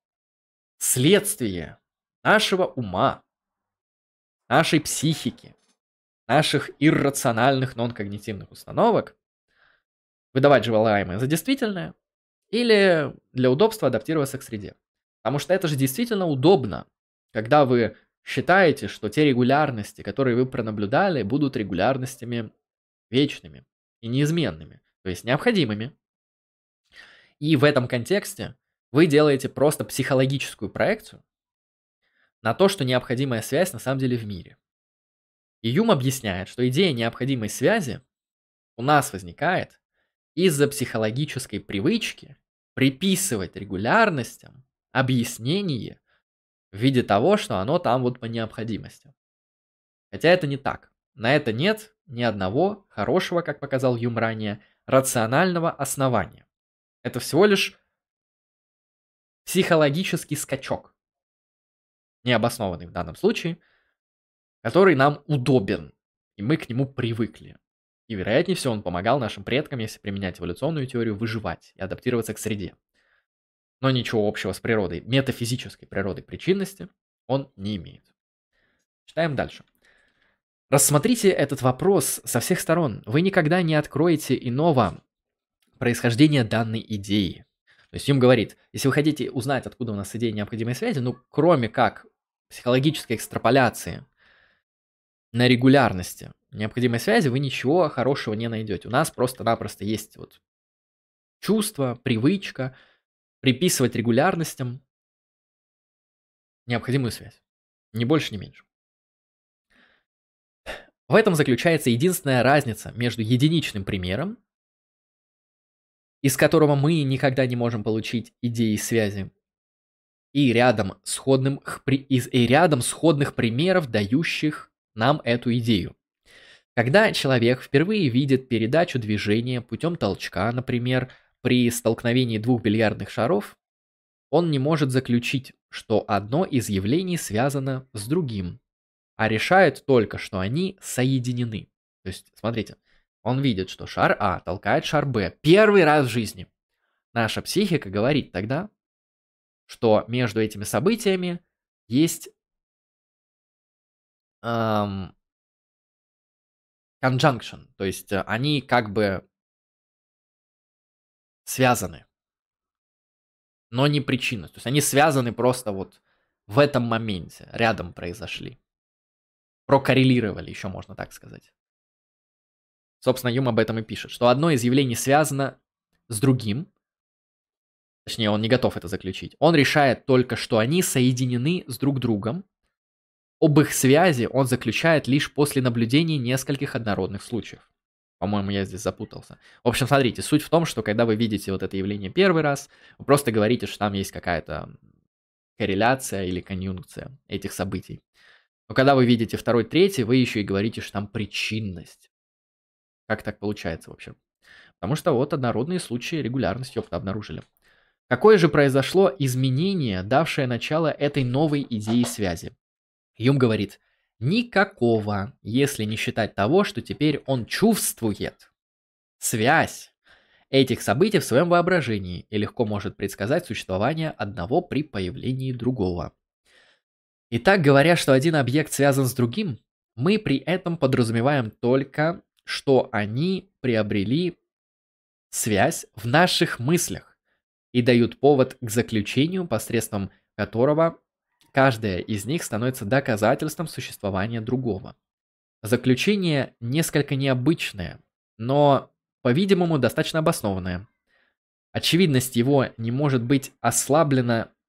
следствие нашего ума, нашей психики, наших иррациональных нон-когнитивных установок выдавать желаемое за действительное или для удобства адаптироваться к среде. Потому что это же действительно удобно, когда вы считаете, что те регулярности, которые вы пронаблюдали, будут регулярностями вечными и неизменными, то есть необходимыми. И в этом контексте вы делаете просто психологическую проекцию на то, что необходимая связь на самом деле в мире. И Юм объясняет, что идея необходимой связи у нас возникает из-за психологической привычки приписывать регулярностям объяснение в виде того, что оно там вот по необходимости. Хотя это не так. На это нет ни одного хорошего, как показал Юм ранее, рационального основания. Это всего лишь психологический скачок, необоснованный в данном случае, который нам удобен, и мы к нему привыкли. И, вероятнее всего, он помогал нашим предкам, если применять эволюционную теорию, выживать и адаптироваться к среде. Но ничего общего с природой, метафизической природой причинности он не имеет. Читаем дальше. Рассмотрите этот вопрос со всех сторон. Вы никогда не откроете иного происхождения данной идеи. То есть Юм говорит, если вы хотите узнать, откуда у нас идея необходимой связи, ну, кроме как психологической экстраполяции на регулярности необходимой связи, вы ничего хорошего не найдете. У нас просто-напросто есть вот чувство, привычка приписывать регулярностям необходимую связь. Ни больше, ни меньше. В этом заключается единственная разница между единичным примером, из которого мы никогда не можем получить идеи связи, и рядом сходных примеров, дающих нам эту идею. Когда человек впервые видит передачу движения путем толчка, например, при столкновении двух бильярдных шаров, он не может заключить, что одно из явлений связано с другим, а решает только, что они соединены. То есть, смотрите, он видит, что шар А толкает шар Б первый раз в жизни. Наша психика говорит тогда, что между этими событиями есть conjunction, то есть они как бы связаны, но не причинно. То есть они связаны просто вот в этом моменте, рядом произошли. Прокоррелировали, еще можно так сказать. Собственно, Юм об этом и пишет, что одно из явлений связано с другим, точнее, он не готов это заключить. Он решает только, что они соединены с друг другом. Об их связи он заключает лишь после наблюдения нескольких однородных случаев. По-моему, я здесь запутался. В общем, смотрите, суть в том, что когда вы видите вот это явление первый раз, вы просто говорите, что там есть какая-то корреляция или конъюнкция этих событий. Но когда вы видите второй, третий, вы еще и говорите, что там причинность. Как так получается вообще? Потому что вот однородные случаи регулярности опыта обнаружили. Какое же произошло изменение, давшее начало этой новой идее связи? Юм говорит, никакого, если не считать того, что теперь он чувствует связь этих событий в своем воображении и легко может предсказать существование одного при появлении другого. Итак, говоря, что один объект связан с другим, мы при этом подразумеваем только, что они приобрели связь в наших мыслях и дают повод к заключению, посредством которого каждая из них становится доказательством существования другого. Заключение несколько необычное, но, по-видимому, достаточно обоснованное. Очевидность его не может быть ослаблена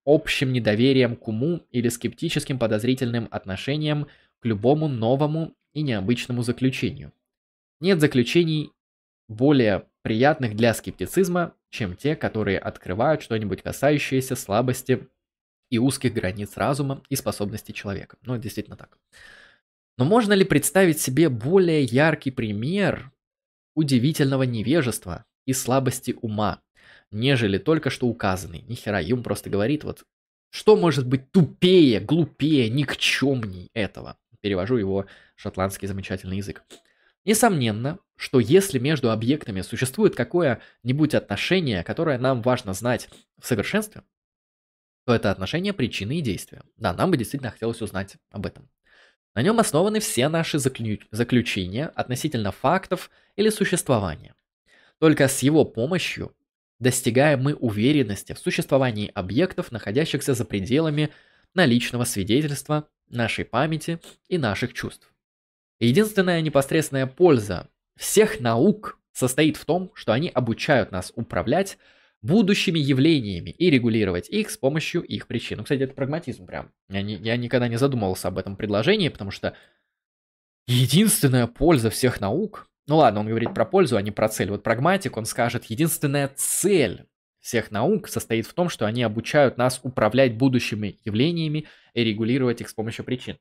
общим недоверием к уму или скептическим подозрительным отношением к любому новому и необычному заключению. Нет заключений более приятных для скептицизма, чем те, которые открывают что-нибудь касающееся слабости и узких границ разума и способностей человека. Ну, это действительно так. Но можно ли представить себе более яркий пример удивительного невежества и слабости ума, нежели только что указанный? Нихера, Юм просто говорит, вот, что может быть тупее, глупее, никчемней этого? Перевожу его шотландский замечательный язык. Несомненно, что если между объектами существует какое-нибудь отношение, которое нам важно знать в совершенстве, то это отношение причины и действия. Да, нам бы действительно хотелось узнать об этом. На нем основаны все наши заключения относительно фактов или существования. Только с его помощью достигаем мы уверенности в существовании объектов, находящихся за пределами наличного свидетельства нашей памяти и наших чувств. Единственная непосредственная польза всех наук состоит в том, что они обучают нас управлять будущими явлениями и регулировать их с помощью их причин. Ну, кстати, это прагматизм прям. Я никогда не задумывался об этом предложении, потому что единственная польза всех наук... Ну ладно, он говорит про пользу, а не про цель. Вот прагматик, он скажет, единственная цель всех наук состоит в том, что они обучают нас управлять будущими явлениями и регулировать их с помощью причин.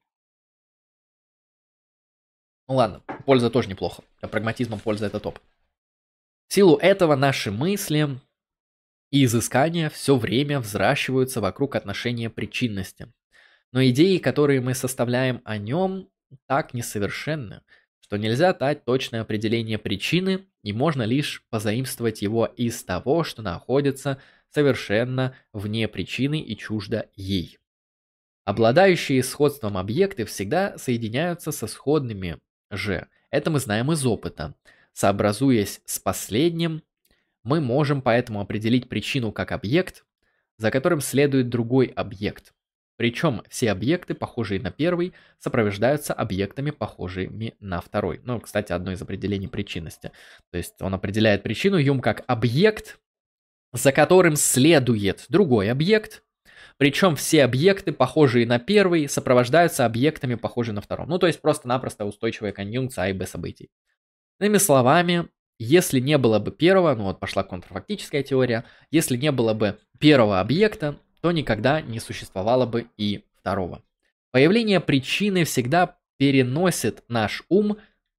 Ну ладно, польза тоже неплохо. Для прагматизма польза это топ. В силу этого наши мысли и изыскания все время взращиваются вокруг отношения причинности. Но идеи, которые мы составляем о нем, так несовершенны, что нельзя дать точное определение причины, и можно лишь позаимствовать его из того, что находится совершенно вне причины и чуждо ей. Обладающие сходством объекты всегда соединяются со сходными же. Это мы знаем из опыта. Сообразуясь с последним, мы можем поэтому определить причину как объект, за которым следует другой объект. Причем все объекты, похожие на первый, сопровождаются объектами, похожими на второй. Ну, кстати, одно из определений причинности. То есть он определяет причину Юм как объект, за которым следует другой объект. Причем все объекты, похожие на первый, сопровождаются объектами, похожими на втором. Ну, то есть просто-напросто устойчивая конъюнкция А и Б событий. Иными словами, если не было бы первого, ну вот пошла контрфактическая теория, если не было бы первого объекта, то никогда не существовало бы и второго. Появление причины всегда переносит наш ум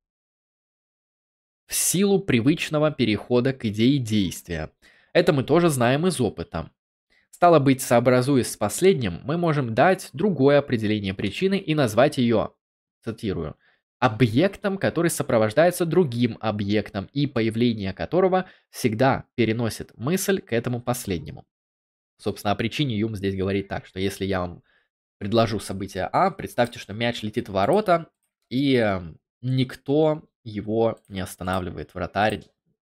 в силу привычного перехода к идее действия. Это мы тоже знаем из опыта. Стало быть, сообразуясь с последним, мы можем дать другое определение причины и назвать ее, цитирую, объектом, который сопровождается другим объектом и появление которого всегда переносит мысль к этому последнему. Собственно, о причине Юм здесь говорит так, что если я вам предложу событие А, представьте, что мяч летит в ворота, и никто его не останавливает, вратарь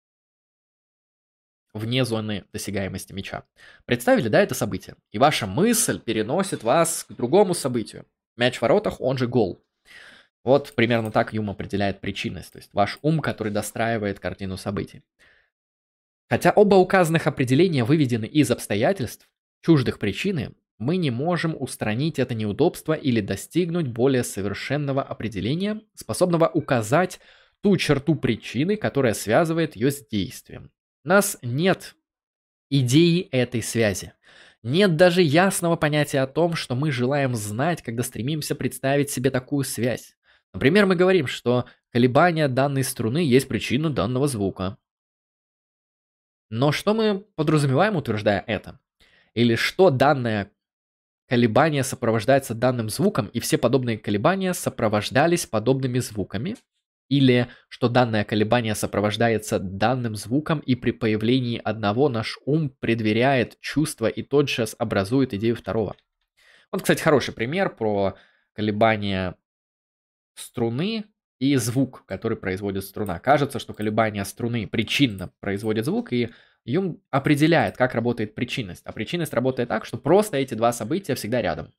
вне зоны досягаемости мяча. Представили, да, это событие? И ваша мысль переносит вас к другому событию. Мяч в воротах, он же гол. Вот примерно так Юм определяет причинность, то есть ваш ум, который достраивает картину событий. Хотя оба указанных определения выведены из обстоятельств, чуждых причины, мы не можем устранить это неудобство или достигнуть более совершенного определения, способного указать ту черту причины, которая связывает ее с действием. У нас нет идеи этой связи. Нет даже ясного понятия о том, что мы желаем знать, когда стремимся представить себе такую связь. Например, мы говорим, что колебания данной струны есть причина данного звука. Но что мы подразумеваем, утверждая это? Или что данное колебание сопровождается данным звуком, и все подобные колебания сопровождались подобными звуками? Или что данное колебание сопровождается данным звуком, и при появлении одного наш ум предверяет чувство и тотчас образует идею второго? Вот, кстати, хороший пример про колебания струны и звук, который производит струна. Кажется, что колебания струны причинно производят звук, и Юм определяет, как работает причинность. А причинность работает так, что просто эти два события всегда рядом.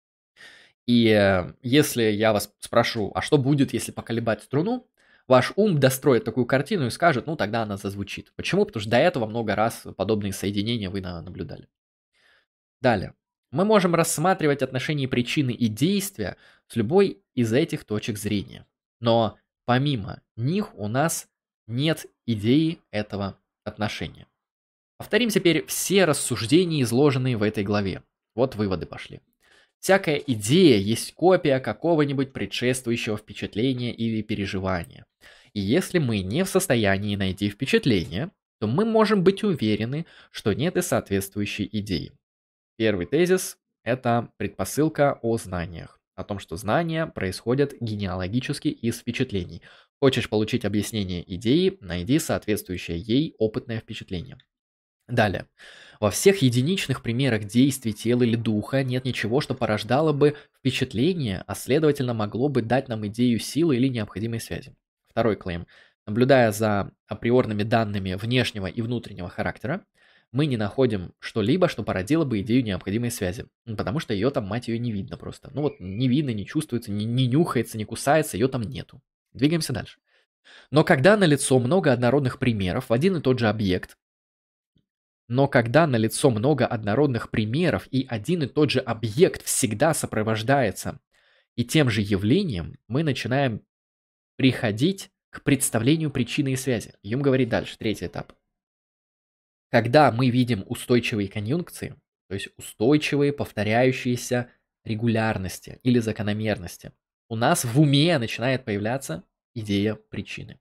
И если я вас спрошу, а что будет, если поколебать струну, ваш ум достроит такую картину и скажет, ну тогда она зазвучит. Почему? Потому что до этого много раз подобные соединения вы наблюдали. Далее. Мы можем рассматривать отношения причины и действия с любой из этих точек зрения. Но помимо них у нас нет идеи этого отношения. Повторим теперь все рассуждения, изложенные в этой главе. Вот выводы пошли. Всякая идея есть копия какого-нибудь предшествующего впечатления или переживания. И если мы не в состоянии найти впечатление, то мы можем быть уверены, что нет и соответствующей идеи. Первый тезис – это предпосылка о знаниях. О том, что знания происходят генеалогически из впечатлений. Хочешь получить объяснение идеи, найди соответствующее ей опытное впечатление. Далее. Во всех единичных примерах действий тела или духа нет ничего, что порождало бы впечатление, а следовательно могло бы дать нам идею силы или необходимой связи. Второй клейм. Наблюдая за априорными данными внешнего и внутреннего характера, мы не находим что-либо, что породило бы идею необходимой связи. Потому что ее там, мать ее, не видно просто. Ну вот не видно, не чувствуется, не нюхается, не кусается, ее там нету. Двигаемся дальше. Но когда налицо много однородных примеров в один и тот же объект, но когда налицо много однородных примеров и один и тот же объект всегда сопровождается и тем же явлением, мы начинаем приходить к представлению причины и связи. Юм говорит дальше, третий этап. Когда мы видим устойчивые конъюнкции, то есть устойчивые повторяющиеся регулярности или закономерности, у нас в уме начинает появляться идея причины.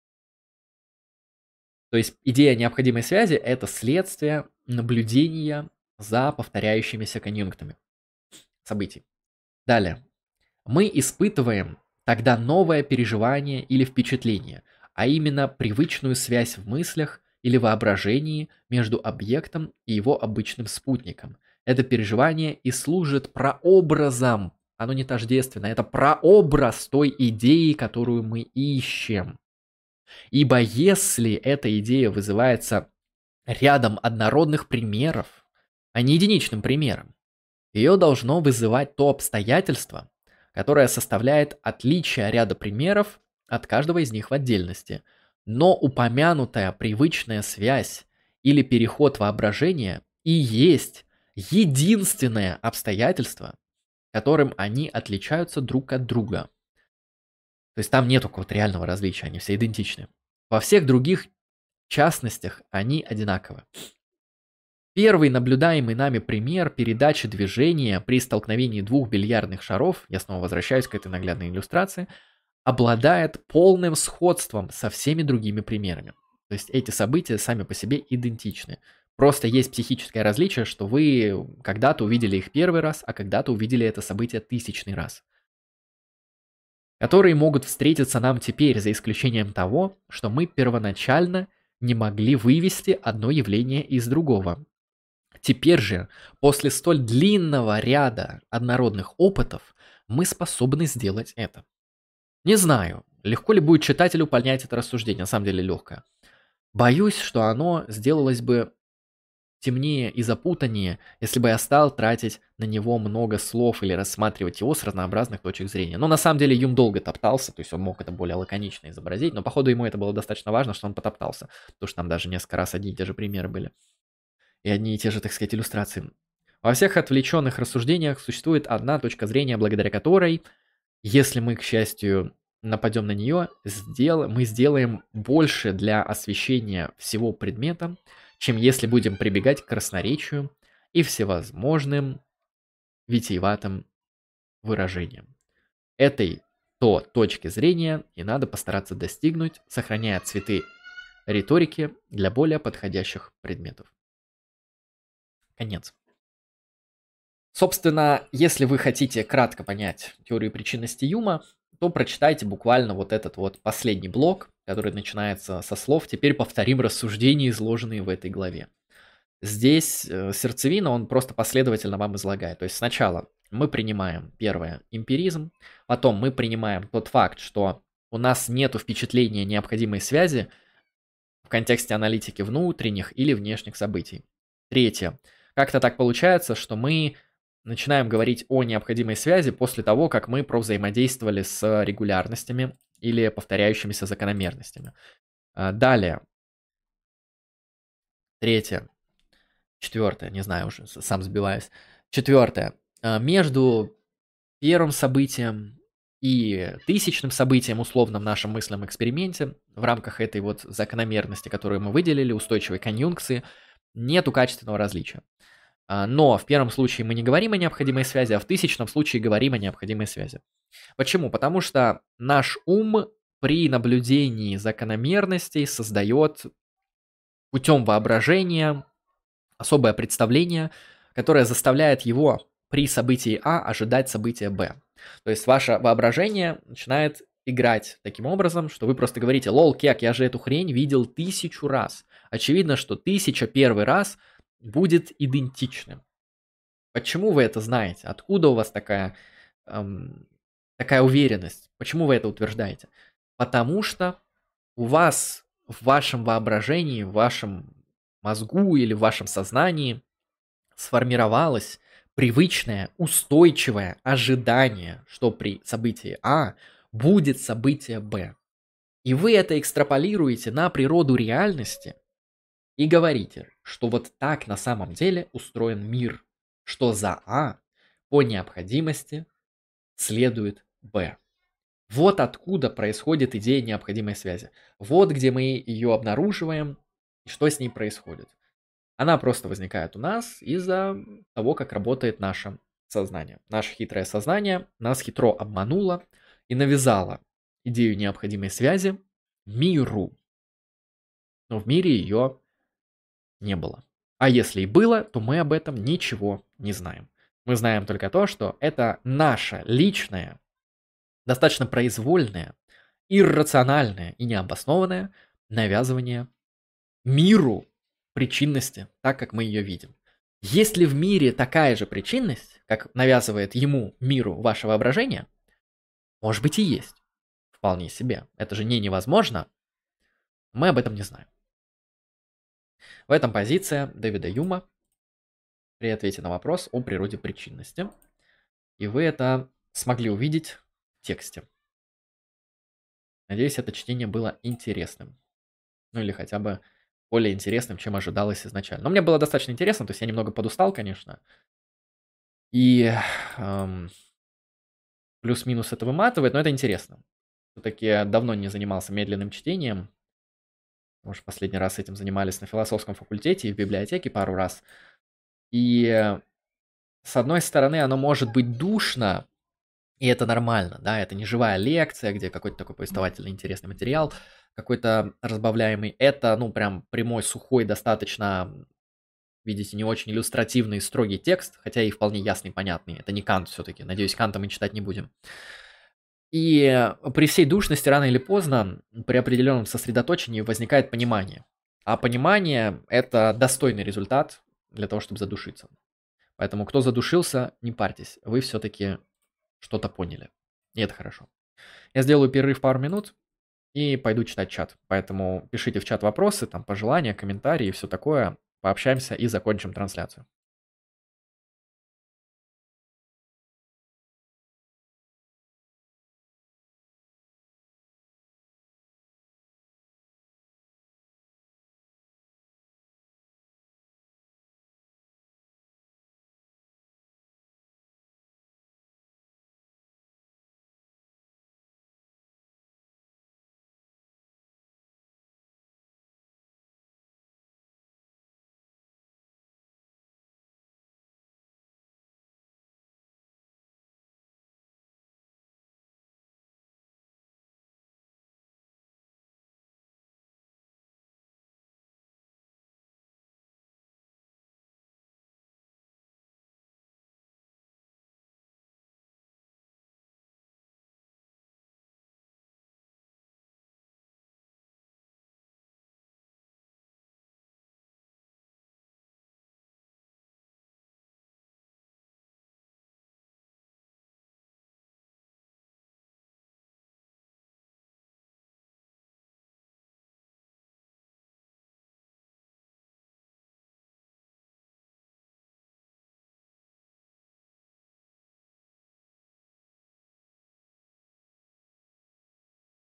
То есть идея необходимой связи – это следствие наблюдения за повторяющимися конъюнктами событий. Далее. Мы испытываем тогда новое переживание или впечатление, а именно привычную связь в мыслях или воображении между объектом и его обычным спутником. Это переживание и служит прообразом, оно не тождественно, это прообраз той идеи, которую мы ищем. Ибо если эта идея вызывается рядом однородных примеров, а не единичным примером, ее должно вызывать то обстоятельство, которое составляет отличие ряда примеров от каждого из них в отдельности. Но упомянутая привычная связь или переход воображения и есть единственное обстоятельство, которым они отличаются друг от друга. То есть там нету какого-то реального различия, они все идентичны. Во всех других частностях они одинаковы. Первый наблюдаемый нами пример передачи движения при столкновении двух бильярдных шаров, я снова возвращаюсь к этой наглядной иллюстрации, обладает полным сходством со всеми другими примерами. То есть эти события сами по себе идентичны. Просто есть психическое различие, что вы когда-то увидели их первый раз, а когда-то увидели это событие тысячный раз. Которые могут встретиться нам теперь, за исключением того, что мы первоначально не могли вывести одно явление из другого. Теперь же, после столь длинного ряда однородных опытов, мы способны сделать это. Не знаю, легко ли будет читателю понять это рассуждение, на самом деле легкое. Боюсь, что оно сделалось бы темнее и запутаннее, если бы я стал тратить на него много слов или рассматривать его с разнообразных точек зрения. Но на самом деле Юм долго топтался, то есть он мог это более лаконично изобразить, но походу ему это было достаточно важно, что он потоптался, потому что там даже несколько раз одни и те же примеры были. И одни и те же, так сказать, иллюстрации. Во всех отвлеченных рассуждениях существует одна точка зрения, благодаря которой, если мы, к счастью, нападем на нее, мы сделаем больше для освещения всего предмета, чем если будем прибегать к красноречию и всевозможным витиеватым выражениям. Этой точки зрения и надо постараться достигнуть, сохраняя цветы риторики для более подходящих предметов. Конец. Собственно, если вы хотите кратко понять теорию причинности Юма, то прочитайте буквально вот этот вот последний блок, который начинается со слов «Теперь повторим рассуждения, изложенные в этой главе». Здесь сердцевина, он просто последовательно вам излагает. То есть сначала мы принимаем первое эмпиризм, потом мы принимаем тот факт, что у нас нет впечатления необходимой связи в контексте аналитики внутренних или внешних событий. Третье. Как-то так получается, что мы начинаем говорить о необходимой связи после того, как мы провзаимодействовали с регулярностями или повторяющимися закономерностями. Далее. Третье. Четвертое, не знаю уже, сам сбиваюсь. Четвертое. Между первым событием и тысячным событием, условно, в нашем мысленном эксперименте, в рамках этой вот закономерности, которую мы выделили, устойчивой конъюнкции, нету качественного различия. Но в первом случае мы не говорим о необходимой связи, а в тысячном случае говорим о необходимой связи. Почему? Потому что наш ум при наблюдении закономерностей создает путем воображения особое представление, которое заставляет его при событии А ожидать события Б. То есть ваше воображение начинает играть таким образом, что вы просто говорите: лол, кек, я же эту хрень видел 1000 раз. Очевидно, что 1000 первый раз будет идентичным. Почему вы это знаете? Откуда у вас такая уверенность? Почему вы это утверждаете? Потому что у вас в вашем воображении, в вашем мозгу или в вашем сознании сформировалось привычное, устойчивое ожидание, что при событии А будет событие Б. И вы это экстраполируете на природу реальности и говорите, что вот так на самом деле устроен мир, что за А по необходимости следует Б. Вот откуда происходит идея необходимой связи. Вот где мы ее обнаруживаем и что с ней происходит. Она просто возникает у нас из-за того, как работает наше сознание. Наше хитрое сознание нас хитро обмануло и навязало идею необходимой связи миру. Но в мире ее не было. А если и было, то мы об этом ничего не знаем. Мы знаем только то, что это наше личное, достаточно произвольное, иррациональное и необоснованное навязывание миру причинности, так как мы ее видим. Есть ли в мире такая же причинность, как навязывает ему, миру, ваше воображение? Может быть и есть. Вполне себе. Это же не невозможно. Мы об этом не знаем. В этом позиция Дэвида Юма при ответе на вопрос о природе причинности. И вы это смогли увидеть в тексте. Надеюсь, это чтение было интересным. Ну или хотя бы более интересным, чем ожидалось изначально. Но мне было достаточно интересно, то есть я немного подустал, конечно. И плюс-минус это выматывает, но это интересно. Все-таки я давно не занимался медленным чтением. Мы же последний раз этим занимались на философском факультете и в библиотеке пару раз. И с одной стороны, оно может быть душно, и это нормально, да, это не живая лекция, где какой-то такой повествовательный интересный материал, какой-то разбавляемый. Это, ну, прям прямой, сухой, достаточно, видите, не очень иллюстративный, строгий текст, хотя и вполне ясный, понятный. Это не Кант все-таки. Надеюсь, Канта мы читать не будем. И при всей душности рано или поздно при определенном сосредоточении возникает понимание. А понимание – это достойный результат для того, чтобы задушиться. Поэтому кто задушился, не парьтесь, вы все-таки что-то поняли. И это хорошо. Я сделаю перерыв пару минут и пойду читать чат. Поэтому пишите в чат вопросы, там пожелания, комментарии и все такое. Пообщаемся и закончим трансляцию.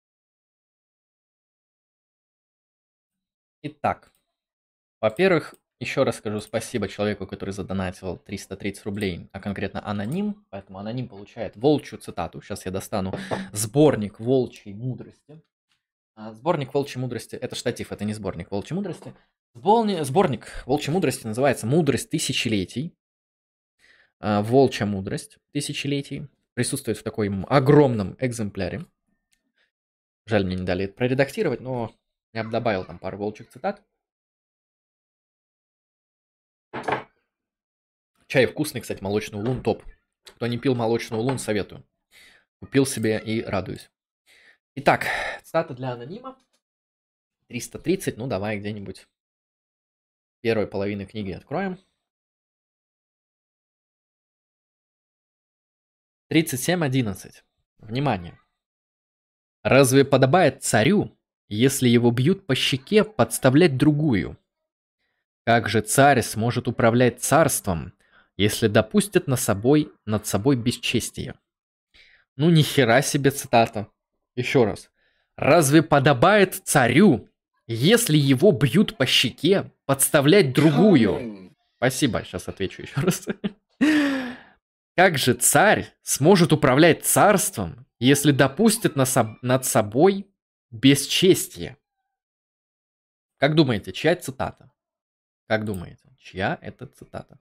Итак, во-первых, Еще раз скажу спасибо человеку, который задонатил 330 рублей, а конкретно аноним. Поэтому аноним получает волчью цитату. Сейчас я достану сборник волчьей мудрости. Сборник волчьей мудрости. Это штатив, это не сборник волчьей мудрости. Сборник волчьей мудрости называется «Мудрость тысячелетий». Волчья мудрость тысячелетий. Присутствует в таком огромном экземпляре. Жаль, мне не дали это проредактировать, но я бы добавил там пару волчьих цитат. Чай вкусный, кстати, молочный улун, топ. Кто не пил молочный улун, советую. Купил себе и радуюсь. Итак, цитата для анонима. 330, ну давай где-нибудь первой половины книги откроем. 37.11. Внимание. Разве подобает царю, если его бьют по щеке, подставлять другую? Как же царь сможет управлять царством, если допустит над собой бесчестие? Ну, ни хера себе цитата. Еще раз. Разве подобает царю, если его бьют по щеке, подставлять другую? Спасибо, сейчас отвечу еще раз. Как же царь сможет управлять царством, если допустит над собой бесчестие? Как думаете, чья цитата? Как думаете, чья это цитата?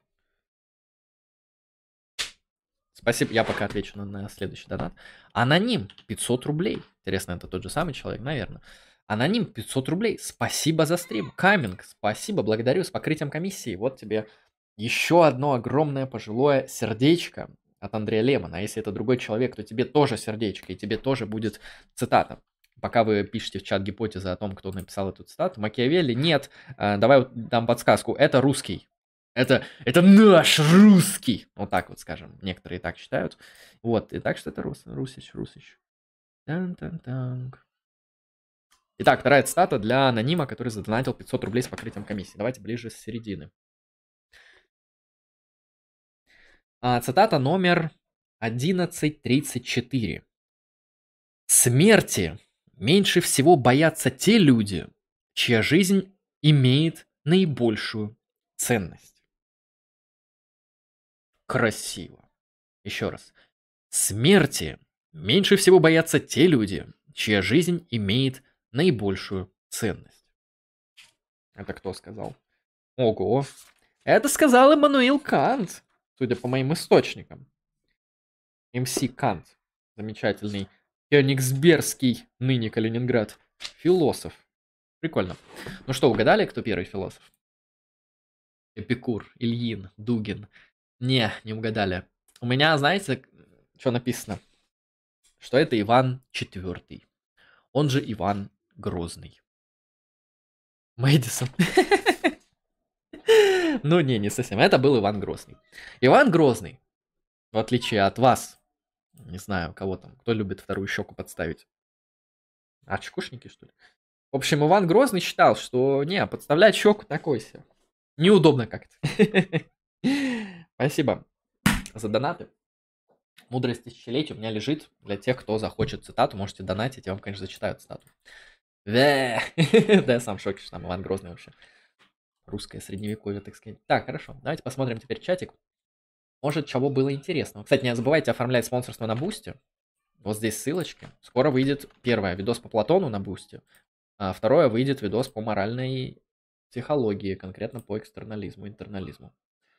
Спасибо, я пока отвечу на следующий донат. Аноним, 500 рублей. Интересно, это тот же самый человек, наверное. Аноним, 500 рублей. Спасибо за стрим. Каминг, спасибо, благодарю, с покрытием комиссии. Вот тебе еще одно огромное пожилое сердечко от Андрея Лемона. А если это другой человек, то тебе тоже сердечко, и тебе тоже будет цитата. Пока вы пишете в чат гипотезы о том, кто написал эту цитату. Макиавелли, нет. Давай вот дам подсказку. Это русский. Это наш русский. Вот так вот скажем. Некоторые так считают. Вот. И так что это русич. Тан-тан-танг. Итак, вторая цитата для анонима, который задонатил 500 рублей с покрытием комиссии. Давайте ближе с середины. Цитата номер 1134. Смерти меньше всего боятся те люди, чья жизнь имеет наибольшую ценность. Красиво. Еще раз. Смерти меньше всего боятся те люди, чья жизнь имеет наибольшую ценность. Это кто сказал? Ого. Это сказал Иммануил Кант, судя по моим источникам. МС Кант. Замечательный кёнигсбергский, ныне Калининград, философ. Прикольно. Ну что, угадали, кто первый философ? Эпикур, Ильин, Дугин. Не угадали. У меня, знаете, что написано? Что это Иван IV. Он же Иван Грозный. Мэдисон. Ну, не совсем. Это был Иван Грозный. Иван Грозный, в отличие от вас, не знаю, кого там, кто любит вторую щеку подставить. Чекушники, что ли? В общем, Иван Грозный считал, что подставлять щеку такой себе. Неудобно как-то. Спасибо за донаты. Мудрость тысячелетия у меня лежит. Для тех, кто захочет цитату, можете донатить, я вам, конечно, зачитаю цитату. Да, я сам в шоке, что там Иван Грозный вообще. Русское средневековье, так сказать. Так, хорошо, давайте посмотрим теперь чатик. Может, чего было интересного. Кстати, не забывайте оформлять спонсорство на Бусти. Вот здесь ссылочки. Скоро выйдет первое видос по Платону на Бусти. А второе выйдет видос по моральной психологии, конкретно по экстернализму, интернализму.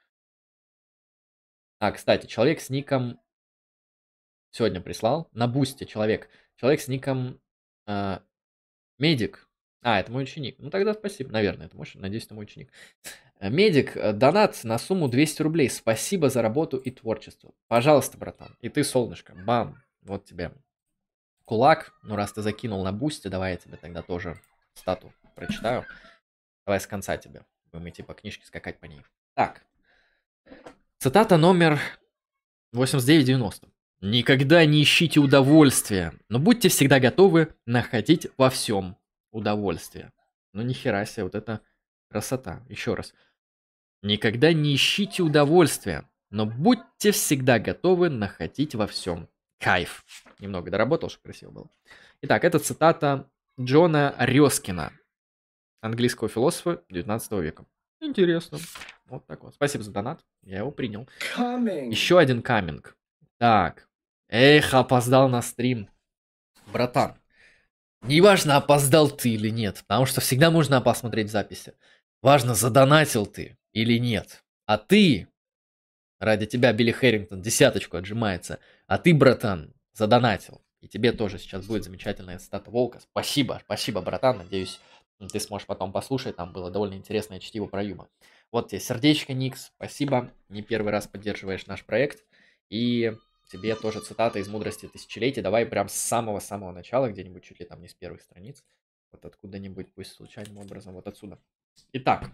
Кстати, человек с ником... Сегодня прислал. На Бусти человек с ником Медик. Это мой ученик. Ну тогда спасибо. Наверное, это мой, надеюсь, это мой ученик. Медик, донат на сумму 200 рублей. Спасибо за работу и творчество. Пожалуйста, братан. И ты, солнышко. Бам. Вот тебе кулак. Ну, раз ты закинул на Бусти, давай я тебе тогда тоже стату прочитаю. Давай с конца тебе. Будем идти по книжке, скакать по ней. Так. Цитата номер 89-90. Никогда не ищите удовольствия, но будьте всегда готовы находить во всем удовольствие. Ну нихера себе, вот это красота. Еще раз. Никогда не ищите удовольствия, но будьте всегда готовы находить во всем кайф. Немного доработал, чтобы красиво было. Итак, это цитата Джона Рёскина, английского философа 19 века. Интересно. Вот так вот. Спасибо за донат. Я его принял. Coming. Еще один каминг. Так. Эх, опоздал на стрим. Братан. Неважно, опоздал ты или нет, потому что всегда можно посмотреть записи. Важно, задонатил ты или нет. А ты, ради тебя Билли Хэрингтон десяточку отжимается, а ты, братан, задонатил. И тебе тоже сейчас будет замечательная цитата Волка. Спасибо, спасибо, братан. Надеюсь, ты сможешь потом послушать. Там было довольно интересное чтиво про Юма. Вот тебе сердечко, Никс. Спасибо. Не первый раз поддерживаешь наш проект. И тебе тоже цитата из «Мудрости тысячелетия». Давай прям с самого-самого начала, где-нибудь чуть ли там не с первых страниц. Вот откуда-нибудь, пусть случайным образом, вот отсюда. Итак.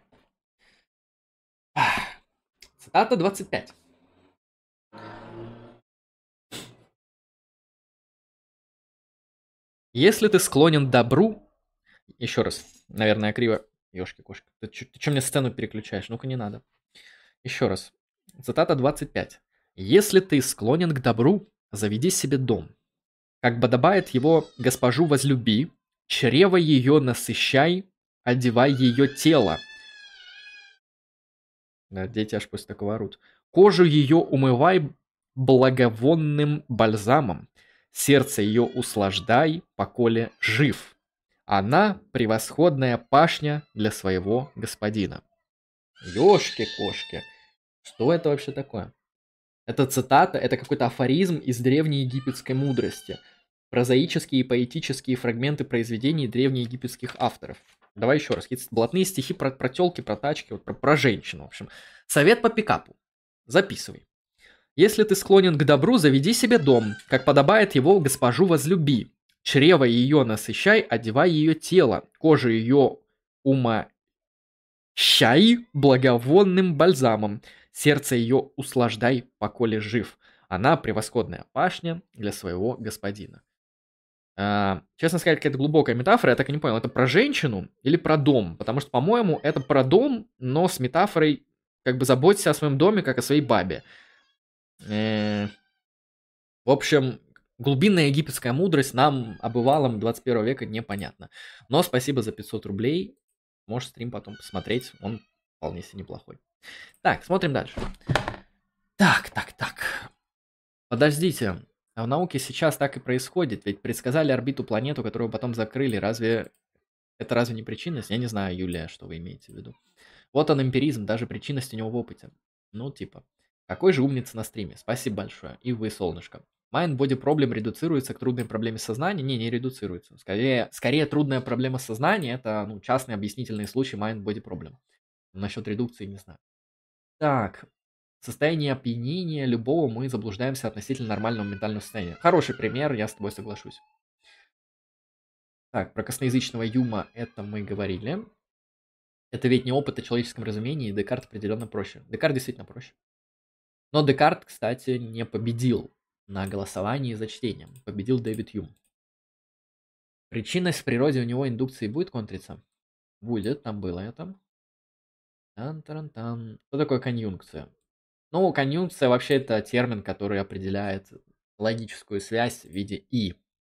Цитата 25. Если ты склонен к добру... Еще раз, наверное, криво... Ёшки-кошки. Ты что мне сцену переключаешь? Ну-ка, не надо. Еще раз. Цитата 25. Если ты склонен к добру, заведи себе дом. Как подобает его госпожу возлюби, чрево ее насыщай, одевай ее тело. Да, дети аж после такого орут. Кожу ее умывай благовонным бальзамом, сердце ее услаждай, поколе жив. Она превосходная пашня для своего господина. Ёшки-кошки. Что это вообще такое? Это цитата, это какой-то афоризм из древней египетской мудрости. Прозаические и поэтические фрагменты произведений древнеегипетских авторов. Давай еще раз. Какие-то блатные стихи про тёлки, про тачки, вот про женщину, в общем. Совет по пикапу. Записывай. Если ты склонен к добру, заведи себе дом, как подобает его госпожу возлюби. Чрево ее насыщай, одевай ее тело, кожу ее умощай благовонным бальзамом, сердце ее услаждай, поколе жив. Она превосходная пашня для своего господина. Честно сказать, какая-то глубокая метафора, я так и не понял, это про женщину или про дом? Потому что, по-моему, это про дом, но с метафорой как бы заботься о своем доме, как о своей бабе. В общем, глубинная египетская мудрость нам, обывалам 21 века, непонятна. Но спасибо за 500 рублей. Можешь стрим потом посмотреть, он вполне себе неплохой. Так, смотрим дальше. Так. Подождите, а в науке сейчас так и происходит, ведь предсказали орбиту планету, которую потом закрыли. Это разве не причинность? Я не знаю, Юлия, что вы имеете в виду. Вот он эмпиризм, даже причинность у него в опыте. Ну, типа. Какой же умница на стриме. Спасибо большое. И вы, солнышко. Mind Body Problem редуцируется к трудной проблеме сознания? Не редуцируется. Скорее трудная проблема сознания – это частный объяснительный случай Mind Body Problem. Насчет редукции не знаю. Так. В состоянии опьянения любого мы заблуждаемся относительно нормального ментального состояния. Хороший пример, я с тобой соглашусь. Так, про косноязычного Юма это мы говорили. Это ведь не опыт о человеческом разумении, и Декарт определенно проще. Декарт действительно проще. Но Декарт, кстати, не победил на голосовании за чтением. Победил Дэвид Юм. Причинность в природе у него индукции будет контриться? Будет, там было это. Тан-таран-тан. Что такое конъюнкция? Ну, конъюнкция вообще это термин, который определяет логическую связь в виде «и».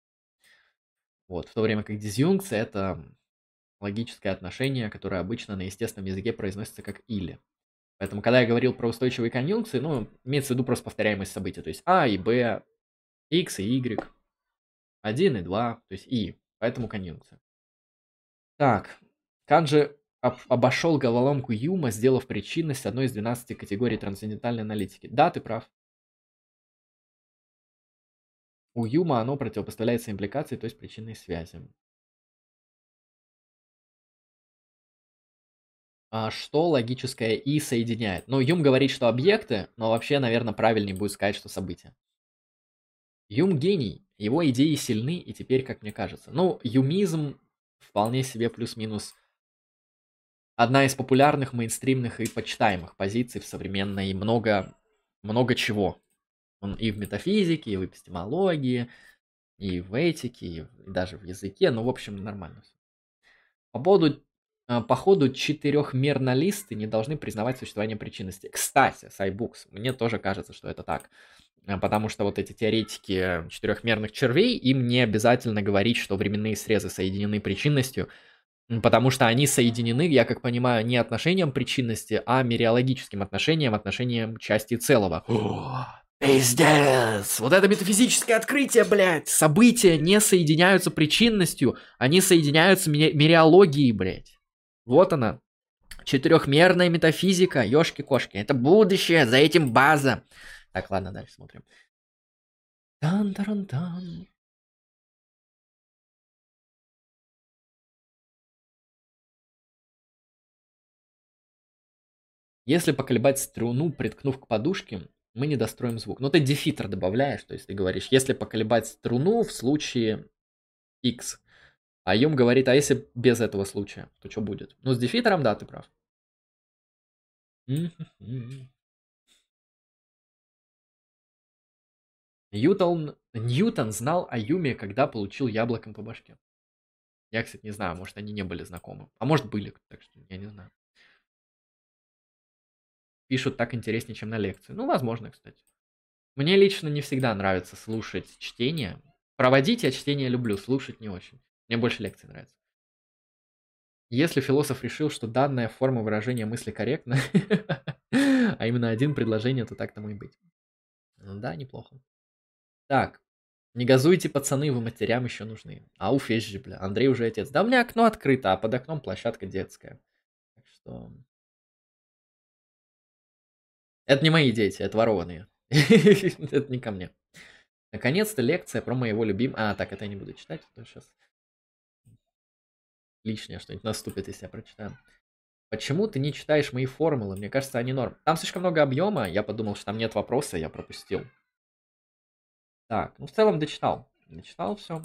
Вот, в то время как дизъюнкция это логическое отношение, которое обычно на естественном языке произносится как «или». Поэтому, когда я говорил про устойчивые конъюнкции, имеется в виду просто повторяемость событий. То есть А и Б, X и Y, 1 и 2, то есть И. Поэтому конъюнкция. Так, Канджи обошел головоломку Юма, сделав причинность одной из 12 категорий трансцендентальной аналитики. Да, ты прав. У Юма оно противопоставляется импликации, то есть причинной связи. А что логическое И соединяет? Юм говорит, что объекты, но вообще, наверное, правильнее будет сказать, что события. Юм гений, его идеи сильны, и теперь, как мне кажется. Юмизм вполне себе плюс-минус одна из популярных, мейнстримных и почитаемых позиций в современной много чего. Он и в метафизике, и в эпистемологии, и в этике, и даже в языке. В общем, нормально все. По ходу четырехмернолисты не должны признавать существование причинности. Кстати, Сайбукс, мне тоже кажется, что это так. Потому что вот эти теоретики четырехмерных червей, им не обязательно говорить, что временные срезы соединены причинностью. Потому что они соединены, я как понимаю, не отношением причинности, а мериологическим отношением, отношением части целого. О, пиздец! Вот это метафизическое открытие, блядь! События не соединяются причинностью, они соединяются мериологией, блядь. Вот она. Четырехмерная метафизика, ёшки-кошки. Это будущее, за этим база. Так, ладно, дальше смотрим. Тан-таран-тан. Если поколебать струну, приткнув к подушке, мы не достроим звук. Ну, ты дефитер добавляешь, то есть ты говоришь, если поколебать струну в случае X. А Юм говорит, а если без этого случая, то что будет? Ну, с дефитером, да, ты прав. Ньютон знал о Юме, когда получил яблоком по башке. Я, кстати, не знаю, может, они не были знакомы. А может, были, так что я не знаю. Пишут так интереснее, чем на лекции. Ну, возможно, кстати. Мне лично не всегда нравится слушать чтение. Проводить я чтение люблю, слушать не очень. Мне больше лекций нравится. Если философ решил, что данная форма выражения мысли корректна, а именно один предложение, то так тому и быть. Ну да, неплохо. Так, не газуйте, пацаны, вы матерям еще нужны. Ауф, есть же, бля, Андрей уже отец. Да у меня окно открыто, а под окном площадка детская. Так что... Это не мои дети, это ворованные. Это не ко мне. Наконец-то лекция про моего любимого... А, так, это я не буду читать, потому что сейчас лишнее что-нибудь наступит, если я прочитаю. Почему ты не читаешь мои формулы? Мне кажется, они норм. Там слишком много объема, я подумал, что там нет вопроса, я пропустил. Так, ну в целом дочитал. Дочитал все,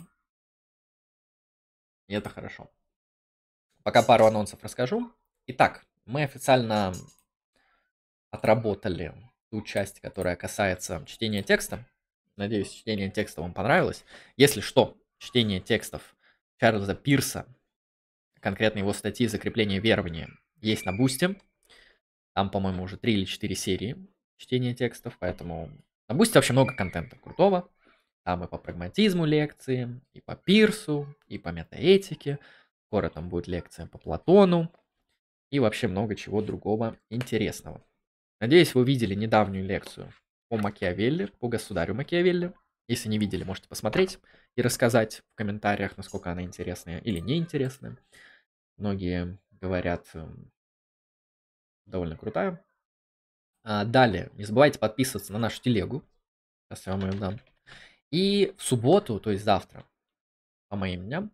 и это хорошо. Пока пару анонсов расскажу. Итак, мы официально отработали ту часть, которая касается чтения текста. Надеюсь, чтение текста вам понравилось. Если что, чтение текстов Чарльза Пирса, конкретно его статьи «Закрепление верования», есть на Бусте. Там, по-моему, уже 3 или 4 серии чтения текстов, поэтому на Бусте вообще много контента крутого. Там и по прагматизму лекции, и по Пирсу, и по метаэтике. Скоро там будет лекция по Платону. И вообще много чего другого интересного. Надеюсь, вы видели недавнюю лекцию по Макиавелли, по государю Макиавелли. Если не видели, можете посмотреть и рассказать в комментариях, насколько она интересная или неинтересная. Многие говорят, довольно крутая. Далее, не забывайте подписываться на нашу телегу. Сейчас я вам ее дам. И в субботу, то есть завтра, по моим дням,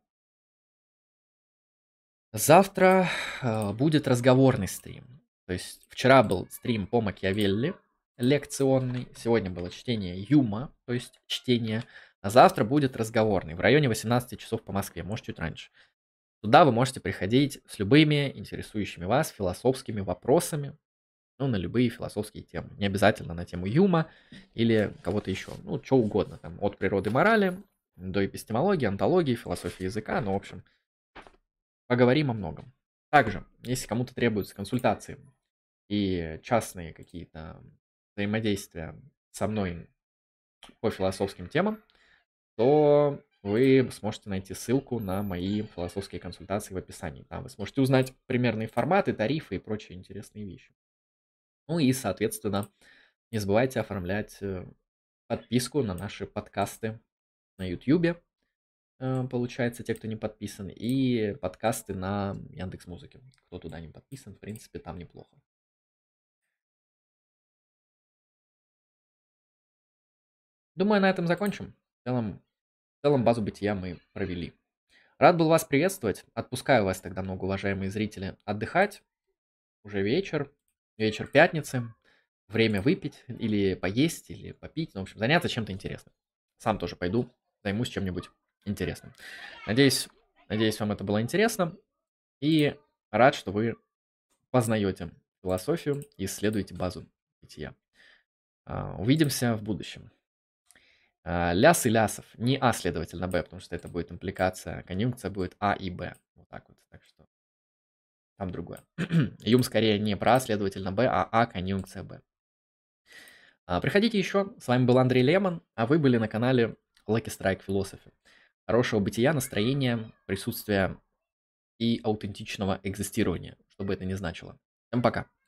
завтра будет разговорный стрим. То есть вчера был стрим по Макиавелли, лекционный. Сегодня было чтение Юма, то есть чтение. А завтра будет разговорный в районе 18 часов по Москве, может чуть раньше. Туда вы можете приходить с любыми интересующими вас философскими вопросами, ну, на любые философские темы. Не обязательно на тему Юма или кого-то еще. Ну, что угодно. Там, от природы морали до эпистемологии, онтологии, философии языка. Ну, в общем, поговорим о многом. Также, если кому-то требуются консультации и частные какие-то взаимодействия со мной по философским темам, то вы сможете найти ссылку на мои философские консультации в описании. Там вы сможете узнать примерные форматы, тарифы и прочие интересные вещи. Ну и, соответственно, не забывайте оформлять подписку на наши подкасты на YouTube, получается, те, кто не подписан, и подкасты на Яндекс.Музыке. Кто туда не подписан, в принципе, там неплохо. Думаю, на этом закончим. В целом базу бытия мы провели. Рад был вас приветствовать. Отпускаю вас тогда, многоуважаемые зрители, отдыхать. Уже вечер пятницы. Время выпить или поесть, или попить. Ну, в общем, заняться чем-то интересным. Сам тоже пойду, займусь чем-нибудь интересным. Надеюсь, вам это было интересно. И рад, что вы познаете философию и исследуете базу бытия. Увидимся в будущем. Ляс и лясов. Не А, следовательно, Б, потому что это будет импликация. Конъюнкция будет А и Б. Вот так вот. Так что там другое. Юм скорее не про А, следовательно, Б, а конъюнкция Б. Приходите еще. С вами был Андрей Лемон, а вы были на канале Lucky Strike Philosophy. Хорошего бытия, настроения, присутствия и аутентичного экзистирования, что бы это ни значило. Всем пока.